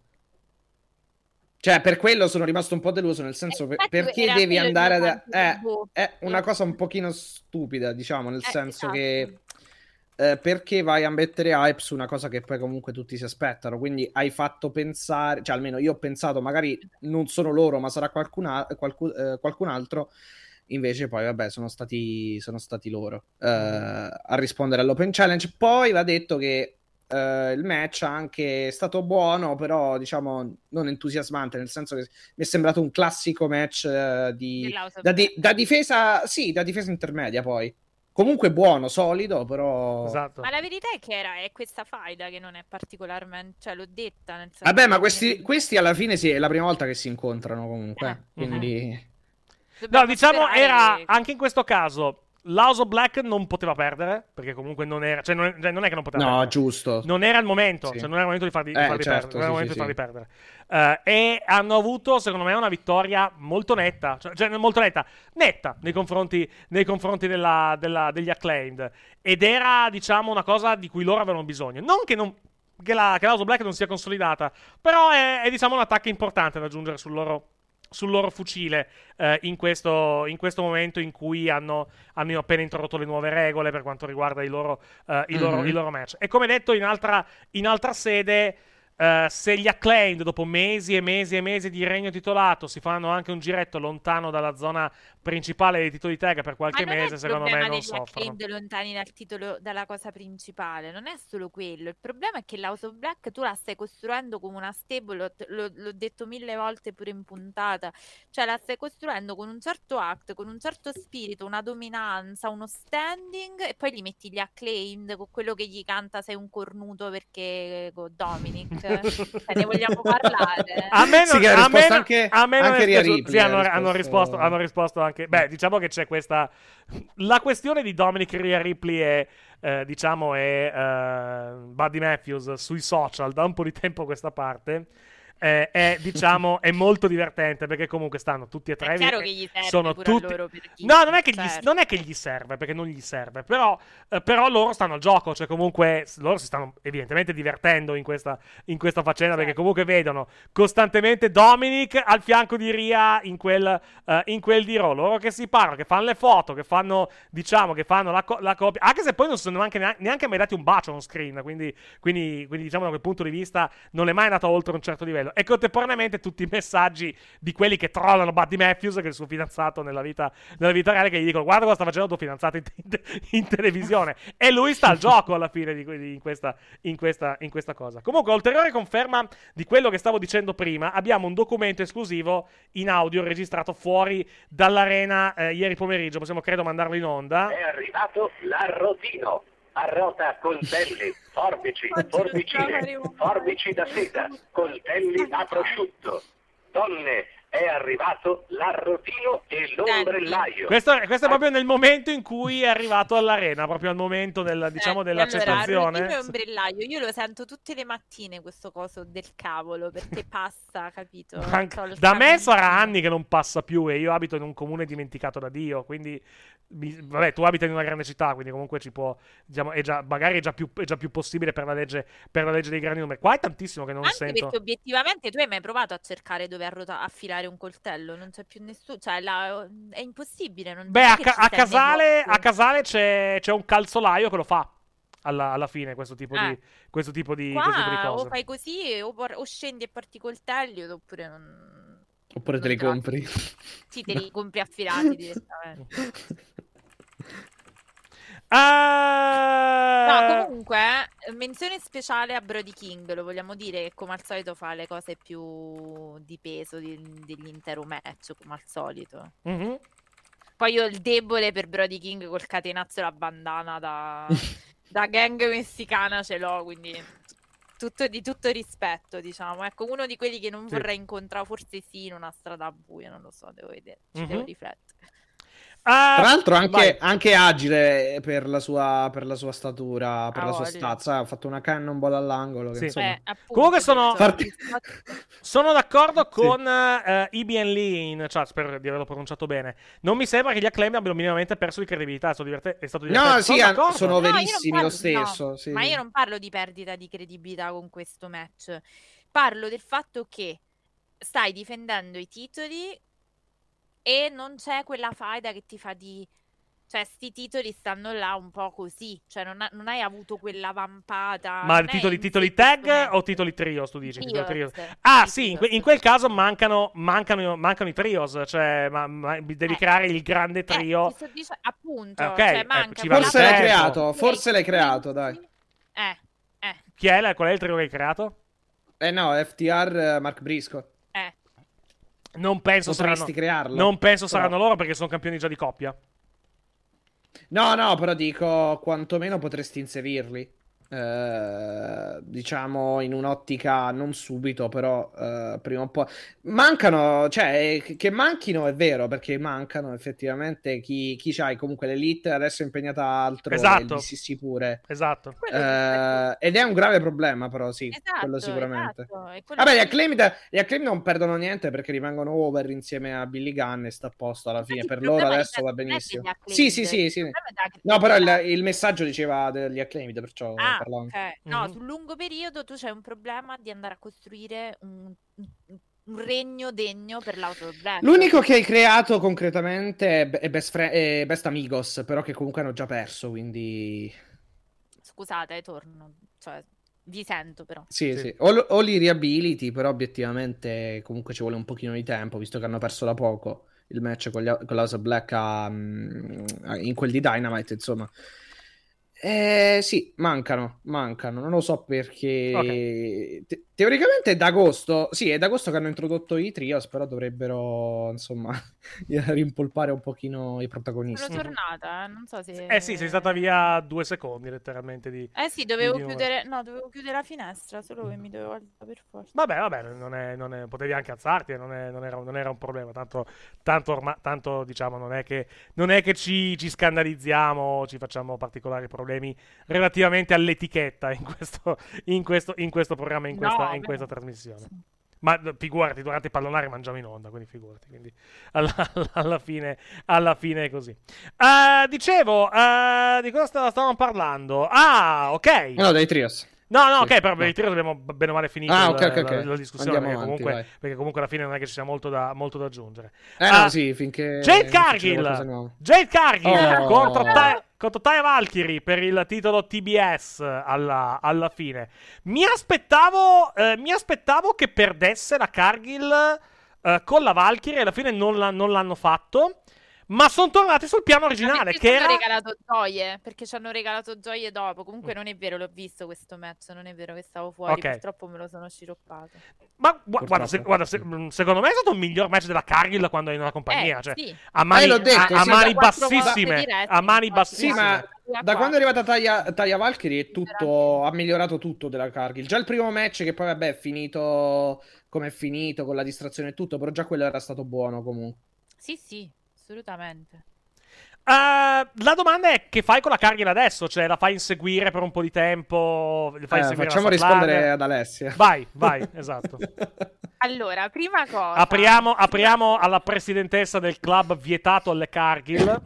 Cioè, per quello sono rimasto un po' deluso, nel senso per- Infatti perché era devi quello il andare ad... momento È, del boh. è una cosa un pochino stupida, diciamo, nel Eh, senso esatto. che... eh, perché vai a mettere hype su una cosa che poi comunque tutti si aspettano? Quindi hai fatto pensare, cioè almeno io ho pensato, magari non sono loro, ma sarà qualcun, a- qualcu- eh, qualcun altro. Invece poi, vabbè, sono stati, sono stati loro eh, a rispondere all'Open Challenge. Poi va detto che eh, il match anche è stato buono, però diciamo non entusiasmante, nel senso che mi è sembrato un classico match eh, di, Dell'House of da, di- Black. da difesa, sì, da difesa intermedia poi. Comunque buono, solido, però... Esatto. Ma la verità è che era, è questa faida che non è particolarmente, cioè l'ho detta nel senso Vabbè, ma che questi, viene- questi alla fine sì, è la prima volta che si incontrano comunque, Eh, quindi... No, dobbiamo diciamo, sperare era che- anche in questo caso l'House of Black non poteva perdere, perché comunque non era, cioè non, è- cioè non è che non poteva No, perdere. giusto. Non era il momento, Sì. cioè non era il momento di farli, di Eh, farli certo, perdere. Non era il sì, momento sì, di farli perdere. Eh, e hanno avuto, secondo me, una vittoria molto netta, cioè, cioè molto netta, netta nei confronti, nei confronti della- della- degli Acclaimed. Ed era, diciamo, una cosa di cui loro avevano bisogno. Non che non. Che la, che la House of Black non sia consolidata, però è, è, diciamo un attacco importante da aggiungere sul loro, sul loro fucile eh, in, questo, in questo momento in cui hanno, hanno appena introdotto le nuove regole per quanto riguarda i loro, eh, i loro, Mhm. i loro match. E come detto in altra, in altra sede, eh, se gli Acclaimed dopo mesi e mesi e mesi di regno titolato si fanno anche un giretto lontano dalla zona principale dei titoli tag per qualche Ma non mese, è il secondo me problema non degli soffrono. Acclaimed lontani dal titolo, dalla cosa principale, non è solo quello. Il problema è che l'House of Black tu la stai costruendo come una stable, l'ho, l'ho- l'ho detto mille volte pure in puntata, cioè la stai costruendo con un certo act, con un certo spirito, una dominanza, uno standing, e poi gli metti gli Acclaimed con quello che gli canta sei un cornuto perché con Dominic. Cioè, ne vogliamo parlare? A me Sì, non, che ha a me risposto non- anche- a me non anche è Rhea spiaciuto. Ripley Sì, ha hanno, hanno risposto- risposto, hanno risposto anche. Beh, diciamo che c'è questa. La questione di Dominic Rhea Ripley e eh, diciamo e eh, Buddy Matthews sui social da un po' di tempo a questa parte. eh, è diciamo è molto divertente perché comunque stanno tutti e tre. È chiaro eh, che gli serve sono pure a tutti. loro per chi- No, non è, che gli, certo. non è che gli serve, perché non gli serve, però, eh, però loro stanno al gioco, cioè comunque s- loro si stanno evidentemente divertendo in questa, in questa faccenda, perché Certo. comunque vedono costantemente Dominic al fianco di Rhea in quel, eh, in quel di Raw, loro che si parlano, che fanno le foto, che fanno, diciamo, che fanno la, co- la coppia, anche se poi non sono neanche, neanche mai dati un bacio on screen, quindi, quindi, quindi diciamo da quel punto di vista non è mai andato oltre un certo livello, e contemporaneamente tutti i messaggi di quelli che trollano Buddy Matthews, che è il suo fidanzato nella vita, nella vita reale, che gli dicono guarda cosa sta facendo tuo fidanzato in, in, in televisione, e lui sta al gioco alla fine di, di- in, questa, in, questa, in questa cosa. Comunque, ulteriore conferma di quello che stavo dicendo prima, abbiamo un documento esclusivo in audio registrato fuori dall'arena eh, ieri pomeriggio, possiamo credo mandarlo in onda. È arrivato l'arrotino. Arrota coltelli, forbici, Oggi non forbicine, troveremo mai. forbici da seta, coltelli a prosciutto. Donne, è arrivato l'arrotino e l'ombrellaio. Questo, questo è proprio nel momento in cui è arrivato all'arena, proprio al momento del, diciamo, Senti, dell'accettazione. Allora, arrotino e ombrellaio, io lo sento tutte le mattine questo coso del cavolo, perché passa, capito? Anche- So, il da me cammino. sarà anni che non passa più, e io abito in un comune dimenticato da Dio, quindi mi- vabbè, tu abiti in una grande città, quindi comunque ci può, diciamo, è già, magari è già, più, è già più possibile per la legge, per la legge dei grandi numeri. Qua è tantissimo che non Anche sento. perché obiettivamente tu hai mai provato a cercare dove arrota- affilare un coltello? Non c'è più nessuno, cioè la- è impossibile. Non Beh, non è a, che Ca- ci a stai Casale, negozio. a Casale c'è, c'è un calzolaio che lo fa alla, alla fine, questo tipo di, Eh. questo tipo di, questo tipo di Qua o cose. fai così o, por- o scendi e porti i coltelli oppure non... Oppure te non li tratti. compri. Sì, te li compri affilati direttamente. Ah! No, comunque, eh, menzione speciale a Brody King, lo vogliamo dire, che come al solito fa le cose più di peso di- dell'intero match, come al solito. Mhm. Poi io ho il debole per Brody King col catenazzo e la bandana da, da gang messicana ce l'ho, quindi tutto, di tutto rispetto, diciamo. Ecco, uno di quelli che non Sì. vorrei incontrare, forse sì, in una strada buia, non lo so, devo vedere, ci Mhm. devo riflettere. Ah, Tra l'altro anche, vai. anche agile per la sua, per la sua statura, per Ah, la sua voglia. stazza. Ha fatto una cannonball all'angolo. Che Sì. insomma... Eh, appunto, Comunque sono- perciò Farti- il fatto- Sono d'accordo Sì. con eh, I B N Lee in chat, spero di averlo pronunciato bene. Non mi sembra che gli acclaim abbiano minimamente perso di credibilità. È stato, diverte- è stato divertente. No, sì, sono ah, d'accordo. sono No, io non verissimi parlo- lo stesso. no, sì. Ma io non parlo di perdita di credibilità con questo match. Parlo del fatto che stai difendendo i titoli e non c'è quella faida che ti fa di... Cioè, sti titoli stanno là un po' così. Cioè, non, ha- non hai avuto quella vampata. Ma non è titoli, in titoli sé questo tag match. o titoli trios, tu dici? Titoli trios. Trios, Ah, sì, sì, in, que- trios. in quel caso mancano, mancano, mancano i trios. Cioè, ma- ma- devi Eh. creare il grande Eh, trio. ti sto dicendo, appunto, Ok, cioè, eh, manca ci va Forse il l'hai tempo. creato, forse l'hai creato, dai. Eh, eh, Chi è? la- Qual è il trio che hai creato? Eh no, F T R, eh, Mark Briscoe. eh. Non penso Potresti saranno, crearlo. non penso però. saranno loro perché sono campioni già di coppia. No, no, però dico, quantomeno potresti inserirli. Eh, diciamo in un'ottica non subito, però eh, prima o poi mancano, cioè che- che manchino è vero, perché mancano effettivamente chi, chi c'hai comunque l'Elite adesso è impegnata a altro, Esatto. e il B C C pure. Esatto. Quello che- Eh, ed è un grave problema, però sì, Esatto, quello sicuramente. esatto, è quello Vabbè, gli che- acclaimed, gli acclaimed non perdono niente perché rimangono over insieme a Billy Gunn e sta a posto alla Infatti fine. il Per loro problema, adesso va ripeto, non è benissimo. degli Sì, sì, acclaimed, sì, il sì. problema è da- No, però della- il, il messaggio diceva degli acclaimed, perciò Ah, parlavo. ok. No, Mhm. sul lungo periodo tu c'hai un problema di andare a costruire un, un- un regno degno per l'auto black. L'unico che hai creato concretamente è, è Best, Fre- è Best Amigos, però che comunque hanno già perso, quindi... Scusate, torno. Cioè, vi sento però. Sì, Sì. sì. O, o li riabiliti, però obiettivamente comunque ci vuole un pochino di tempo, visto che hanno perso da poco il match con, gli, con l'House of Black a- mm, a- in quel di Dynamite, insomma. Eh, sì, mancano, mancano, non lo so perché te- teoricamente è d'agosto, sì, è d'agosto che hanno introdotto i trios, però dovrebbero, insomma, rimpolpare un pochino i protagonisti. Sono tornata, eh, non so se... Eh sì, sei stata via due secondi letteralmente di... Eh sì, dovevo di nuovo. chiudere... No, dovevo chiudere la finestra, solo che mi dovevo alzare per forza. Vabbè, vabbè, non è, non è- potevi anche alzarti, non, è- non era, non era un problema, tanto, tanto, orma- tanto diciamo non è che, non è che ci, ci scandalizziamo, ci facciamo particolari problemi relativamente all'etichetta in questo, in questo, in questo programma, in No, questa, in beh. questa trasmissione. Ma figurati, durante i pallonari mangiamo in onda, quindi figurati, quindi alla, alla- alla fine, alla fine è così. Eh, dicevo, eh, di cosa stav- stavamo parlando? Ah, ok. No, dei trios. No, no, Sì, ok, però no. per il tiro abbiamo b- bene o male finito Ah, la, ok, ok, ok. la- la discussione, Andiamo perché, avanti, comunque, vai. perché comunque alla fine non è che ci sia molto da, molto da aggiungere. Eh Ah, no, sì, finché... Jade non succede qualcosa di Cargill, nuovo. Jade Cargill Oh. contro, Ta- contro Taya Valkyrie per il titolo T B S alla, alla fine. Mi aspettavo, eh, mi aspettavo che perdesse la Cargill eh, con la Valkyrie, alla fine non, la- non l'hanno fatto. Ma sono tornati sul piano originale, Perché che ci hanno era... regalato gioie, perché ci hanno regalato gioie dopo. Comunque non è vero, l'ho visto questo match, non è vero che stavo fuori, Ok. purtroppo me lo sono sciroppato. Ma gu- guarda, se- Purtroppo. guarda, se- mh, secondo me è stato il miglior match della Cargill quando è in una compagnia. Eh, cioè, sì. a mani, Eh, l'ho detto, a, a sì, mani da quattro bassissime. volte dirette, A mani infatti. Sì, bassissime. ma da quando è arrivata Taya, Taya Valkyrie è tutto, ha migliorato tutto della Cargill. Già il primo match che poi vabbè è finito come è finito con la distrazione e tutto, però già quello era stato buono comunque. Sì, sì, assolutamente. Uh, la domanda è: che fai con la Cargill adesso? Cioè, la fai inseguire per un po' di tempo? Le fai Eh, inseguire facciamo la Statlander? rispondere ad Alessia. Vai, vai, esatto. Allora, prima cosa... Apriamo, apriamo alla presidentessa del club vietato alle Cargill.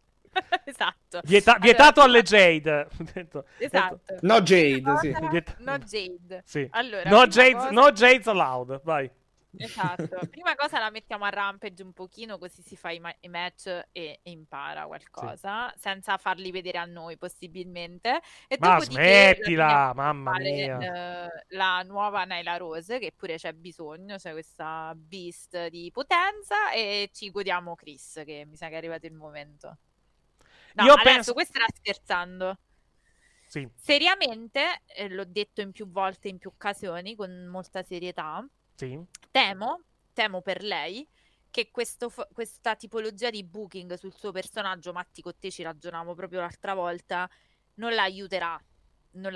esatto. Vieta- Allora, vietato alle prima- Jade. Detto- Esatto. No, Jade, Prima sì. cosa- Viet- No Jade. Sì. Allora, no, prima Jades, cosa- no Jades allowed. Vai. Esatto. Prima cosa la mettiamo a Rampage un pochino, così si fa i, ma- i match e, e impara qualcosa, senza farli vedere a noi possibilmente. E Ma dopodiché smettila, la finiamo mamma a fare, mia. eh, la nuova Nyla Rose, che pure c'è bisogno, c'è questa beast di potenza, e ci godiamo Chris, che mi sa che è arrivato il momento. No, Io adesso penso- questo era scherzando. Sì. Seriamente, eh, l'ho detto in più volte, in più occasioni, con molta serietà, Sì. temo, temo per lei che questo fo- questa tipologia di booking sul suo personaggio, Matti, con te ci ragionavamo proprio l'altra volta, non la aiuterà non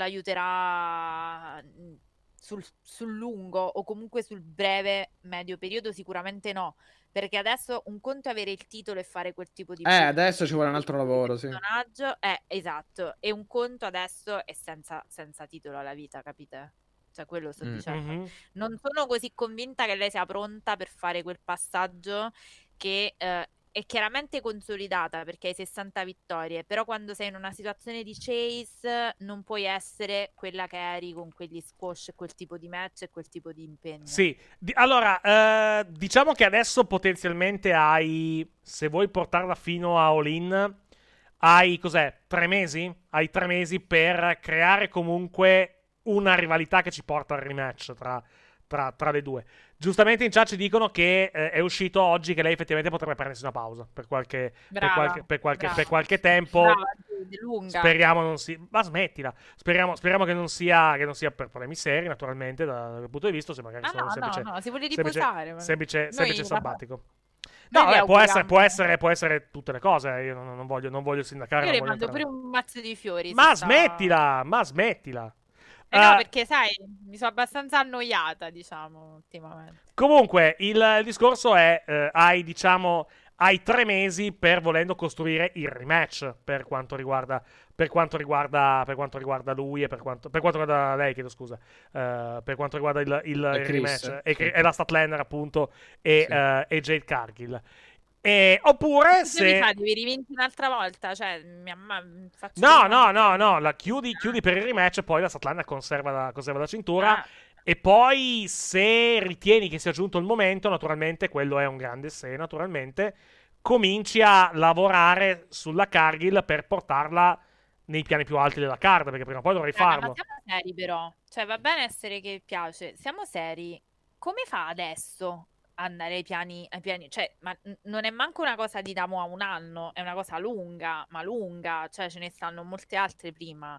l'aiuterà sul, sul lungo o comunque sul breve medio periodo, sicuramente no, perché adesso un conto è avere il titolo e fare quel tipo di Eh, adesso ci vuole un altro lavoro, sì. personaggio, eh, esatto, e un conto adesso è senza, senza titolo alla vita, capite? Cioè, quello sto Mm. dicendo. Mhm. Non sono così convinta che lei sia pronta per fare quel passaggio che eh, è chiaramente consolidata perché hai sessanta vittorie, però quando sei in una situazione di chase non puoi essere quella che eri con quegli squash e quel tipo di match e quel tipo di impegno. Sì, Di- allora, eh, diciamo che adesso potenzialmente hai, se vuoi portarla fino a all-in, hai, cos'è, tre mesi? Hai tre mesi per creare comunque una rivalità che ci porta al rematch tra, tra, tra le due. Giustamente in chat ci dicono che eh, è uscito oggi che lei effettivamente potrebbe prendersi una pausa per qualche, per Brava, qualche, per qualche, brava. per qualche tempo. Brava, Giulia, lunga. Speriamo non si... Ma smettila. Speriamo, speriamo che non sia che non sia per problemi seri, naturalmente, da- dal punto di vista, se magari Ah, sono no, semplice, no, no, si vuole semplice, riposare. ma- semplice, Noi semplice la- sabbatico. Noi No, le vabbè, può, essere, auguriamo- può, essere, può essere tutte le cose. eh, Io non, non voglio, non voglio sindacare. Io non le voglio mando entrare- pure un mazzo di fiori. Ma se sta- smettila! Ma smettila! Eh no, Eh, perché sai, mi sono abbastanza annoiata, diciamo, ultimamente. Comunque, il, il discorso è: eh, hai, diciamo, hai tre mesi per volendo costruire il rematch per quanto riguarda, per quanto riguarda, per quanto riguarda lui e per quanto, per quanto riguarda lei, chiedo scusa, eh, per quanto riguarda il, il, E il Chris, rematch e, sì. e la Statlander, appunto, e, Sì. eh, e Jade Cargill. E, oppure Se mi se. fa, devi rivinci un'altra volta, cioè, mi amma- faccio No, prima- no, no, no, la chiudi, chiudi per il rematch e poi la Statlander conserva la, conserva la cintura. Ah, E poi, se ritieni che sia giunto il momento, naturalmente, quello è un grande se, naturalmente, cominci a lavorare sulla Cargill per portarla nei piani più alti della card, perché prima o poi dovrai raga, farlo. ma siamo seri però, cioè va bene essere che piace, siamo seri, come fa adesso a andare ai piani, ai piani, cioè, ma n- non è manco una cosa di da mo' a un anno, è una cosa lunga, ma lunga, cioè ce ne stanno molte altre prima.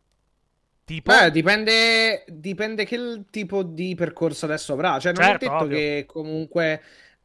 Tipo, Beh, dipende, dipende che il tipo di percorso adesso avrà. Cioè, non Certo, è detto ovvio. che comunque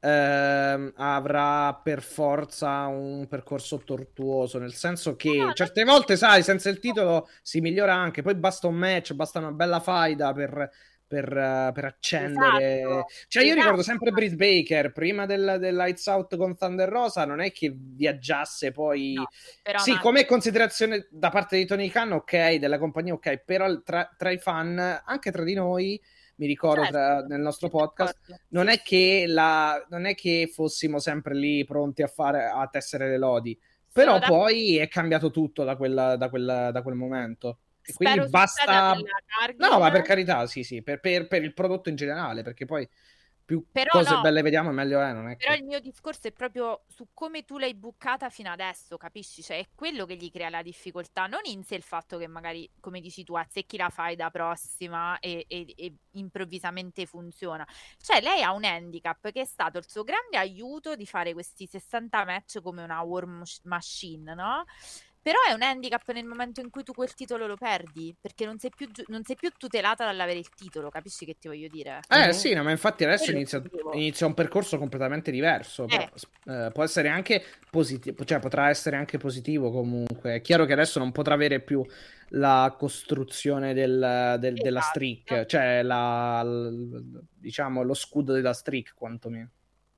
ehm, avrà per forza un percorso tortuoso, nel senso che No, no, certe no. volte, sai, senza il titolo si migliora anche. Poi basta un match, basta una bella faida per, per, eh, per accendere. Esatto, Cioè, io ricordo esatto. sempre Britt Baker prima del, del Lights Out con Thunder Rosa, non è che viaggiasse poi. No, però Sì, ma- come considerazione da parte di Tony Khan, ok, della compagnia, ok, però tra, tra i fan, anche tra di noi, mi ricordo Certo, tra- nel nostro sono podcast, d'accordo. non Sì, è che la, non è che fossimo sempre lì pronti a fare a tessere le lodi, però sono d'accordo. poi è cambiato tutto da, quella, da, quella, da quel momento. E quindi Spero succeda basta. della Cargill. No, ma per carità, sì, sì, per, per- per il prodotto in generale, perché poi più Però cose no. belle vediamo, meglio è, non è Però che. il mio discorso è proprio su come tu l'hai buccata fino adesso, capisci? Cioè, è quello che gli crea la difficoltà, non in sé il fatto che magari, come dici tu, azzecchi la faida prossima e, e- e improvvisamente funziona. Cioè, lei ha un handicap che è stato il suo grande aiuto di fare questi sessanta match come una war mach- machine, no? Però è un handicap nel momento in cui tu quel titolo lo perdi, perché non sei più, giu- non sei più tutelata dall'avere il titolo, capisci che ti voglio dire? Eh Mhm. sì, no, ma infatti adesso Quello inizia, sapevo. inizia un percorso completamente diverso. Però, Eh. eh, può essere anche positivo, cioè potrà essere anche positivo comunque. È chiaro che adesso non potrà avere più la costruzione del- del- della Esatto. streak, cioè la, l- diciamo lo scudo della streak, quantomeno.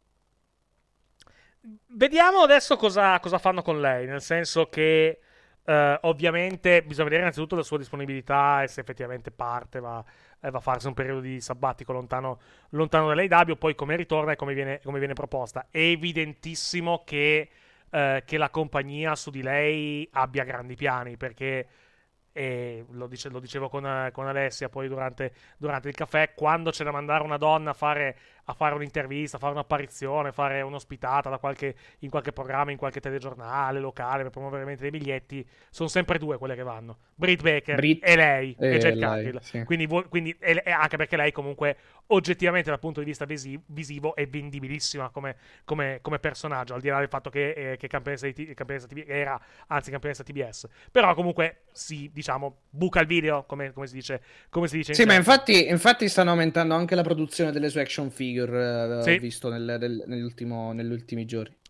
Vediamo adesso cosa, cosa fanno con lei, nel senso che eh, ovviamente bisogna vedere innanzitutto la sua disponibilità e se effettivamente parte, va, eh, va a farsi un periodo di sabbatico lontano, lontano dall'A E W, poi come ritorna e come viene, come viene proposta. È evidentissimo che, eh, che la compagnia su di lei abbia grandi piani, perché e lo, dice- lo dicevo con, eh, con Alessia poi durante, durante il caffè, quando c'è da mandare una donna a fare, a fare un'intervista, a fare un'apparizione, fare un'ospitata da qualche, in qualche programma, in qualche telegiornale locale per promuovere veramente dei biglietti, sono sempre due quelle che vanno, Britt Baker Britt e lei e, e Jade lei, Cargill. sì. Quindi, vuol- quindi- e- e anche perché lei comunque oggettivamente dal punto di vista visi- visivo è vendibilissima come, come- come personaggio, al di là del fatto che, eh, che campionessa di T- campionessa T V era anzi campionessa T B S, però comunque si, diciamo, buca il video, come, come si dice, come si dice in Sì, ma gergo. infatti, infatti stanno aumentando anche la produzione delle sue action figure, eh, Sì. ho visto nel- nel- nell'ultimo- negli ultimi giorni.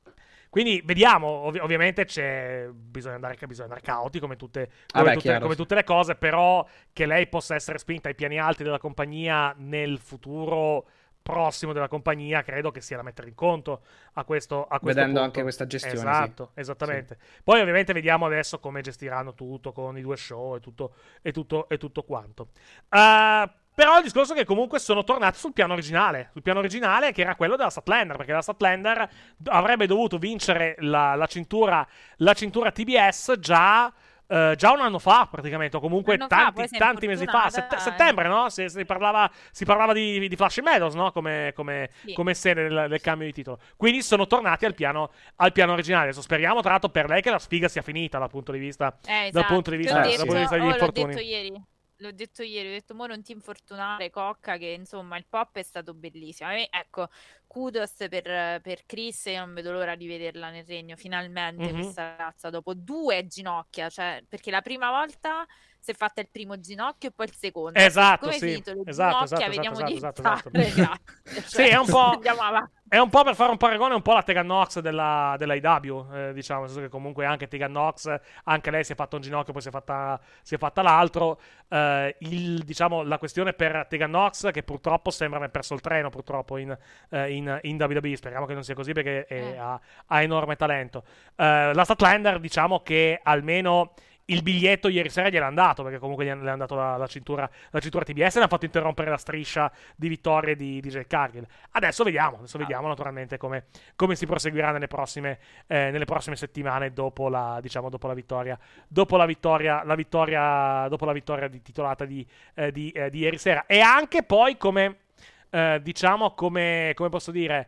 Quindi vediamo, ov- ovviamente c'è bisogna andare, bisogna andare cauti come tutte, come, Vabbè, tutte, chiaro. come tutte le cose, però che lei possa essere spinta ai piani alti della compagnia nel futuro prossimo della compagnia, credo che sia da mettere in conto a questo, a questo Vedendo punto. anche questa gestione, esatto, sì. esattamente. Poi ovviamente vediamo adesso come gestiranno tutto con i due show e tutto, e tutto, e tutto quanto. Uh, Però il discorso è che comunque sono tornati sul piano originale, sul piano originale che era quello della Statlander, perché la Statlander avrebbe dovuto vincere la, la cintura la cintura T B S già, uh, già un anno fa praticamente, o comunque Anno fa, tanti, poi si è tanti mesi fa, infortunata, Sett- eh. settembre, no? Si, si parlava, si parlava di, di Flushing Meadows, no? Come, come, Sì. come sede del, del cambio di titolo. Quindi sono tornati al piano, al piano originale. Adesso speriamo tra l'altro per lei che la sfiga sia finita dal punto di vista, Eh, dal esatto. punto di Ti vista, ho dal detto- punto di vista degli oh, l'ho infortuni. detto ieri. L'ho detto ieri, ho detto, mo non ti infortunare, Cocca, che insomma il pop è stato bellissimo. A me, ecco, kudos per, per Chris, io non vedo l'ora di vederla nel regno, finalmente, Mhm. questa ragazza, dopo due ginocchia, cioè, perché la prima volta si è fatta il primo ginocchio e poi il secondo. Esatto, Come sì. è finito le Esatto, ginocchia, esatto, vediamo esatto, di esatto, fare, esatto. grazie. Sì, è un po'- Andiamo avanti. È un po' per fare un paragone, è un po' la Tegan Nox della, della I W, eh, diciamo, nel senso che comunque anche Tegan Nox, anche lei si è fatta un ginocchio, poi si è fatta, si è fatta l'altro. Eh, il, diciamo, la questione per Tegan Nox, che purtroppo sembra aver perso il treno, purtroppo, in, eh, in, in W W E, speriamo che non sia così perché è- Eh. ha, ha enorme talento. Eh, la Statlander, diciamo che almeno il biglietto ieri sera gliel'ha andato, perché comunque gli hanno- le hanno dato la, la cintura, la cintura T B S e le hanno fatto interrompere la striscia di vittorie di, di Jade Cargill. Adesso vediamo, adesso vediamo naturalmente come, come si proseguirà nelle prossime, eh, nelle prossime settimane dopo la, diciamo, dopo la vittoria, dopo la vittoria, la vittoria, dopo la vittoria di, titolata di, eh, di, eh, di ieri sera. E anche poi come, eh, diciamo, come, come posso dire,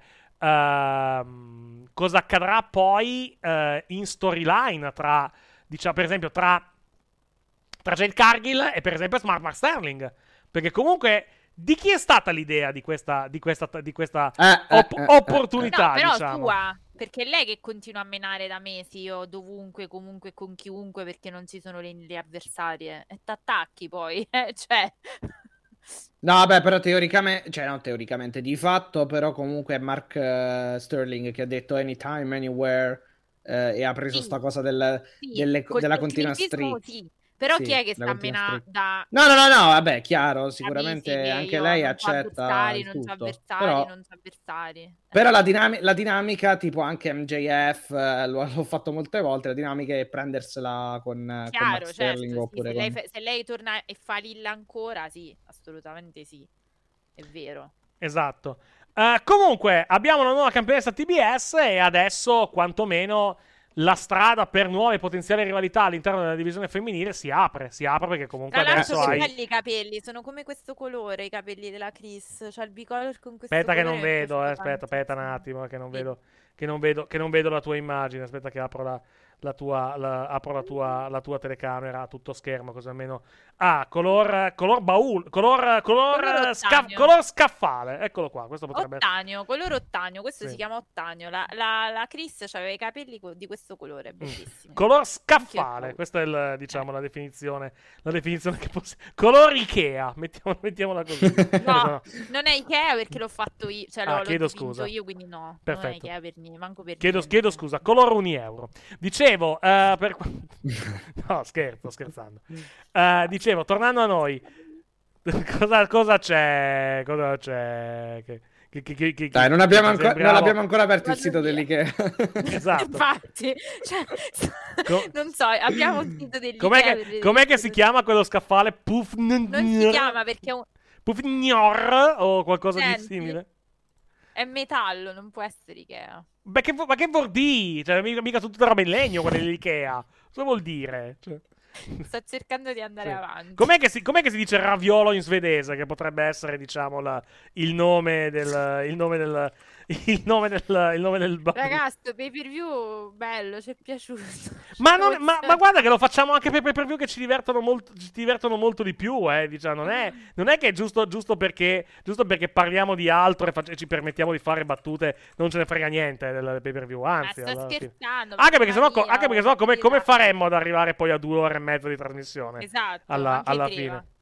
ehm, cosa accadrà poi eh, in storyline tra, diciamo, per esempio, tra, tra Jade Cargill e per esempio Smart Mark Sterling. Perché comunque di chi è stata l'idea di questa, di questa, di questa Eh, eh, op- eh, eh, opportunità, No, però diciamo? tua, perché è lei che continua a menare da mesi, io dovunque, comunque, con chiunque, perché non ci sono le, le avversarie. E t'attacchi poi, eh, cioè... No, vabbè, però teoricamente, cioè no, teoricamente, di fatto, però comunque è Mark eh, Sterling che ha detto anytime, anywhere, eh, e ha preso Sì, sta cosa del- sì, delle- col della continua tecnicismo streak. sì. Però Sì, chi è che la sta a continua menare streak. da No, no, no, no, vabbè, chiaro, da sicuramente mesi che anche io lei non c'ho accetta avversari, il non c'ho tutto. avversari, Però, non c'ho avversari. però Eh. la, dinami- la dinamica, tipo anche M J F, eh, lo- l'ho fatto molte volte, la dinamica è prendersela con, eh, con Mark Chiaro, Sterling certo, sì, oppure se, lei, con... fa- se lei torna e fa Lilla ancora, sì, assolutamente sì, è vero. Esatto. Eh, comunque, abbiamo una nuova campionessa T B S e adesso, quantomeno, la strada per nuove potenziali rivalità all'interno della divisione femminile si apre. Si apre perché comunque Tra l'altro adesso che hai... belli i capelli, sono come questo colore, i capelli della Chris, cioè il bicolor con questo Aspetta che colore non mi è vedo, eh, piaciuto aspetta, aspetta un tantissimo. attimo, che non Sì. vedo, che non vedo, che non vedo la tua immagine. Aspetta che apro la, la tua, la, apro la tua, la tua telecamera a tutto schermo, così almeno... Ah, color, color baul, color, color, Color sca- ottanio. color scaffale, eccolo qua, questo potrebbe essere... Ottanio, colore ottanio, questo Sì. si chiama ottanio. La, la, la Chris aveva i capelli co- di questo colore, è bellissimo. Color Anch'io scaffale, trovo. questa è il, diciamo, la definizione, la definizione che possiamo... Color Ikea, mettiamo, mettiamola così. No, non è Ikea perché l'ho fatto io, cioè Ah, l'ho, l'ho chiedo dipinto scusa. io, quindi no, non è Perfetto. Ikea per niente, manco per Chiedo, niente. chiedo scusa, color un euro. Dicevo, eh, per... qua- no, scherzo, scherzando. Eh, dicevo, tornando a noi, cosa, cosa c'è? Cosa c'è? Che, che, che, che- che- Dai, non abbiamo, che ancora, non sembriamo- abbiamo ancora aperto il Voglio sito dire. dell'Ikea. Esatto. Infatti, cioè, Co- non so, abbiamo un sito dell'Ikea. Com'è per che, vedere com'è che se- si chiama quello scaffale? Puff... Non si chiama perché è, un- Puffgnor o qualcosa di Senti. simile? è metallo, non può essere Ikea. Beh, che, vo- ma che vuol dire? Cioè, mica, mica tutta roba in legno quella dell'Ikea. Cosa vuol dire? Cioè, Sto cercando di andare sì. avanti. Com'è che, si, com'è che si dice raviolo in svedese? Che potrebbe essere, diciamo, la- il nome del... Il nome del... Il nome del... Il nome del bambino. Ragazzo, pay per view bello, ci è piaciuto. Ma, non- ma- ma guarda che lo facciamo anche per pay per view che ci divertono molto, ci divertono molto di più, eh, diciamo, non è, non è che è giusto, giusto, perché, giusto perché parliamo di altro e, fac- e ci permettiamo di fare battute, non ce ne frega niente del pay per view, Ma anzi. sto alla fine. scherzando. Anche perché sennò, co- Maria, anche perché sennò come, sì, come ma- faremmo ad arrivare poi a due ore e mezza di trasmissione? Esatto, alla, anche alla prima. fine.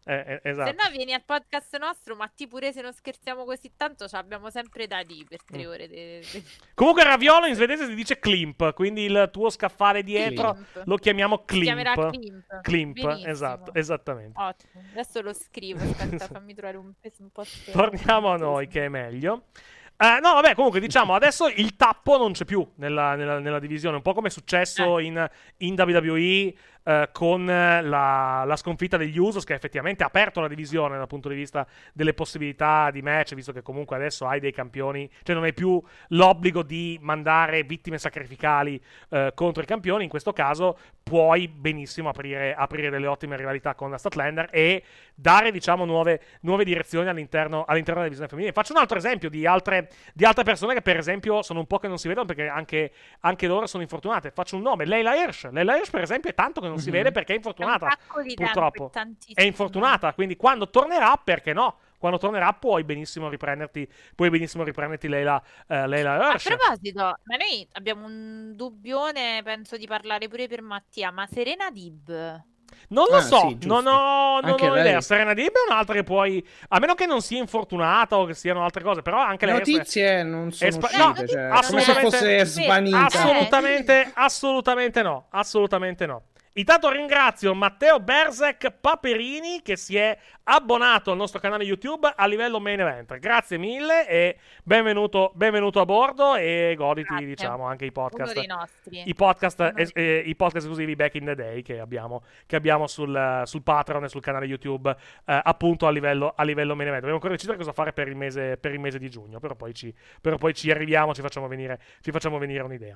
eh, esatto. Se no vieni al podcast nostro, ma ti pure se non scherziamo così tanto, ci abbiamo sempre da lì per tre ore. De, de... Comunque Raviolo in svedese si dice Klimp, quindi il tuo scaffale dietro Klimp. lo chiamiamo Klimp. Si chiamerà Klimp. Klimp, Benissimo. esatto, esattamente. Ottimo. Adesso lo scrivo, aspetta, fammi trovare un, un po'. Torniamo a noi, che è meglio. Uh, no, vabbè, comunque diciamo, adesso il tappo non c'è più nella, nella, nella divisione, un po' come è successo eh. in, in W W E uh, con la, la sconfitta degli Usos, che effettivamente ha aperto la divisione dal punto di vista delle possibilità di match, visto che comunque adesso hai dei campioni, cioè non hai più l'obbligo di mandare vittime sacrificali uh, contro i campioni. In questo caso puoi benissimo aprire, aprire delle ottime rivalità con la Statlander e dare, diciamo, nuove, nuove direzioni all'interno, all'interno della divisione femminile. Faccio un altro esempio di altre di altre persone che per esempio sono un po' che non si vedono perché anche, anche loro sono infortunate. Faccio un nome, Leila Hirsch. Leila Hirsch per esempio è tanto che non si vede perché è infortunata, è purtroppo tempo, è infortunata, quindi quando tornerà, perché no? Quando tornerà puoi benissimo riprenderti puoi benissimo riprenderti Leila, uh, Leila Hirsch. A proposito, ma noi abbiamo un dubbione, penso di parlare pure per Mattia, ma Serena Dib non lo ah, so, sì, non ho, non ho idea. Serena Dib è un'altra che puoi, a meno che non sia infortunata o che siano altre cose, però anche le lei notizie è, non sono spa- uscite, no, cioè, assolutamente, come se fosse svanita. Assolutamente, assolutamente no, assolutamente no. Intanto ringrazio Matteo Berzek Paperini che si è abbonato al nostro canale YouTube a livello main event. Grazie mille e benvenuto, benvenuto a bordo e goditi, Grazie. diciamo, anche i podcast. Uno dei nostri. I podcast, Uno es- eh, i podcast esclusivi back in the day che abbiamo, che abbiamo sul, sul Patreon e sul canale YouTube, eh, appunto a livello, a livello main event. Dobbiamo ancora decidere cosa fare per il mese, per il mese di giugno, però poi ci, però poi ci arriviamo, ci facciamo venire, ci facciamo venire un'idea.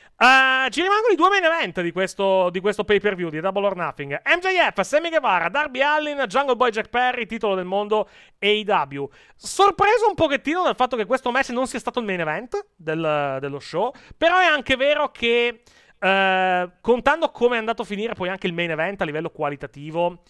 Uh, ci rimangono i due main event di questo, di questo pay per view di Double or Nothing. M J F, Sammy Guevara, Darby Allin, Jungle Boy Jack Perry, titolo del mondo A E W. Sorpreso un pochettino dal fatto che questo match non sia stato il main event del, dello show, però è anche vero che uh, contando come è andato a finire poi anche il main event a livello qualitativo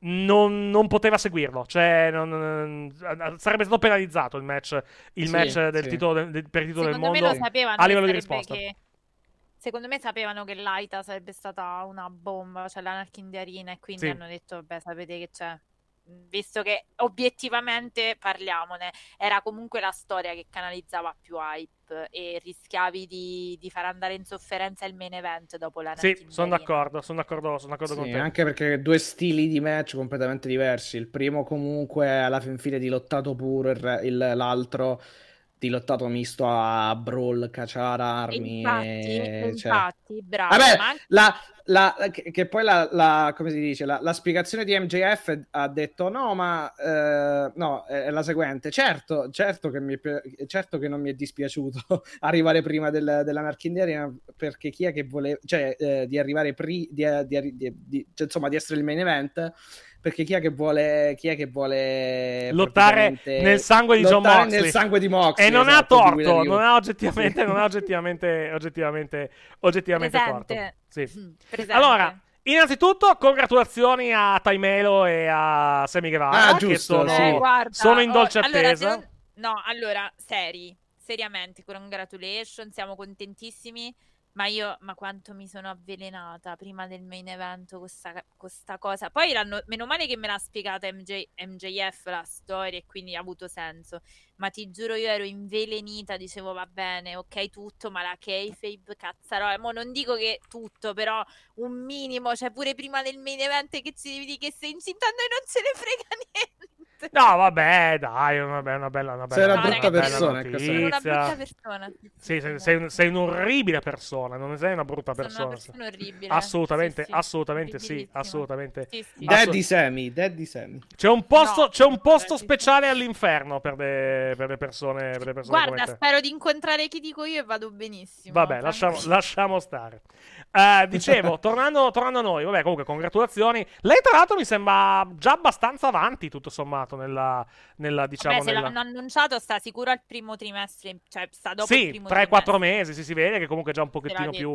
Non, non poteva seguirlo, cioè non, non, sarebbe stato penalizzato il match, il sì, match del sì. titolo del, del, per il titolo Secondo del me mondo lo sapevano a livello che di risposta. che... Secondo me sapevano che l'Aita sarebbe stata una bomba, cioè l'Anarchy in the Arena, e quindi Sì. hanno detto, vabbè, sapete che c'è. Visto che obiettivamente, parliamone, era comunque la storia che canalizzava più hype e rischiavi di, di far andare in sofferenza il main event dopo la Sì, sono d'accordo, sono d'accordo, sono d'accordo Sì, con te. anche perché due stili di match completamente diversi. Il primo comunque alla fin fine di lottato puro, il, re- il- l'altro di lottato misto a brawl, cacciare armi. Infatti, e- cioè- infatti, bravo. Vabbè, ma anche- la, la, che, che poi la, la- come si dice, la, la spiegazione di M J F ha detto no, ma eh, no, è, è la seguente. Certo, certo che, mi, è pi- certo che non mi è dispiaciuto arrivare prima del, dell'Anarchy in the Arena, perché chi è che voleva, cioè eh, di arrivare prima, di, di, di, di, cioè, insomma, di essere il main event. Perché chi è che vuole, chi è che vuole lottare nel sangue di John lottare Moxley nel sangue di Moxley, e non esatto, ha di Wheeler torto, Yuta. non ha oggettivamente, non ha oggettivamente, oggettivamente, oggettivamente torto. Presente. Sì. Presente. Allora, innanzitutto, congratulazioni a Taimelo e a Sammy Guevara, Ah, che giusto, sono, sì. Eh, guarda, sono in oh, dolce allora, attesa. se non- No, allora, seri, seriamente, congratulations, siamo contentissimi, ma io, ma quanto mi sono avvelenata prima del main event con sta, con sta cosa. Poi l'hanno, meno male che me l'ha spiegata M J, M J F la storia e quindi ha avuto senso, ma ti giuro io ero invelenita, dicevo va bene, ok tutto, ma la kayfabe, cazzarola, mo non dico che tutto, però un minimo, cioè pure prima del main event che ci devi dire che sei incinta, a noi non ce ne frega niente. No, vabbè, dai, è una, be- una bella, una bella, Sei una una brutta bella persona, notizia. Sono una brutta persona. Sì, sei, sei, un- sei un'orribile persona, non sei una brutta Sono persona. una persona orribile. Assolutamente, Sì, sì, assolutamente sì, orribilissima. assolutamente. Sì, sì. Ass- Daddy Sammy, Daddy Sammy. C'è un posto, No, c'è un posto sì, sì. speciale all'inferno per le, per le persone, per le persone Guarda, come te. spero di incontrare chi dico io e vado benissimo. Vabbè, lasciamo, lasciamo stare. Eh, dicevo, tornando, tornando a noi, vabbè, comunque, congratulazioni. Lei, tra l'altro, mi sembra già abbastanza avanti, tutto sommato, nella, nella diciamo, Vabbè, se nella... l'hanno annunciato sta sicuro al primo trimestre, cioè sta dopo il Sì, primo tre quattro trimestre. mesi, sì, si vede che comunque è già un Te l'ha pochettino detto. più...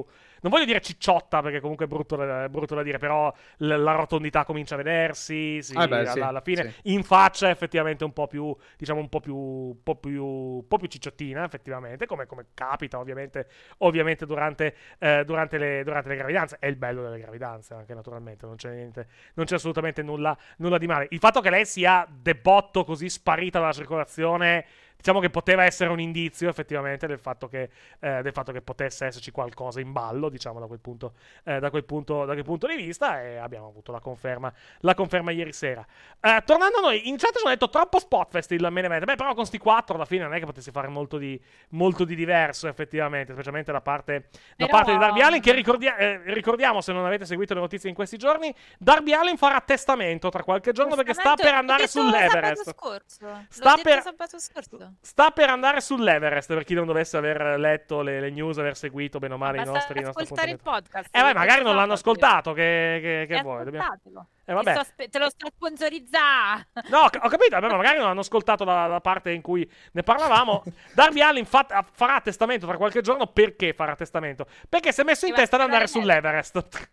non voglio dire cicciotta perché comunque è brutto, è brutto da dire, però l- la rotondità comincia a vedersi, sì, Ah beh, alla, sì, alla fine sì. in faccia è effettivamente un po' più, diciamo un po' più, un po' più, un po' più cicciottina effettivamente, come, come capita ovviamente, ovviamente durante, eh, durante, le, durante le gravidanze. È il bello delle gravidanze anche naturalmente, non c'è niente, non c'è assolutamente nulla, nulla di male. Il fatto che lei sia de botto così sparita dalla circolazione, diciamo che poteva essere un indizio effettivamente del fatto che, eh, del fatto che potesse esserci qualcosa in ballo, diciamo da quel punto, eh, da quel punto, da quel punto di vista, e abbiamo avuto la conferma, la conferma ieri sera. Eh, tornando a noi, in chat ci hanno detto troppo Spotfest il main event. Beh, però con sti quattro alla fine non è che potessi fare molto di, molto di diverso effettivamente, specialmente da parte, da Però- parte di Darby Allin, che ricordia- eh, ricordiamo, se non avete seguito le notizie in questi giorni, Darby Allin farà testamento tra qualche giorno perché sta per andare L'ho detto sull'Everest. sabato scorso. Sta L'ho detto per- sabato scorso. Sta per andare sull'Everest, per chi non dovesse aver letto le, le news, aver seguito bene o male i Basta nostri, i nostri ascoltare il appuntamenti. podcast. Eh, beh, l'ho magari detto non l'hanno sabato. ascoltato. Che, che, che E vuoi? Dobbiamo- ascoltatelo. Eh, vabbè. Ti sto aspe- te lo sto sponsorizzando. No, ho ho capito, vabbè, ma magari non hanno ascoltato la, la parte in cui ne parlavamo. Darby Allin fa- farà testamento tra qualche giorno. Perché farà testamento? Perché si è messo in Ti va testa di a andare tirare sull'Everest.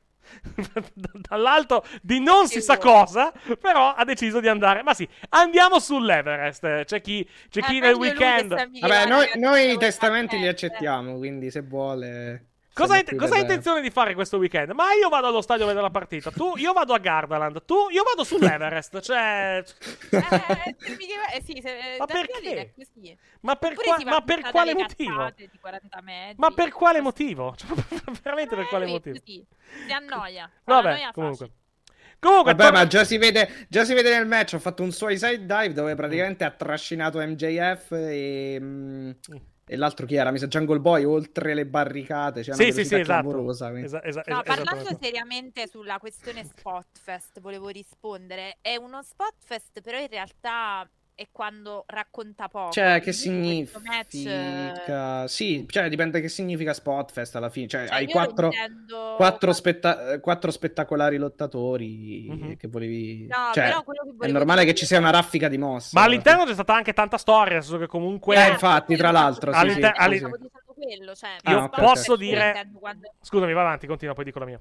Dall'alto di non si sa cosa, però ha deciso di andare. Ma sì, andiamo sull'Everest. C'è chi, c'è chi Eh, nel meglio lui che weekend. sta a Vabbè, noi, migliorare, noi che i testamenti li eh. accettiamo, quindi se vuole... Cosa hai, siamo qui cosa hai per- intenzione di fare questo weekend? Ma io vado allo stadio a vedere la partita. Tu, io vado a Gardaland. Tu, io vado sull'Everest. Cioè. Eh, se mi chiede- eh, sì, se- Ma Darby perché? Allin è così. Ma per, Oppure qua- si va ma a per buttare quale dalle motivo? cazzate di quaranta metri. Ma per quale Così. motivo? Cioè, veramente per Eh, quale lui è motivo? così, si annoia. Fa la Vabbè, noia comunque. facile. Comunque, Vabbè, torna- ma già si vede, già si vede nel match. Ho fatto un suicide dive dove praticamente ha trascinato M J F e, mm, e l'altro chi era? Mi sa Jungle Boy oltre le barricate. C'è Sì, una sì, sì, velocità esatto. clamorosa, quindi. Esa- esa- No, esa- parlando esattamente. seriamente sulla questione Spotfest, volevo rispondere. È uno Spotfest, però in realtà è quando racconta poco. Cioè, che Invece questo match, significa? Sì, cioè dipende che significa Spotfest alla fine. Cioè, cioè, hai io lo quattro, intendo- quattro, spetta- quattro spettacolari lottatori Mhm. che volevi... No, cioè, però quello che è volevo normale dire- che ci sia una raffica di mosse. Ma alla all'interno c'è stata anche tanta storia, nel senso che comunque. Eh, infatti, tra l'altro, sì, sì, All'inter- sì, alli- sì. Stavo dicendo quello, cioè, Io Ah, ok, posso ok. Io lo dire. intendo quando- Scusami, va avanti, continua, poi dico la mia.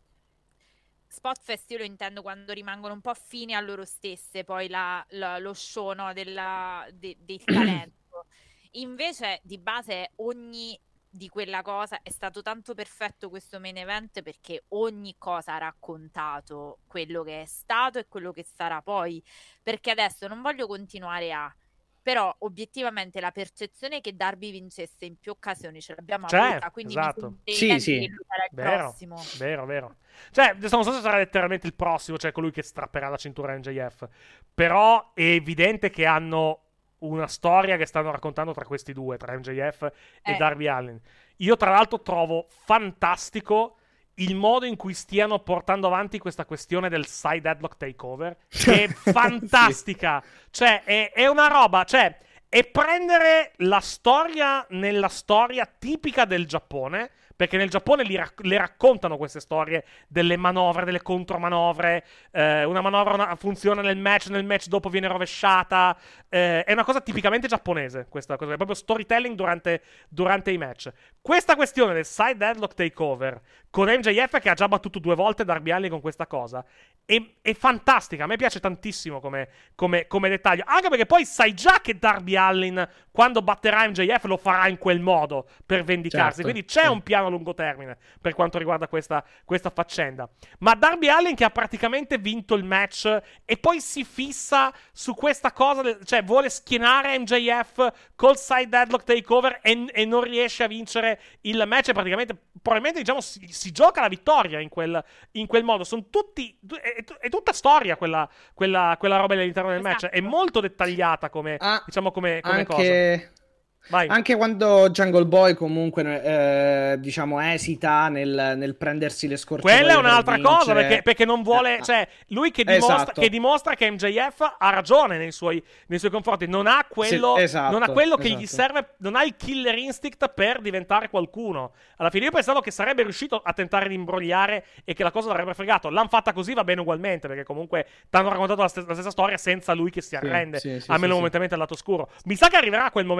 Spotfest io lo intendo quando rimangono un po' fini a loro stesse, poi la- la- lo show, no, della- de- del talento. Invece di base ogni di quella cosa è stato tanto perfetto questo main event perché ogni cosa ha raccontato quello che è stato e quello che sarà poi. Perché adesso non voglio continuare a... Però obiettivamente la percezione che Darby vincesse in più occasioni ce l'abbiamo Certo, avuta, quindi esatto. mi Sì, sembra sì. che lui sarà il Vero, prossimo. vero, vero. Cioè, adesso non so se sarà letteralmente il prossimo, cioè colui che strapperà la cintura a M J F. Però è evidente che hanno una storia che stanno raccontando tra questi due, tra M J F e Eh. Darby Allin. Io, tra l'altro, trovo fantastico il modo in cui stiano portando avanti questa questione del side headlock takeover. Che è fantastica. Cioè, è, è una roba, cioè, è prendere la storia nella storia tipica del Giappone. Perché nel Giappone li rac- le raccontano queste storie delle manovre, delle contromanovre. Eh, una manovra una- funziona nel match, nel match dopo viene rovesciata. Eh, è una cosa tipicamente giapponese, questa cosa. È proprio storytelling durante, durante i match. Questa questione del side headlock takeover con M J F che ha già battuto due volte Darby Allin con questa cosa è, è fantastica. A me piace tantissimo come, come, come dettaglio. Anche perché poi sai già che Darby Allin, quando batterà M J F, lo farà in quel modo per vendicarsi. Certo, Quindi c'è sì. un piano a lungo termine per quanto riguarda questa, questa faccenda. Ma Darby Allin che ha praticamente vinto il match e poi si fissa su questa cosa, del- cioè vuole schienare M J F col side headlock takeover e, e non riesce a vincere il match e praticamente, probabilmente diciamo, si, si gioca la vittoria in quel, in quel modo. Sono tutti, è, è tutta storia quella, quella, quella roba all'interno del match. Esatto. È molto dettagliata come, Ah, diciamo, come, come cosa. anche... Vai. Anche quando Jungle Boy comunque eh, diciamo esita nel, nel prendersi le scorciatoie Quella è per un'altra cosa vincere. perché, perché non vuole, Ah, cioè lui che dimostra, esatto. che dimostra che M J F ha ragione nei suoi, nei suoi confronti, non ha quello, Sì, esatto, non ha quello che gli esatto. serve, non ha il killer instinct per diventare qualcuno. Alla fine io pensavo che sarebbe riuscito a tentare di imbrogliare e che la cosa l'avrebbe fregato. L'hanno fatta così, va bene ugualmente perché comunque ti hanno raccontato la, stes- la stessa storia senza lui che si arrende, sì, sì, almeno sì, momentaneamente al lato oscuro. Mi sa che arriverà quel momento per quanto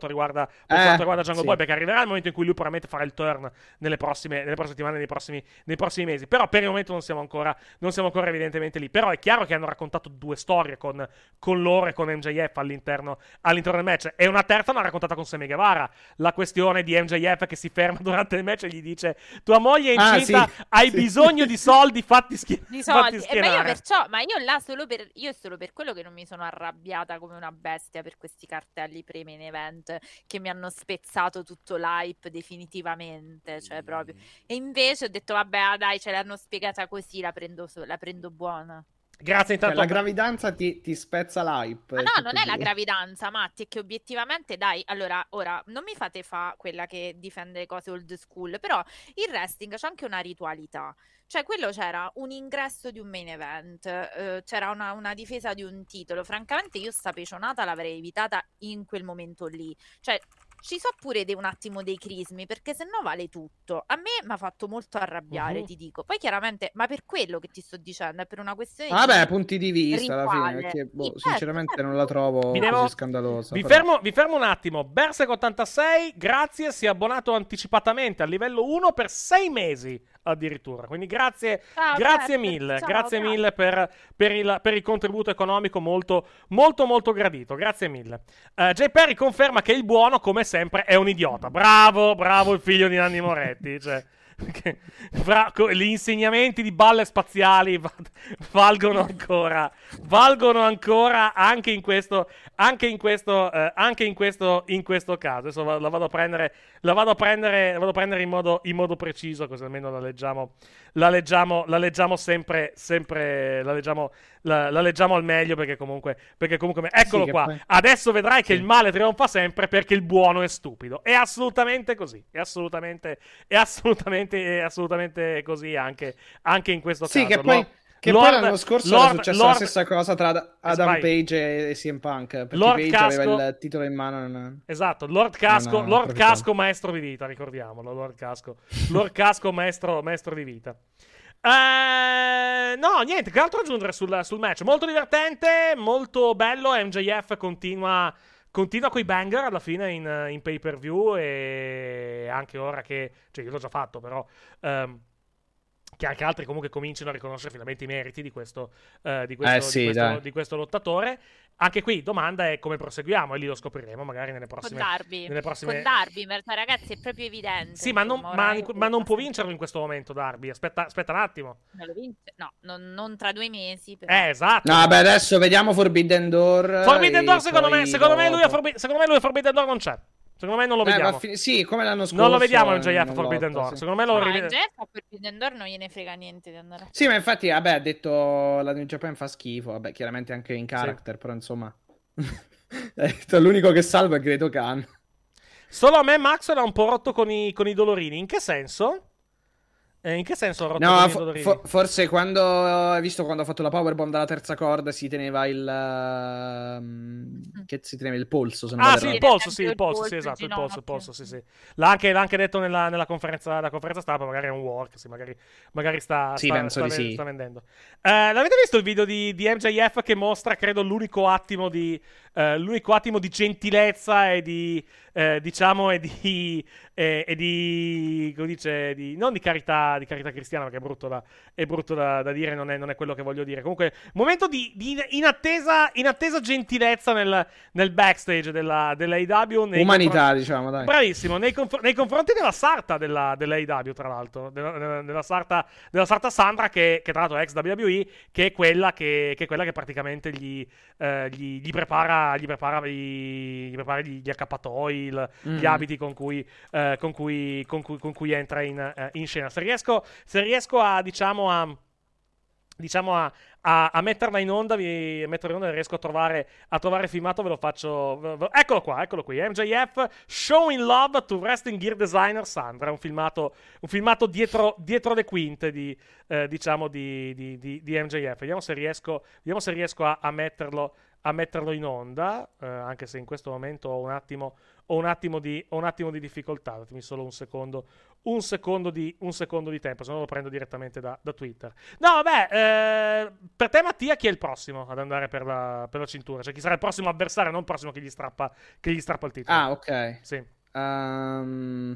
quanto riguarda, per Eh, quanto riguarda Jungle sì. Boy, perché arriverà il momento in cui lui probabilmente farà il turn nelle prossime, nelle prossime settimane, nei prossimi, nei prossimi mesi. Però per il momento non siamo ancora, non siamo ancora evidentemente lì. Però è chiaro che hanno raccontato due storie con, con loro e con M J F all'interno, all'interno del match. E una terza l'hanno raccontata con Sammy Guevara, la questione di M J F che si ferma durante il match e gli dice: tua moglie è Ah, incinta, sì. hai Sì. bisogno di soldi, fatti, schi- Di fatti soldi. Eh, ma io schierare. perciò, ma io là solo per, io è solo per quello che non mi sono arrabbiata come una bestia per questi cartelli pre-main event che mi hanno spezzato tutto l'hype definitivamente, cioè proprio. E invece ho detto vabbè, ah, dai, ce l'hanno spiegata così, la prendo, so- la prendo buona. Grazie Cioè, intanto. la gravidanza ti, ti spezza l'hype. Ma no, tutto non è la qui. gravidanza, Matti, è che obiettivamente, dai, allora, ora, non mi fate fa quella che difende le cose old school, però il wrestling c'è anche una ritualità. Cioè, quello c'era un ingresso di un main event, eh, c'era una, una difesa di un titolo. Francamente, io sta pecionata l'avrei evitata in quel momento lì. Cioè, ci so pure de- un attimo dei crismi, perché se no vale tutto. A me mi ha fatto molto arrabbiare, Mhm. ti dico. Poi chiaramente, ma per quello che ti sto dicendo, è per una questione Ah, di Vabbè, punti di vista alla fine, rituale. perché boh, Sì, certo, sinceramente certo. non la trovo Vi devo- così scandalosa. Vi però. fermo, vi fermo un attimo. Berserk ottantasei, grazie, si è abbonato anticipatamente al livello uno per sei mesi addirittura. Quindi grazie, Ciao, grazie Berserk, mille, ciao, grazie grazie. mille per, per il, per il contributo economico molto, molto, molto gradito. Grazie mille. Eh, Jay Perry conferma che il buono, come sempre, è un idiota. Bravo, bravo il figlio di Nanni Moretti. Cioè, che- fra- co- gli insegnamenti di balle spaziali va- valgono ancora, valgono ancora anche in questo, anche in questo, eh, anche in questo, in questo caso. Adesso va- la vado a prendere, la vado a prendere, la vado a prendere in modo, in modo preciso, così almeno la leggiamo, la leggiamo, la leggiamo sempre, sempre, la leggiamo, la, la leggiamo al meglio perché comunque, perché comunque, eccolo che qua. poi- Adesso vedrai che Sì. il male trionfa sempre perché il buono è stupido. È assolutamente così. È assolutamente, è assolutamente, è assolutamente così anche, anche in questo Sì, caso. che poi, Lord- che Lord- poi l'anno scorso Lord- era successa Lord- la stessa cosa tra Adam vai. Page e C M Punk. Perché Lord Page Casco- aveva il titolo in mano. Non... Esatto, Lord Casco, Non ha Lord approfittato. Casco maestro di vita, ricordiamolo, Lord Casco. Lord Casco maestro, maestro di vita. Eh, no, niente, che altro aggiungere sul, sul match? Molto divertente, molto bello, M J F continua... Continua coi banger alla fine in, in pay per view e anche ora che, cioè io l'ho già fatto però, ehm, che anche altri comunque cominciano a riconoscere finalmente i meriti di questo, eh, di questo, Eh sì, di questo, dai. di questo lottatore. Anche qui domanda è come proseguiamo e lì lo scopriremo magari nelle Con prossime... Darby, nelle prossime... con Darby, ma ragazzi è proprio evidente. Sì, ma non, insomma, ma, ormai ma non può basta- vincerlo in questo momento Darby, aspetta, aspetta un attimo. Non lo vince? No, non, non tra due mesi, però. Eh, esatto. No, vabbè, adesso vediamo Forbidden Door. Forbidden e Door secondo me, poi secondo me, lui a dopo. Forbi- secondo me lui a Forbidden Door non c'è. Secondo me non lo Eh, va vediamo. a fi- sì, come l'anno scorso. Non lo vediamo M J eh, F a non Forbidden lotta, Door. sì. Secondo me lo No, rivede- M J F a Forbidden Door non gliene frega niente di andare a... Sì, ma infatti, vabbè, ha detto la New Japan fa schifo. Vabbè, chiaramente anche in character, però insomma. Ha detto, l'unico che salva è Greto Khan. Solo a me Maxwell ha un po' rotto con i, con i dolorini. In che senso? Eh, in che senso ha rotto No, con i fo- dolorini? fo- forse quando hai visto quando ha fatto la powerbomb dalla terza corda si teneva il ehm, che si teneva il polso, se non Ah, vado sì, il errato. polso, sì, il Il polso, polso, sì, il esatto, il polso, il ginocchio. polso, sì, sì. L'ha anche, l'ha anche detto nella, nella conferenza, la conferenza stampa, magari è un work, sì, magari, magari sta, Sì, sta, penso sta di ven- sì. sta vendendo. Eh, l'avete visto il video di, di M J F che mostra, credo, l'unico attimo di, eh, l'unico attimo di gentilezza e di, eh, diciamo, e di, e, e di, come dice, di, non di carità, di carità cristiana, perché è brutto da, è brutto da, da dire, non è, non è quello che voglio dire. Comunque, momento di, di inattesa, inattesa gentilezza nel, nel backstage della, dell'A E W. nei Umanità, confronti- diciamo, dai. Bravissimo, nei, conf- nei confronti della sarta della, dell'A E W, tra l'altro, della, della, della sarta, della sarta Sandra, che, che tra l'altro è ex W W E, che è quella che, che, è quella che praticamente gli, eh, gli, gli prepara, gli prepara, gli, gli, prepara gli, gli accappatoi, il- Mm. gli abiti con cui, eh, con cui, con cui, con cui entra in, eh, in scena. Se riesco, se riesco a, diciamo, a... diciamo a, a, a metterla in onda, vi, a metterla in onda, riesco a trovare, a trovare filmato, ve lo faccio. ve- ve- eccolo qua, eccolo qui. M J F Showing Love to Wrestling Gear Designer Sandra. Un filmato, un filmato dietro, dietro le quinte di, eh, diciamo, di, di, di, di M J F. Vediamo se riesco, vediamo se riesco a, a metterlo. A metterlo in onda, eh, anche se in questo momento ho un attimo, ho un attimo di, ho un attimo di difficoltà. Datemi solo un secondo, un secondo di, un secondo di tempo, se no lo prendo direttamente da, da Twitter. No, vabbè, eh, per te Mattia, chi è il prossimo ad andare per la, per la cintura? Cioè chi sarà il prossimo avversario, non il prossimo che gli strappa, che gli strappa il titolo? Ah, ok. Sì. Um...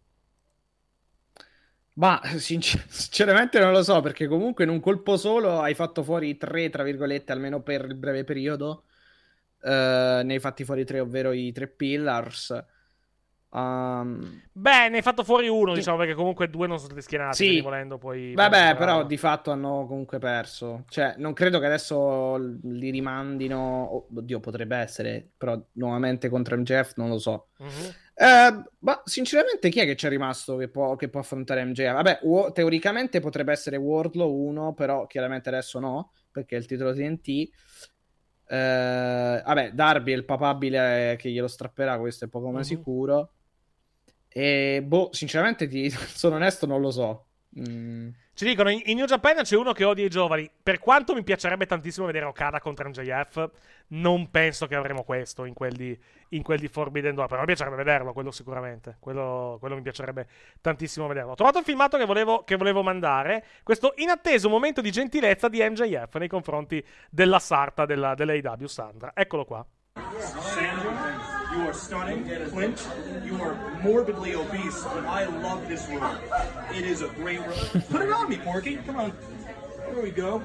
Ma sincer- sinceramente non lo so, perché comunque in un colpo solo hai fatto fuori tre, tra virgolette, almeno per il breve periodo. Uh, ne hai fatti fuori tre, ovvero i tre Pillars. Um... Beh, ne hai fatto fuori uno, Sì. diciamo, perché comunque due non sono stati schierati, Sì. quindi volendo poi... Vabbè, però di fatto hanno comunque perso. Cioè, non credo che adesso li rimandino. Oddio, potrebbe essere, però nuovamente contro M J F non lo so. Mm-hmm. Eh, ma sinceramente chi è che c'è rimasto che può, che può affrontare M J F? Vabbè, Wa- teoricamente potrebbe essere Wardlow uno, però chiaramente adesso no, perché è il titolo T N T. Eh, vabbè, Darby è il papabile che glielo strapperà, questo è poco ma Mhm. sicuro. E boh, sinceramente ti sono onesto, non lo so. Mm. Ci dicono, in, in New Japan c'è uno che odia i giovani. Per quanto mi piacerebbe tantissimo vedere Okada contro M J F, non penso che avremo questo in quel di, in quel di Forbidden Door. Però mi piacerebbe vederlo, quello sicuramente. Quello, quello mi piacerebbe tantissimo vederlo. Ho trovato il filmato che volevo, che volevo mandare. Questo inatteso momento di gentilezza di M J F nei confronti della sarta della, dell'A E W, Sandra. Eccolo qua. Sandra, you are stunning. Clint, you are morbidly obese, but I love this room. It is a great room. Put it on me, Porky. Come on. There we go.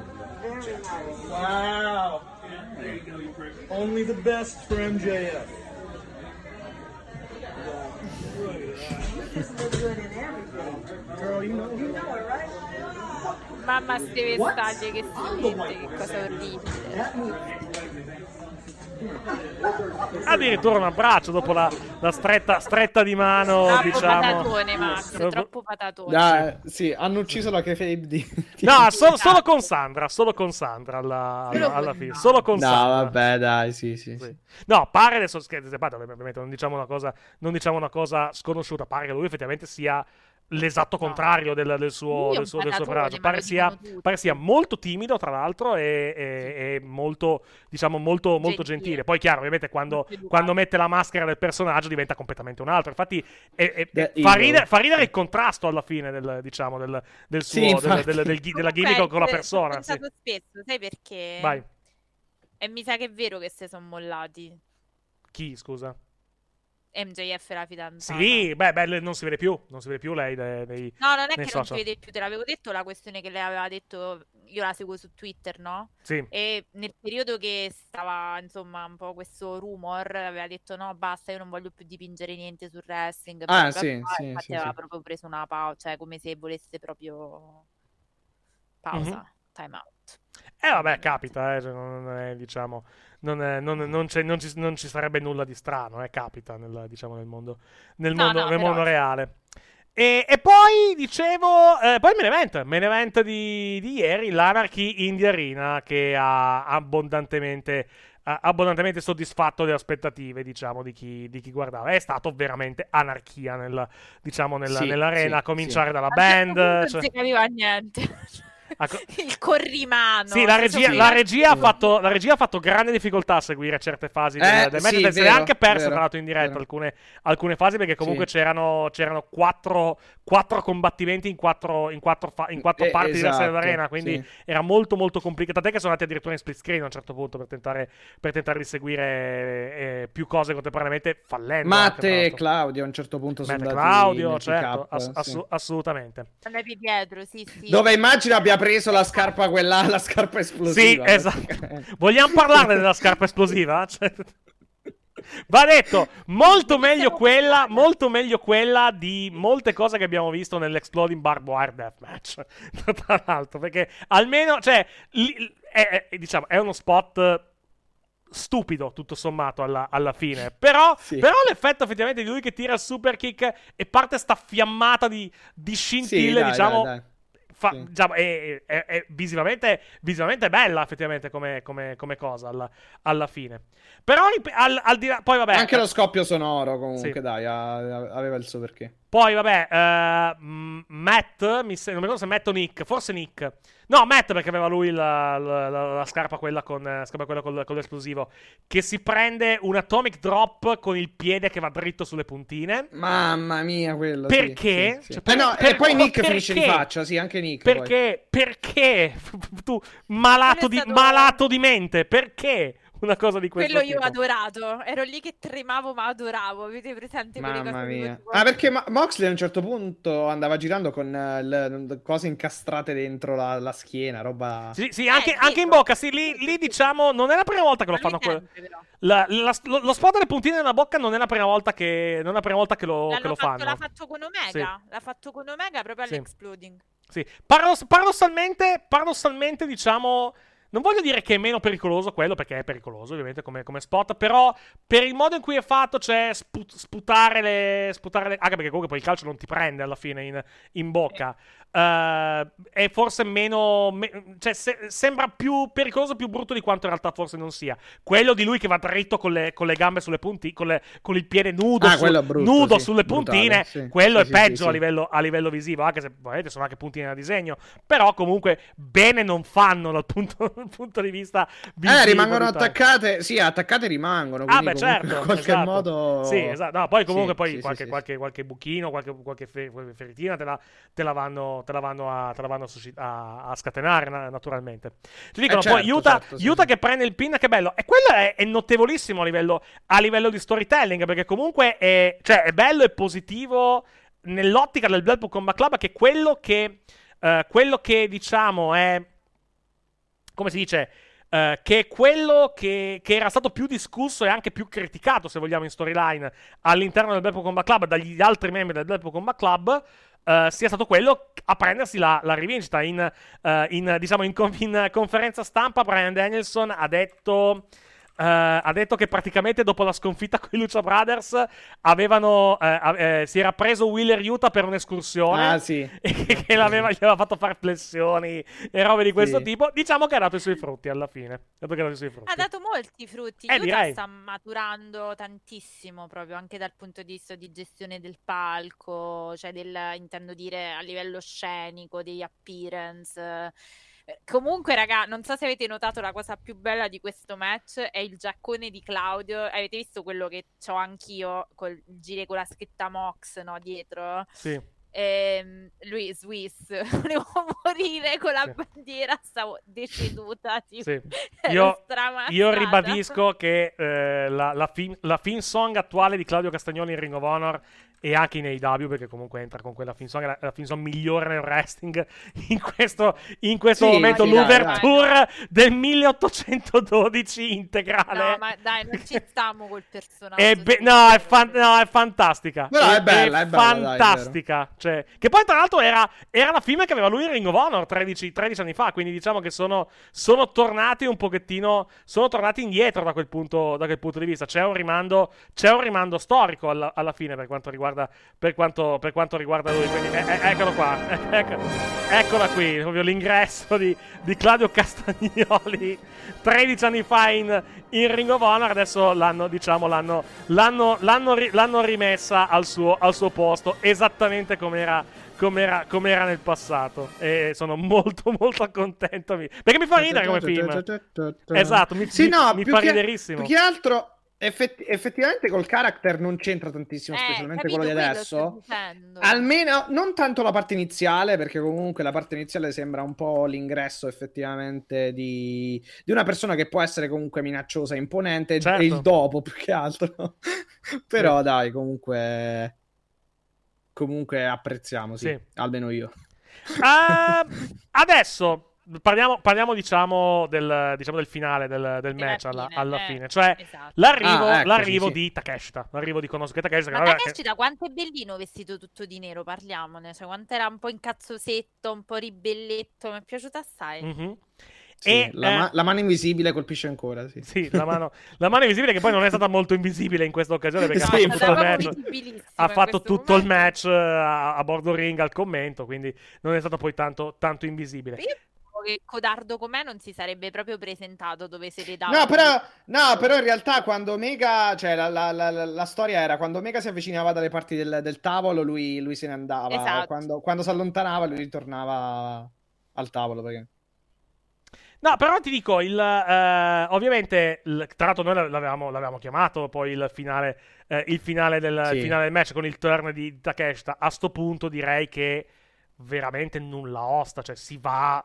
Wow. There you go, you prick. Only the best for M J F. Look at that. Girl, you know, you know it, right? Mamma, ste What? vestaglie che si mette, che cosa orribile. That move. Addirittura un abbraccio dopo la, la stretta, stretta di mano, Troppo diciamo. patatone, Max, troppo patatone. Dai, sì, hanno ucciso la kayfabe di... No, solo, solo con Sandra, solo con Sandra alla, alla, alla fine. Solo con No, Sandra. vabbè, dai, sì, sì, Sì. sì. No, pare adesso scherzi, ovviamente non diciamo una cosa, non diciamo una cosa sconosciuta, pare che lui effettivamente sia l'esatto contrario del, del suo, Lui è del un suo, del suo patatone, personaggio. ma Pare lo sia, dicono tutti. pare sia molto timido, tra l'altro, e, e- e molto, diciamo, molto, molto Gentile. gentile. Poi, chiaro, ovviamente, quando, Molto educato. quando mette la maschera del personaggio diventa completamente un altro. Infatti, è- è- The fa, Evil. ridere, fa ridere il contrasto alla fine del, diciamo, del, del suo, Sì, del- infatti. del- del ghi- della Comunque, gimmick con la eh, persona. L'ho Sì. pensato spesso, sai perché? Vai, E mi sa che è vero che si sono mollati. chi, scusa? M J F e la fidanzata. Sì, beh, beh, le- non si vede più, non si vede più lei dei, dei- No, non è nei che non si social. vede più, te l'avevo detto la questione che lei aveva detto, io la seguo su Twitter, no? Sì. E nel periodo che stava, insomma, un po' questo rumor, aveva detto no, basta, io non voglio più dipingere niente sul wrestling. bla Ah, bla sì, bla. sì, Infatti sì, aveva sì. proprio preso una pausa, cioè come se volesse proprio pausa, Mhm. time out. Eh vabbè, capita, eh, cioè, non è, diciamo, non, è- non- non c'è- non ci, non ci sarebbe nulla di strano, eh, capita nel, diciamo, nel mondo, nel No, mondo, no, nel però- mondo reale. E, e poi, dicevo, eh, poi il main event, main event di, di ieri, l'Anarchy in the Arena, che ha abbondantemente, ha abbondantemente soddisfatto le aspettative, diciamo, di chi, di chi guardava. È stato veramente anarchia nel, diciamo, nella- Sì, nell'arena, sì, a cominciare dalla A un certo band. punto non cioè- si capiva niente. a co- Il corrimano. Sì, la si regia, sono la, regia ha Sì. fatto, la regia ha fatto grande difficoltà a seguire certe fasi del, Eh, del sì, match. Se le vero, ha anche perse, vero, tra l'altro, in diretta vero. alcune, alcune fasi, perché comunque Sì. c'erano, c'erano quattro, quattro combattimenti in quattro, in quattro, fa- in quattro Eh, parti diverse esatto, dell'arena, quindi sì. era molto molto complicato. Tant'è che sono andati addirittura in split screen a un certo punto per tentare, per tentare di seguire eh, più cose contemporaneamente, fallendo. anche, tra Matte e l'altro. Claudio a un certo punto sono Matt e andati Claudio, nel certo, pick-up, ass- sì. assu- assolutamente. andati dietro, sì, sì. Dove immagino abbia preso la scarpa quella, la scarpa esplosiva. Sì, esatto. praticamente. Vogliamo parlarne della scarpa esplosiva? Cioè, va detto, molto meglio quella, molto meglio quella di molte cose che abbiamo visto nell'Exploding Barbed Wire Deathmatch. Tra l'altro, perché almeno, cioè, li- è, è- diciamo, è uno spot stupido, tutto sommato, alla, alla fine. Però, Sì. però l'effetto effettivamente di lui che tira il super kick e parte sta fiammata di, di scintille, Sì, dai, diciamo... dai, dai. Fa, Sì. diciamo, è, è- è visivamente, visivamente bella effettivamente come, come- come cosa alla, alla fine. Però rip- al, al di là, poi vabbè, Anche lo scoppio sonoro comunque, Sì. dai, a- a- aveva il suo perché. Poi, vabbè, uh, Matt, mi se- non mi ricordo se Matt o Nick, forse Nick. No, Matt, perché aveva lui la, la, la, la scarpa quella, con, uh, scarpa quella col, con l'esplosivo. Che si prende un atomic drop con il piede che va dritto sulle puntine. Mamma mia, quello. Perché? Sì, sì, sì. Cioè, per, eh no, per, e poi Nick perché? finisce di faccia, sì, anche Nick. Perché? Poi. Perché? Tu, malato di, stato... malato di mente, perché? Una cosa di questo Quello tipo. io ho adorato, ero lì che tremavo ma adoravo, avete presente quelle Mamma cose mia. tipo... Ah, perché Ma- Moxley a un certo punto andava girando con uh, le cose incastrate dentro la, la schiena, roba... Sì, sì, anche, eh, anche in bocca, sì, lì, lì diciamo, non è la prima volta che lo fanno quello. La, la, lo, lo spot delle puntine nella bocca non è la prima volta che, non è la prima volta che lo, che lo fatto, fanno. L'ha fatto con Omega, sì. L'ha fatto con Omega proprio sì. all'Exploding. Sì, Paradoss- paradossalmente, paradossalmente diciamo... Non voglio dire che è meno pericoloso quello, perché è pericoloso ovviamente come, come spot, però per il modo in cui è fatto, cioè sput- sputare le... sputare le... anche perché comunque poi il calcio non ti prende alla fine in, in bocca. Uh, è forse meno... Me- cioè se- sembra più pericoloso, più brutto di quanto in realtà forse non sia. Quello di lui che va dritto con le, con le gambe sulle puntine, con, le, con il piede nudo, ah, su- brutto, nudo sì, sulle brutale, puntine, sì. quello sì, è sì, peggio sì, a, sì. livello, a livello visivo, anche se vedete sono anche puntine da disegno, però comunque bene non fanno dal punto, dal punto di vista visivo. Eh, rimangono di tal. attaccate, sì, attaccate rimangono, Ah, quindi beh, comunque certo, in qualche esatto. modo... Sì, esatto. No, poi comunque sì, poi sì, qualche, sì, qualche, sì. qualche buchino, qualche, qualche fe- feritina te la, te la vanno, te la vanno, a, te la vanno a, suscit- a, a scatenare, na- naturalmente. Ti dicono Eh, certo, poi Utah, certo, sì, Utah sì. che prende il pin, che bello. E quello è, è notevolissimo a livello, a livello di storytelling, perché comunque è, cioè, è bello e positivo nell'ottica del Blackpool Combat Club, che quello che, uh, quello che diciamo è, come si dice... Uh, che è quello che, che era stato più discusso e anche più criticato, se vogliamo, in storyline all'interno del Blackpool Combat Club dagli altri membri del Blackpool Combat Club, uh, sia stato quello a prendersi la, la rivincita. In, uh, in, diciamo, in, con- in conferenza stampa Bryan Danielson ha detto... Uh, ha detto che praticamente dopo la sconfitta con i Lucha Brothers avevano uh, uh, si era preso Wheeler Yuta per un'escursione Ah, sì. e che, che l'aveva, gli aveva fatto fare flessioni e robe di questo Sì. tipo. Diciamo che ha dato i suoi frutti alla fine. Ha dato, che ha dato i suoi frutti. Ha dato molti frutti. Eh, Utah direi. sta maturando tantissimo proprio anche dal punto di vista di gestione del palco, cioè del, intendo dire, a livello scenico, degli appearance. Eh, Comunque, raga, non so se avete notato la cosa più bella di questo match è il giaccone di Claudio. Avete visto quello che ho anch'io col gire con la scritta Mox, no, dietro? Sì. Ehm, lui Swiss, volevo morire con la Sì. bandiera, stavo deceduta, tipo, Sì. ero Io, stramazzata. io ribadisco che eh, la, la, fin, la fin song attuale di Claudio Castagnoli in Ring of Honor e anche in A E W, perché comunque entra con quella fin song, la, la fin song migliore nel wrestling in questo, in questo Sì, momento, sì, dai, l'Overture dai, del milleottocentododici integrale. No, ma dai, non ci stiamo col personaggio. È be- sì, no, è sì, fan- sì. no, è fantastica. Però è bella, è bella, dai, è fantastica. Cioè, che poi, tra l'altro, era, era la film che aveva lui in Ring of Honor tredici, tredici anni fa. Quindi, diciamo che sono, sono tornati un pochettino. Sono tornati indietro da quel punto, da quel punto di vista. C'è un rimando, c'è un rimando storico alla, alla fine per quanto riguarda, per quanto, per quanto riguarda lui. Quindi, eh, eh, eccolo qua. Ecco, eccola qui. Proprio l'ingresso di, di Claudio Castagnoli tredici anni fa in, in Ring of Honor. Adesso l'hanno, diciamo, l'hanno, l'hanno, l'hanno, ri- l'hanno rimessa al suo, al suo posto, esattamente come era, com'era, com'era nel passato. E sono molto, molto contento. Perché mi fa ridere come film. Esatto, mi, Sì, mi, no, mi più fa che- riderissimo. Più che altro, effetti- effettivamente col character non c'entra tantissimo, Eh, specialmente capito, quello di quello adesso. sto dicendo. Almeno non tanto la parte iniziale, perché comunque la parte iniziale sembra un po' l'ingresso effettivamente di, di una persona che può essere comunque minacciosa, imponente, Certo. e il dopo più che altro. Però Sì. dai, comunque comunque apprezziamo, sì, Sì. almeno io. Ah, adesso parliamo, parliamo diciamo, del, diciamo del finale del, del Della match alla, fine, alla eh, fine. Cioè esatto. l'arrivo, Ah, ecco, l'arrivo sì, sì. di Takeshita. L'arrivo di Konosuke Takeshita. Ma che, vabbè, Takeshi che- da quanto è bellino vestito tutto di nero, parliamone. Cioè, quanto era un po' incazzosetto, un po' ribelletto. Mi è piaciuto assai. Mhm. Sì, E, la, eh, ma- la mano invisibile colpisce ancora, sì. Sì, la mano, la mano invisibile che poi non è stata molto invisibile in questa occasione perché Sì, ha No, è fatto stata tutto il proprio match, visibilissima ha in fatto questo tutto il momento. match eh, a, a bordo ring al commento, quindi non è stato poi tanto, tanto invisibile. Io pensavo che codardo com'è non si sarebbe proprio presentato dove se le dava. No, però, no, però in realtà quando Omega, cioè la, la, la, la storia era quando Omega si avvicinava dalle parti del, del tavolo, lui, lui se ne andava. Esatto. Quando, quando si allontanava, lui ritornava al tavolo. Perché... No, però ti dico, il, eh, ovviamente, il, tra l'altro noi l'avevamo, l'avevamo chiamato poi il finale, eh, il finale del, Sì. il finale del match con il turn di Takeshita. A sto punto direi che veramente nulla osta, cioè si va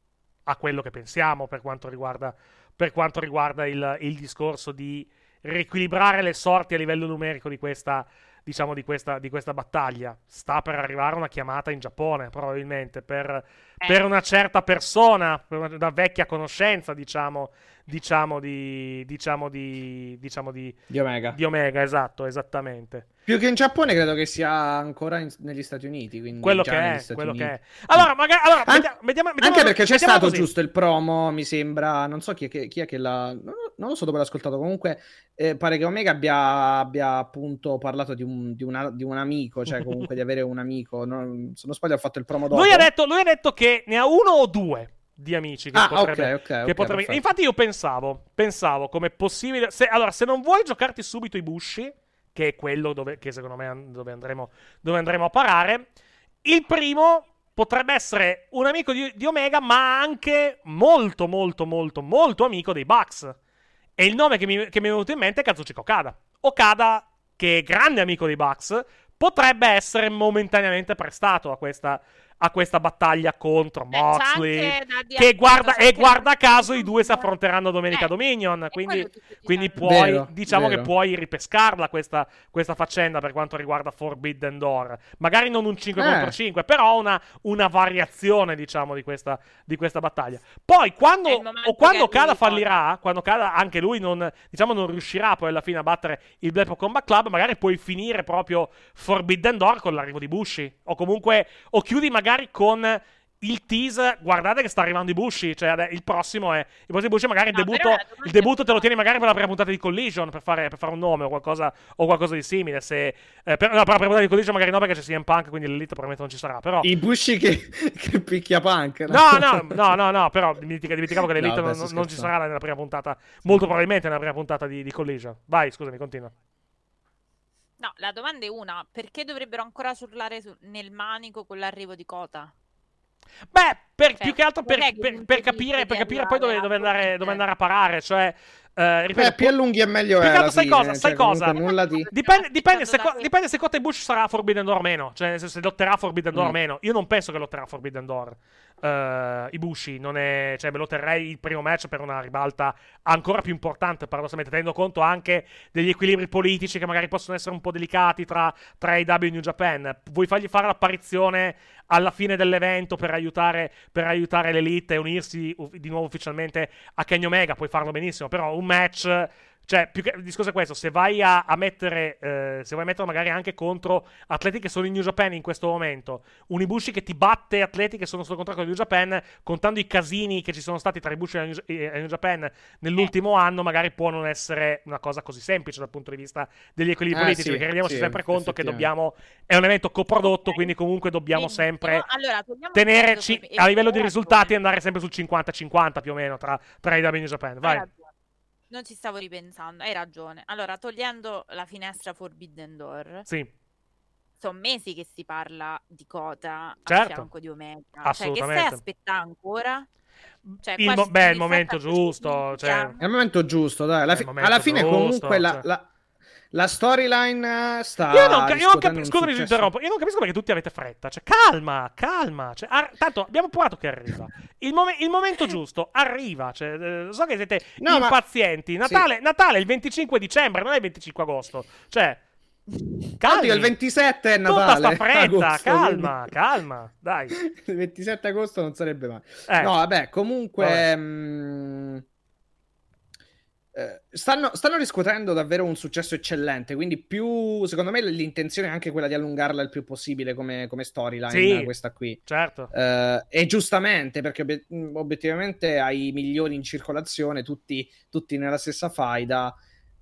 a quello che pensiamo per quanto riguarda, per quanto riguarda il, il discorso di riequilibrare le sorti a livello numerico di questa, diciamo, di questa, di questa battaglia. Sta per arrivare una chiamata in Giappone, probabilmente, per, Eh. per una certa persona, per una, una vecchia conoscenza, diciamo, diciamo di, diciamo di, diciamo di, Di Omega. di Omega, esatto, esattamente. Più che in Giappone credo che sia ancora in- negli Stati Uniti. Quindi Quello già che negli è, Stati quello Uniti. che è. Allora, magari, allora, An- vediamo, vediamo, vediamo- Anche perché c'è vediamo stato così. giusto il promo, mi sembra, non so chi è che, chi è che l'ha, non, non lo so dove l'ha ascoltato, comunque eh, pare che Omega abbia, abbia appunto parlato di un, di, una- di un amico, cioè comunque di avere un amico, non- se non sbaglio ha fatto il promo dopo. Lui ha detto, lui ha detto che ne ha uno o due di amici che Ah, potrebbe, ok, ok, che ok, potrebbe- perfetto. Infatti io pensavo, pensavo come possibile se, allora, se non vuoi giocarti subito i Bushi, che è quello dove, che secondo me dove andremo, dove andremo a parare, il primo potrebbe essere un amico di, di Omega, ma anche molto, molto, molto, molto amico dei Bucks. E il nome che mi, che mi è venuto in mente è Kazuchika Okada. Okada, che è grande amico dei Bucks, potrebbe essere momentaneamente prestato a questa, a questa battaglia contro Eh, c'è Moxley. anche da dire- Che guarda, c'è e anche guarda da- caso i due si affronteranno domenica Eh, Dominion. è Quindi, quello che sto quindi dicendo. puoi, Vero, diciamo vero. che puoi ripescarla questa, questa faccenda per quanto riguarda Forbidden Door. Magari non un cinque Eh. contro cinque, però una, una variazione, diciamo, di questa, di questa battaglia. Poi, quando, È il momento o quando che Okada lui fallirà, quando Okada anche lui non, diciamo, non riuscirà poi alla fine a battere il Blackpool Combat Club, magari puoi finire proprio Forbidden Door con l'arrivo di Bushi. O comunque, o chiudi magari con il tease, guardate che sta arrivando i Bushi, cioè ade- il prossimo è il prossimo di Bushi, magari il No, debutto, però la domanda il debutto è- te lo tieni magari per la prima puntata di Collision per fare, per fare un nome o qualcosa, o qualcosa di simile. Se, eh, per, no, per la prima puntata di Collision magari no, perché c'è C M Punk, quindi l'Elite probabilmente non ci sarà. Però I Bushi che, che picchia Punk. no, no, no, no, no, però dimentica- dimenticavo che l'Elite No, vabbè, non, sto non ci scherzando. sarà nella prima puntata, molto probabilmente nella prima puntata di, di Collision. Vai, scusami, continua. No, la domanda è una: perché dovrebbero ancora urlare su- nel manico con l'arrivo di Kota? Beh, per, Cioè, più che altro per, dov'è che per- non per ti capire, dice per di capire poi dove, arrivare dove a andare, Forbidden? dove andare a parare. Cioè, eh, ripeto, Beh, più allunghi e meglio più è che alla altro sai fine, cosa, sai cioè, comunque cosa? nulla di... Dipende, dipende, se, aspettando co- da dipende se Kota Ibushi sarà Forbidden Door o meno. Cioè, se, se lotterà Forbidden Door o Mm. meno. Io non penso che lotterà Forbidden Door. Uh, Ibushi non è. Cioè, me lo terrei il primo match per una ribalta ancora più importante, paradossalmente, tenendo conto anche degli equilibri politici che magari possono essere un po' delicati tra, tra A E W e New Japan. Vuoi fargli fare l'apparizione alla fine dell'evento per aiutare, per aiutare l'Elite e unirsi u- di nuovo ufficialmente a Kenny Omega? Puoi farlo benissimo, però un match. Cioè, più che, il discorso è questo: se vai a, a mettere, eh, se vai a mettere magari anche contro atleti che sono in New Japan in questo momento, un Ibushi che ti batte atleti che sono sul contratto di New Japan, contando i casini che ci sono stati tra Ibushi e New, e New Japan nell'ultimo anno, magari può non essere una cosa così semplice dal punto di vista degli equilibri Eh, politici, sì, perché rendiamoci sì, sempre conto che effettivamente. dobbiamo, è un evento coprodotto, Ok. quindi comunque dobbiamo Benissimo. sempre Allora, togliamo tenere questo ci- e- a livello di hai risultati ragione. andare sempre sul cinquanta cinquanta più o meno tra, tra A E W e New Japan. Hai Vai. ragione. Non ci stavo ripensando, hai ragione. Allora, togliendo la finestra Forbidden Door, Sì. sono mesi che si parla di Kota a Certo. fianco di Omega. Cioè, che Assolutamente. stai aspettando ancora? Cioè, Il qua mo- ci beh, sono il momento diciassette giusto, procedimenti cioè- chiari. È il momento giusto, dai. Alla, È fi- il momento alla fine giusto, comunque la, cioè. la, la storyline sta Io non, ca- io non riscuotendo capisco, un scusami se ti successo. interrompo, io non capisco perché tutti avete fretta. Cioè, calma, calma. Cioè, ar- tanto abbiamo provato che arriva. Il, mom- il momento giusto arriva. Cioè, eh, so che siete No, ma- impazienti. Natale, Natale è il venticinque dicembre, non è il venticinque agosto. Cioè, calmi. Oddio, il ventisette è Tutta Natale. sta fretta, agosto, calma, quindi- calma. Dai. Il ventisette agosto non sarebbe mai. Eh. No, vabbè, comunque... Vabbè. mh, eh, stanno, stanno riscuotendo davvero un successo eccellente, quindi più, secondo me l'intenzione è anche quella di allungarla il più possibile come, come storyline, Sì. questa qui. Certo. Eh, e giustamente, perché obiet- obiettivamente hai i migliori in circolazione, tutti, tutti nella stessa faida,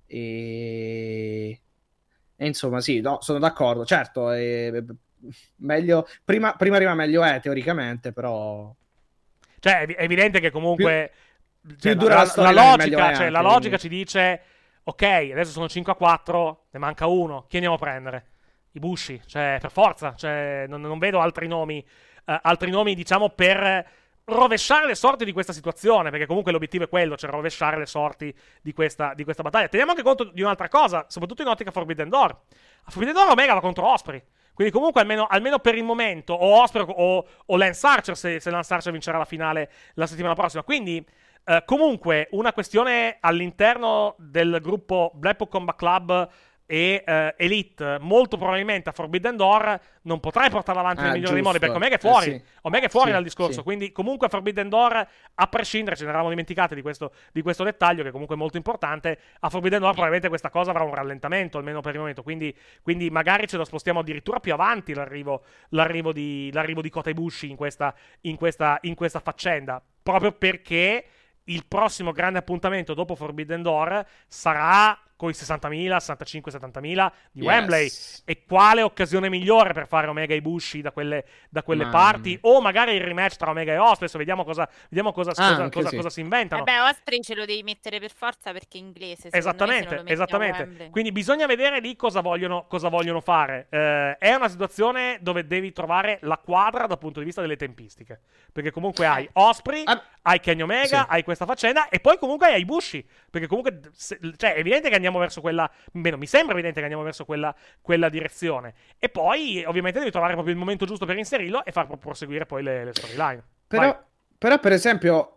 e... e insomma sì, no, sono d'accordo, certo, è... meglio... prima, prima arriva meglio è, teoricamente, però... Cioè, è evidente che comunque più, cioè, più dura la, la storia, la logica, meglio è cioè, anche, la logica quindi. ci dice, ok, adesso sono cinque a quattro, ne manca uno, chi andiamo a prendere? I Bushi, cioè, per forza, cioè, non, non vedo altri nomi, uh, altri nomi, diciamo, per rovesciare le sorti di questa situazione, perché comunque l'obiettivo è quello, cioè rovesciare le sorti di questa, di questa battaglia. Teniamo anche conto di un'altra cosa, soprattutto in ottica Forbidden Door. A Forbidden Door Omega va contro Osprey, quindi comunque almeno, almeno per il momento, o Osprey o, o Lance Archer, se, se Lance Archer vincerà la finale la settimana prossima. Quindi eh, comunque una questione all'interno del gruppo Blackpool Combat Club e uh, Elite, molto probabilmente a Forbidden Door non potrai portarla avanti Ah, nel migliore dei modi, giusto. perché Omega è fuori, Eh, sì. Omega è fuori Sì, dal discorso, sì. quindi comunque a Forbidden Door, a prescindere, ce ne eravamo dimenticati di questo, di questo dettaglio che comunque è molto importante, a Forbidden Door probabilmente questa cosa avrà un rallentamento, almeno per il momento, quindi, quindi magari ce lo spostiamo addirittura più avanti l'arrivo, l'arrivo, di, l'arrivo di Kota Ibushi in questa, in, questa, in questa faccenda, proprio perché il prossimo grande appuntamento dopo Forbidden Door sarà con i sessantamila, sessantacinque, settantamila di Yes. Wembley. E quale occasione migliore per fare Omega e Ibushi da quelle, da quelle Ma- parti? O magari il rematch tra Omega e Osprey. Adesso vediamo cosa, vediamo cosa, Ah, cosa, anche cosa, sì. cosa si inventano. Eh beh, Osprey ce lo devi mettere per forza perché è inglese. secondo me, se non Esattamente, lo metti a esattamente. Wembley. Quindi bisogna vedere lì cosa vogliono, cosa vogliono fare. Eh, è una situazione dove devi trovare la quadra dal punto di vista delle tempistiche. Perché comunque hai Osprey, Ah, hai Kenny Omega, sì. hai questa faccenda e poi comunque hai Ibushi. Perché comunque se- cioè, è evidente che andiamo verso quella. Beh, mi sembra evidente che andiamo verso quella, quella direzione. E poi, ovviamente, devi trovare proprio il momento giusto per inserirlo e far pro- proseguire poi le, le storyline. Però, Vai. però, per esempio,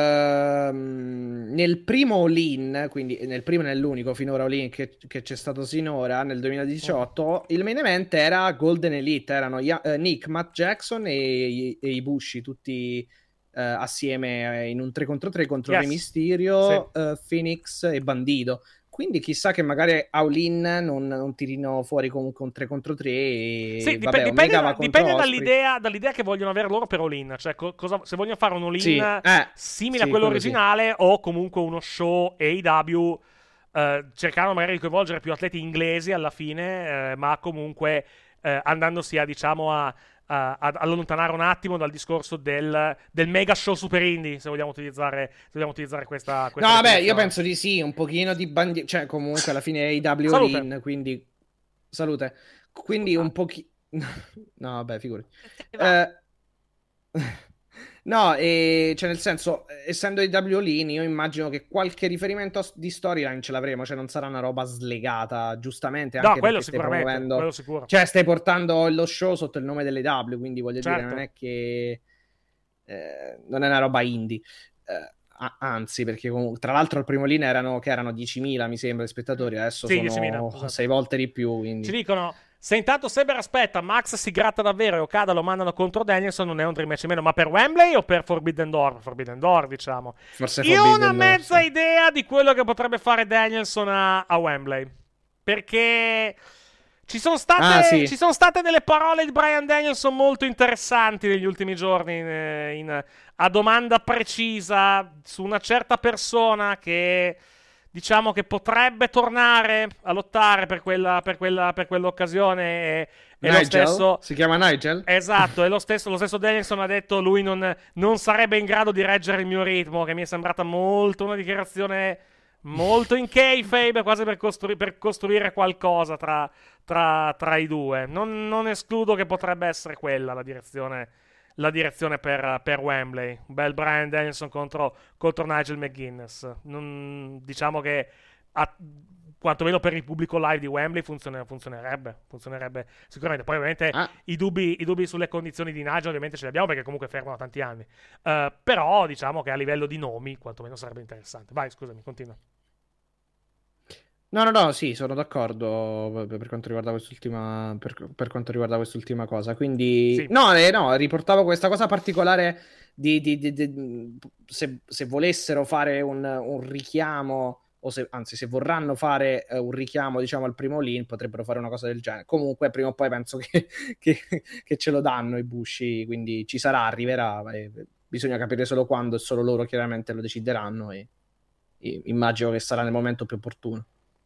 ehm, nel primo all-in, quindi nel primo e nell'unico finora all-in che, che c'è stato sinora, nel duemiladiciotto, il main event era Golden Elite, erano Ya- eh, Nick, Matt Jackson e, e Ibushi, tutti eh, assieme eh, in un tre contro tre contro Yes. Rey Mysterio, eh, Phoenix e Bandido. Quindi chissà che magari all-in non, non tirino fuori comunque un tre contro tre e Sì, dip- vabbè, dipende, Omega da- va contro dipende Osprey. dall'idea, dall'idea che vogliono avere loro per all-in. Cioè, co- cosa- se vogliono fare un all-in Sì, eh, simile sì, a quello quello sì. originale o comunque uno show A E W, eh, cercando magari di coinvolgere più atleti inglesi alla fine, eh, ma comunque eh, andandosi a, diciamo, a, a- ad allontanare un attimo dal discorso del, del mega show super indie, se vogliamo utilizzare, se vogliamo utilizzare questa, questa No, vabbè, io definizione. penso di sì, un pochino di bandiera, cioè comunque alla fine A E W Salute. All-in, quindi salute. Quindi un pochino no, vabbè, figurati. Eh... No, e cioè nel senso, essendo A E W All-in, io immagino che qualche riferimento a- di storyline ce l'avremo, cioè non sarà una roba slegata, giustamente, No, anche quello perché stai sicuramente, promuovendo, quello sicuro. cioè stai portando lo show sotto il nome dell'A E W, quindi voglio dire, Certo. non è che eh, non è una roba indie. Eh, a- anzi, perché comunque, tra l'altro al primo linea erano che erano diecimila, mi sembra, spettatori, adesso Sì, diecimila, sono esatto. sei volte di più, quindi Ci dicono: se intanto Saber aspetta, Max si gratta davvero e Okada lo mandano contro Danielson, non è un dream match in meno. Ma per Wembley o per Forbidden Door? Forbidden Door, diciamo. forse Io ho Forbidden una Door, mezza sì. idea di quello che potrebbe fare Danielson a, a Wembley. Perché ci sono, state, Ah, sì. ci sono state delle parole di Bryan Danielson molto interessanti negli ultimi giorni in, in- a domanda precisa su una certa persona che, diciamo, che potrebbe tornare a lottare per quella, per quella, per quell'occasione. E, e lo Nigel? stesso, Si chiama Nigel? esatto, e lo stesso, lo stesso Danielson ha detto lui non, non sarebbe in grado di reggere il mio ritmo, che mi è sembrata molto una dichiarazione molto in kayfabe, quasi per, costru- per costruire qualcosa tra, tra, tra i due. Non, non escludo che potrebbe essere quella la direzione, la direzione per, per Wembley. Un bel Bryan Danielson contro, contro Nigel McGuinness. Non- diciamo che a- quantomeno per il pubblico live di Wembley funzione- funzionerebbe, funzionerebbe sicuramente. Poi ovviamente Ah, i dubbi, i dubbi sulle condizioni di Nigel ovviamente ce li abbiamo perché comunque fermano tanti anni. Eh, però diciamo che a livello di nomi quantomeno sarebbe interessante. Vai, scusami, continua. no, no, no, sì, sono d'accordo per per quanto riguarda quest'ultima, per, per quanto riguarda quest'ultima cosa. Quindi, Sì. no, eh, no, riportavo questa cosa particolare di, di- di- di- se, se volessero fare un, un richiamo, o se, anzi, se vorranno fare eh, un richiamo, diciamo, al primo link, potrebbero fare una cosa del genere. Comunque, prima o poi penso che, che, che ce lo danno i Bushi, quindi ci sarà, arriverà. eh, bisogna capire solo quando e solo loro chiaramente lo decideranno e, e immagino che sarà nel momento più opportuno.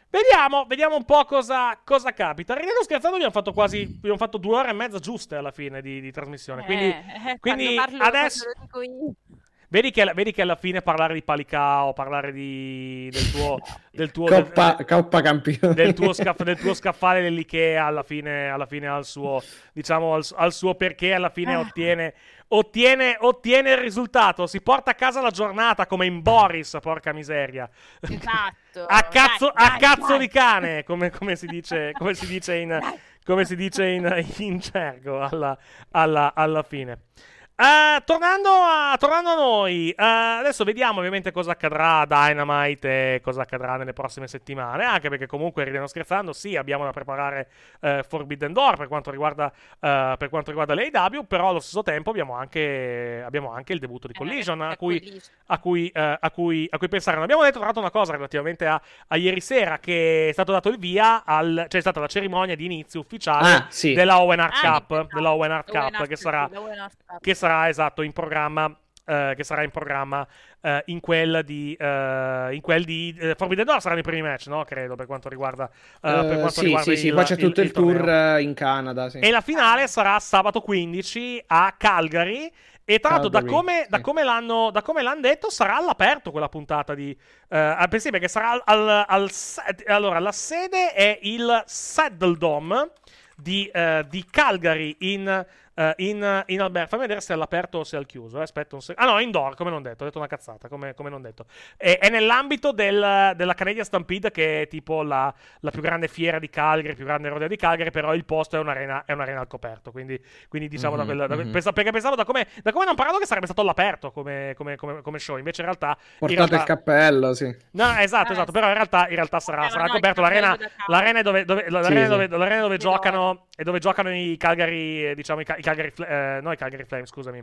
Vediamo, vediamo un po' cosa, cosa capita. Ridendo scherzando, abbiamo fatto quasi abbiamo fatto due ore e mezza giuste alla fine di, di trasmissione. Quindi, Eh, quindi quando parlo, adesso. quando lo dico io. Vedi che, vedi che alla fine parlare di Palicao, parlare di, del tuo, del tuo, Coppa, del, Coppa Campioni, del tuo, scaff, del tuo scaffale dell'Ikea alla fine, alla fine ha il suo, diciamo, al, al suo perché, alla fine ottiene, ottiene, ottiene il risultato, si porta a casa la giornata come in Boris, porca miseria. Esatto. a cazzo, Dai, a dai, cazzo dai. di cane, come, come si dice, come si dice in, come si dice in, in gergo alla, alla, alla fine. Uh, tornando, a, tornando a noi, uh, adesso vediamo ovviamente cosa accadrà a Dynamite e cosa accadrà nelle prossime settimane, anche perché comunque, ridendo scherzando, sì, abbiamo da preparare uh, Forbidden Door per quanto riguarda, uh, per quanto riguarda l'A E W, però allo stesso tempo abbiamo anche, abbiamo anche il debutto di Collision, a cui, a, cui, uh, a, cui, a cui pensare. Non abbiamo detto tra l'altro una cosa relativamente a, a ieri sera, che è stato dato il via, al, cioè è stata la cerimonia di inizio ufficiale ah, sì. della Owen Hart Ah, Cup, esatto. della Owen Hart Owen Cup, Hart che sarà... Cup, Owen Hart Cup. che sarà esatto in programma uh, che sarà in programma uh, in quel di uh, in quel di uh, Forbidden Door saranno i primi match, no? Credo, per quanto riguarda uh, per quanto sì, riguarda sì, sì, il, poi c'è tutto il, il tour torneo. in Canada, sì. E la finale sarà sabato quindici a Calgary. E tra l'altro, da come, sì. da, come l'hanno, da come l'hanno detto, sarà all'aperto quella puntata di. Uh, pensi perché sarà al, al, al. Allora, la sede è il Saddle Dome di, uh, di Calgary in. Uh, in, in albergo. Fammi vedere se è all'aperto o se è al chiuso. Eh. Aspetta un secondo. Ah no, indoor, come non detto. Ho detto una cazzata, come, come non detto. È, è nell'ambito del, della Canadian Stampede, che è tipo la, la più grande fiera di Calgary, più grande rodeo di Calgary, però il posto è un'arena, è un'arena al coperto. Quindi, quindi diciamo, mm-hmm, da quella, da, mm-hmm. pensa, perché pensavo da come, da come non parlato che sarebbe stato all'aperto come, come, come, come show. Invece in realtà... Portate in realtà, il cappello, sì. No, esatto, esatto. Però in realtà, in realtà sarà, sarà coperto. L'arena, l'arena dove, dove, l'arena sì, dove, sì. L'arena dove giocano... E dove giocano i Calgary, diciamo, i, i Calgary... Eh, no, i Calgary Flames, scusami.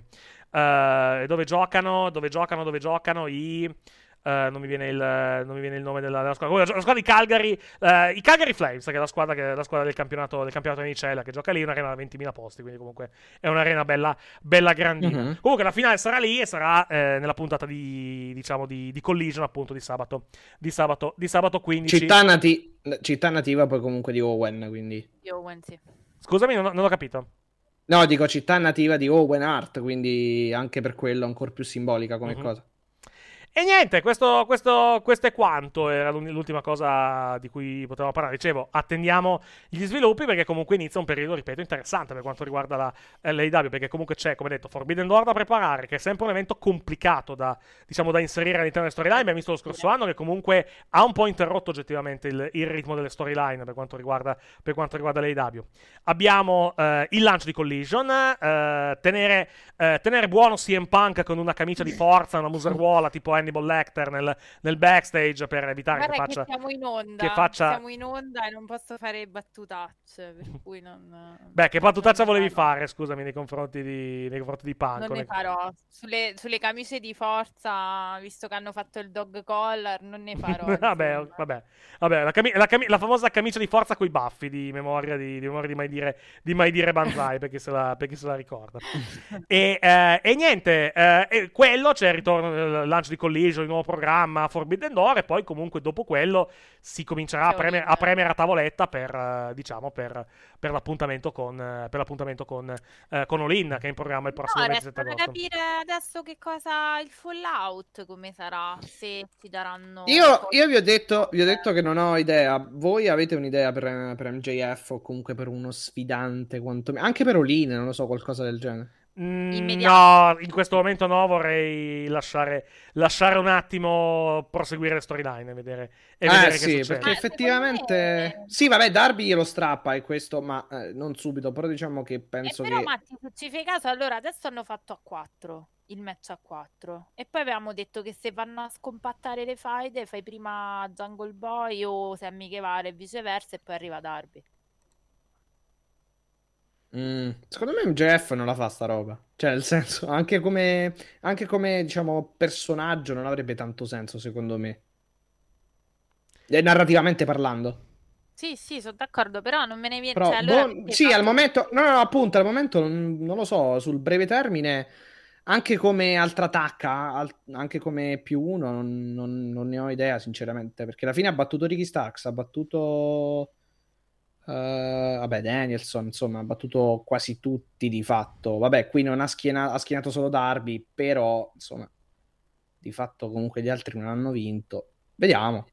Uh, dove giocano, dove giocano, dove giocano i... Uh, non, mi viene il, non mi viene il nome della, della squadra. La squadra di Calgary, uh, i Calgary Flames, che è la squadra, che è la squadra del campionato, del campionato di Nicella, che gioca lì, un'arena da ventimila posti, quindi comunque è un'arena bella, bella grandina. Uh-huh. Comunque la finale sarà lì e sarà eh, nella puntata di, diciamo, di, di Collision, appunto, di sabato, di sabato, di sabato quindici. Città, nati- città nativa poi comunque di Owen, quindi. Di Owen, sì. Scusami, non, non ho capito. No, dico città nativa di Owen Hart, quindi anche per quello ancora più simbolica come uh-huh. cosa. E niente, questo, questo, questo è quanto, era l'ultima cosa di cui potevamo parlare. Dicevo, attendiamo gli sviluppi perché comunque inizia un periodo, ripeto, interessante per quanto riguarda la l'A E W, perché comunque c'è, come detto, Forbidden Door da preparare, che è sempre un evento complicato da, diciamo, da inserire all'interno delle storyline. Abbiamo visto lo scorso anno che comunque ha un po' interrotto oggettivamente il, il ritmo delle storyline per quanto riguarda, per quanto riguarda l'A E W. Abbiamo eh, il lancio di Collision, eh, tenere, eh, tenere buono C M Punk con una camicia di forza, una museruola tipo Hannibal Lecter nel, nel backstage per evitare Guarda che faccia che siamo in onda, che faccia... siamo in onda e non posso fare battutacce, per cui non... Beh, che battutaccia volevi fare, scusami, nei confronti di, nei confronti di Punk? Non ne farò. Sulle, sulle camicie di forza, visto che hanno fatto il dog collar, non ne farò. vabbè, vabbè, vabbè, la, cami- la, cami- la famosa camicia di forza coi baffi di memoria di, di, memoria di mai dire di mai dire Banzai, perché se la, perché se la ricorda. e, eh, e niente, eh, e quello c'è il ritorno, il lancio di Collision, il nuovo programma Forbidden Door, e poi comunque dopo quello si comincerà a premere, a premere a tavoletta per, uh, diciamo, per, per l'appuntamento con uh, per l'appuntamento con, uh, con All-In, che è in programma il prossimo no, ventisette agosto. Capire adesso che cosa il Fallout, come sarà, se ci daranno... Io, io vi ho detto vi ho detto che non ho idea. Voi avete un'idea per, per M J F o comunque per uno sfidante, quantomeno, anche per All-In, non lo so, qualcosa del genere? Mm, no, in questo momento no, vorrei lasciare, lasciare un attimo proseguire le storyline e vedere, e eh, vedere sì, che succede. perché effettivamente me... sì, vabbè, Darby glielo strappa e questo, ma eh, non subito, però diciamo che penso eh, però, che Matti, se ci fai caso, allora adesso hanno fatto a quattro il match a quattro e poi avevamo detto che se vanno a scompattare le faide fai prima Jungle Boy o Sammy Guevara e viceversa e poi arriva Darby. Mm, secondo me M J F non la fa sta roba, cioè nel senso anche come anche come diciamo personaggio non avrebbe tanto senso secondo me, e narrativamente parlando. Sì, sì, sono d'accordo, però non me ne viene... Però, cioè, allora, boh, sì, al momento no, no, no, appunto al momento non, non lo so, sul breve termine anche come altra tacca, al- anche come più uno, non, non- non ne ho idea sinceramente, perché alla fine ha battuto Ricky Starks, ha battuto eh, vabbè, Danielson, insomma, ha battuto quasi tutti di fatto. Vabbè, qui non ha, schiena- ha schienato solo Darby, però insomma, di fatto comunque gli altri non hanno vinto. Vediamo.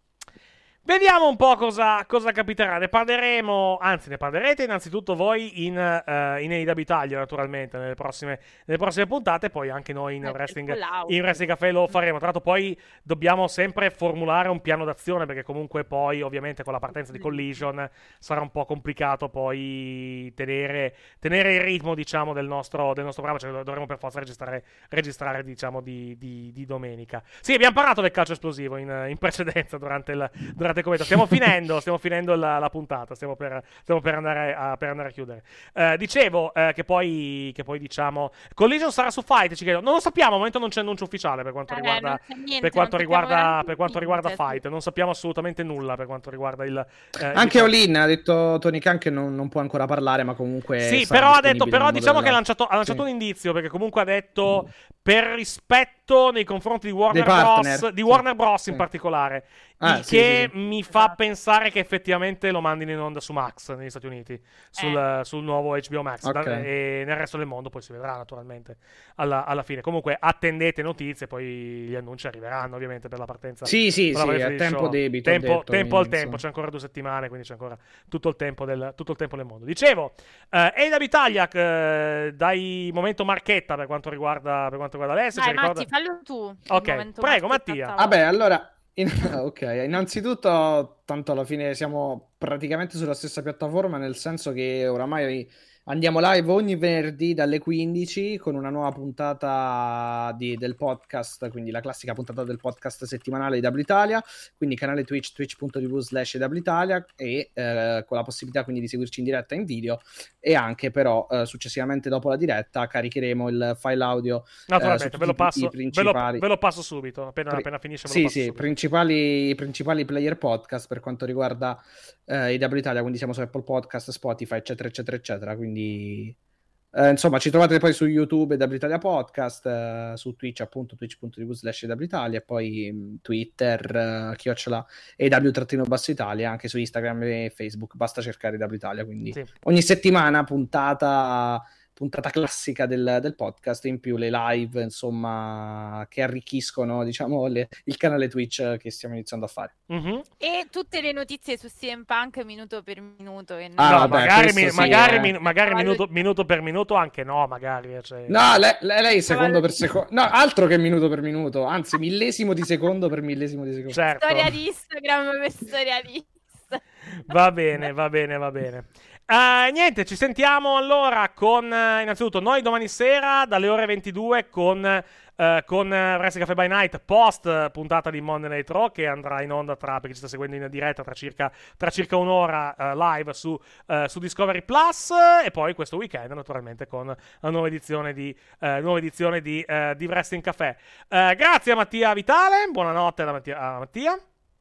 Vediamo un po' cosa, cosa capiterà. Ne parleremo, anzi, ne parlerete innanzitutto voi in, eh, in A E W Italia, naturalmente, nelle prossime, nelle prossime puntate. Poi anche noi in Eh, Wrestling, il call-out. in Wrestling Café lo faremo. Tra l'altro, poi dobbiamo sempre formulare un piano d'azione, perché comunque poi, ovviamente, con la partenza di Collision sarà un po' complicato poi tenere, tenere il ritmo, diciamo, del nostro, del nostro programma. Cioè, dovremo per forza registrare, registrare diciamo, di, di, di domenica. Sì, abbiamo parlato del calcio esplosivo in, in precedenza durante il. Durante commento. Stiamo finendo, stiamo finendo la, la puntata, stiamo per, stiamo per, andare, a, per andare a chiudere. Eh, dicevo eh, che poi che poi diciamo Collision sarà su Fight, ci chiedo. Non lo sappiamo, al momento non c'è annuncio ufficiale per quanto Eh, riguarda non c'è niente, per quanto non sappiamo riguarda veramente per quanto niente, riguarda sì. Fight, non sappiamo assolutamente nulla per quanto riguarda il eh, Anche il- Olin ha detto Tony Khan che non, non può ancora parlare, ma comunque Sì, sarà però ha disponibile detto, però nel modo diciamo che ha dell'altro. lanciato, ha lanciato Sì. un indizio, perché comunque ha detto per rispetto nei confronti di Warner Dei partner, Bros, di sì, Warner Bros in sì. particolare, Ah, il sì, che sì, sì. mi fa Esatto. pensare che effettivamente lo mandino in onda su Max negli Stati Uniti, sul, sul nuovo H B O Max. Ok. Da- e nel resto del mondo poi si vedrà naturalmente alla, alla fine. Comunque attendete notizie, poi gli annunci arriveranno ovviamente per la partenza. Sì, sì, per la sì, partenza a degli tempo show. debito, ha Tempo, detto, tempo al quindi, tempo, insomma. c'è ancora due settimane, quindi c'è ancora tutto il tempo del, tutto il tempo del mondo. Dicevo, eh, A E W Italia, eh, dai momento marchetta per quanto riguarda, per quanto riguarda Alessio. Dai, ci ricorda- Matti, fallo tu. il Ok, momento prego, marchetta Mattia. stavolta. Vabbè, allora, in- ok, innanzitutto, tanto alla fine siamo praticamente sulla stessa piattaforma, nel senso che oramai andiamo live ogni venerdì dalle quindici con una nuova puntata di- del podcast, quindi la classica puntata del podcast settimanale di W Italia, quindi canale Twitch, twitch.tv slash W Italia e eh, con la possibilità quindi di seguirci in diretta in video e anche però eh, successivamente dopo la diretta caricheremo il file audio Naturalmente, eh, su ve, lo tutti i- passo, i ve, lo, principali ve lo passo subito. Appena, Pri- appena finisce, ve sì, lo passo sì, subito. principali, i principali player podcast per quanto riguarda eh, i W Italia, quindi siamo su Apple Podcast, Spotify, eccetera, eccetera, eccetera. Quindi eh, insomma, ci trovate poi su YouTube W Italia Podcast, eh, su Twitch appunto twitch.tv slash W Italia e poi mh, Twitter, eh, chiocciola E W basso Italia, anche su Instagram e Facebook, basta cercare W Italia, quindi Sì. ogni settimana puntata puntata classica del, del podcast, in più le live, insomma, che arricchiscono, diciamo, le- il canale Twitch che stiamo iniziando a fare. Mhm. E tutte le notizie su C M Punk minuto per minuto. Che Ah, no, vabbè, magari, questo mi- sì, magari, eh. mi- magari Cavallo minuto, di- minuto per minuto, anche no, magari. Cioè... No, lei, lei- lei secondo Cavallo per di- secondo, no, altro che minuto per minuto, anzi, millesimo di secondo per millesimo di secondo. Certo. Storia di Instagram per storia di Instagram. Va bene, va bene, va bene. Eh, niente, ci sentiamo allora con, eh, innanzitutto, noi domani sera dalle ore ventidue con, eh, con eh, Wrestling Cafe by Night, post eh, puntata di Monday Night Raw, che andrà in onda tra, per chi ci sta seguendo in diretta, tra circa, tra circa un'ora eh, live su, eh, su Discovery Plus, e poi questo weekend naturalmente con la nuova edizione di, eh, nuova edizione di, eh, di Wrestling Café. Eh, grazie a Mattia Vitale, buonanotte a Mattia. A Mattia.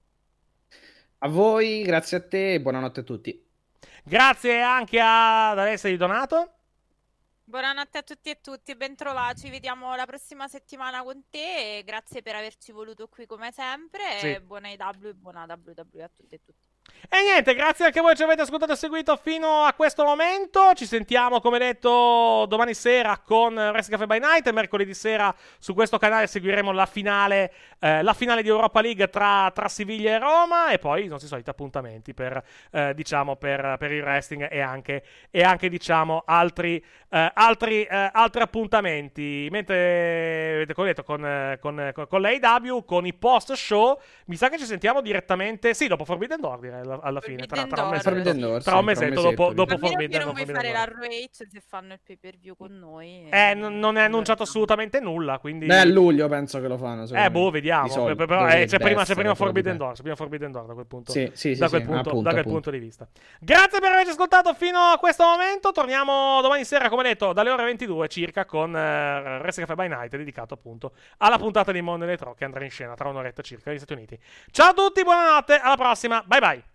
A voi, grazie a te e buonanotte a tutti. Grazie anche ad Alessia Di Donato. Buonanotte a tutti e tutti, bentrovati. Ci vediamo la prossima settimana con te. E grazie per averci voluto qui come sempre. Sì. E buona I W e buona W W E a tutti e tutti. E niente, grazie anche a voi che ci avete ascoltato e seguito fino a questo momento. Ci sentiamo, come detto, domani sera con Wrestling Cafe by Night. E mercoledì sera su questo canale seguiremo la finale, eh, la finale di Europa League tra, tra Siviglia e Roma. E poi i nostri soliti appuntamenti per, eh, diciamo, per, per il wrestling e anche, e anche diciamo, altri, eh, altri, eh, altri appuntamenti. Mentre, avete come detto, con, eh, con, con, con l'A E W, con i post show, mi sa che ci sentiamo direttamente, sì, dopo Forbidden Door, direi, alla, alla fine, tra, tra un mesetto, Forbidden Door, tra sì, un mesetto, tra un dopo, mesetto, dopo A meno che Forbidden, non vuoi Forbidden fare Door. la R O H se fanno il pay per view con noi. Eh, non, non è annunciato assolutamente nulla, quindi... Beh, a luglio penso che lo fanno. Eh, boh, vediamo. Di solito, Però, eh, dovrebbe c'è prima, c'è essere, prima Forbidden dovrebbe- Door, c'è prima Forbidden Door da quel punto, Sì, sì, sì, da quel, sì, punto, appunto, da quel appunto. punto di vista. Grazie per averci ascoltato fino a questo momento. Torniamo domani sera, come detto, dalle ore ventidue circa con eh, Wrestling Cafe by Night, dedicato appunto alla puntata di Monday Night Raw che andrà in scena tra un'oretta circa negli Stati Uniti. Ciao a tutti, buonanotte, alla prossima, bye bye.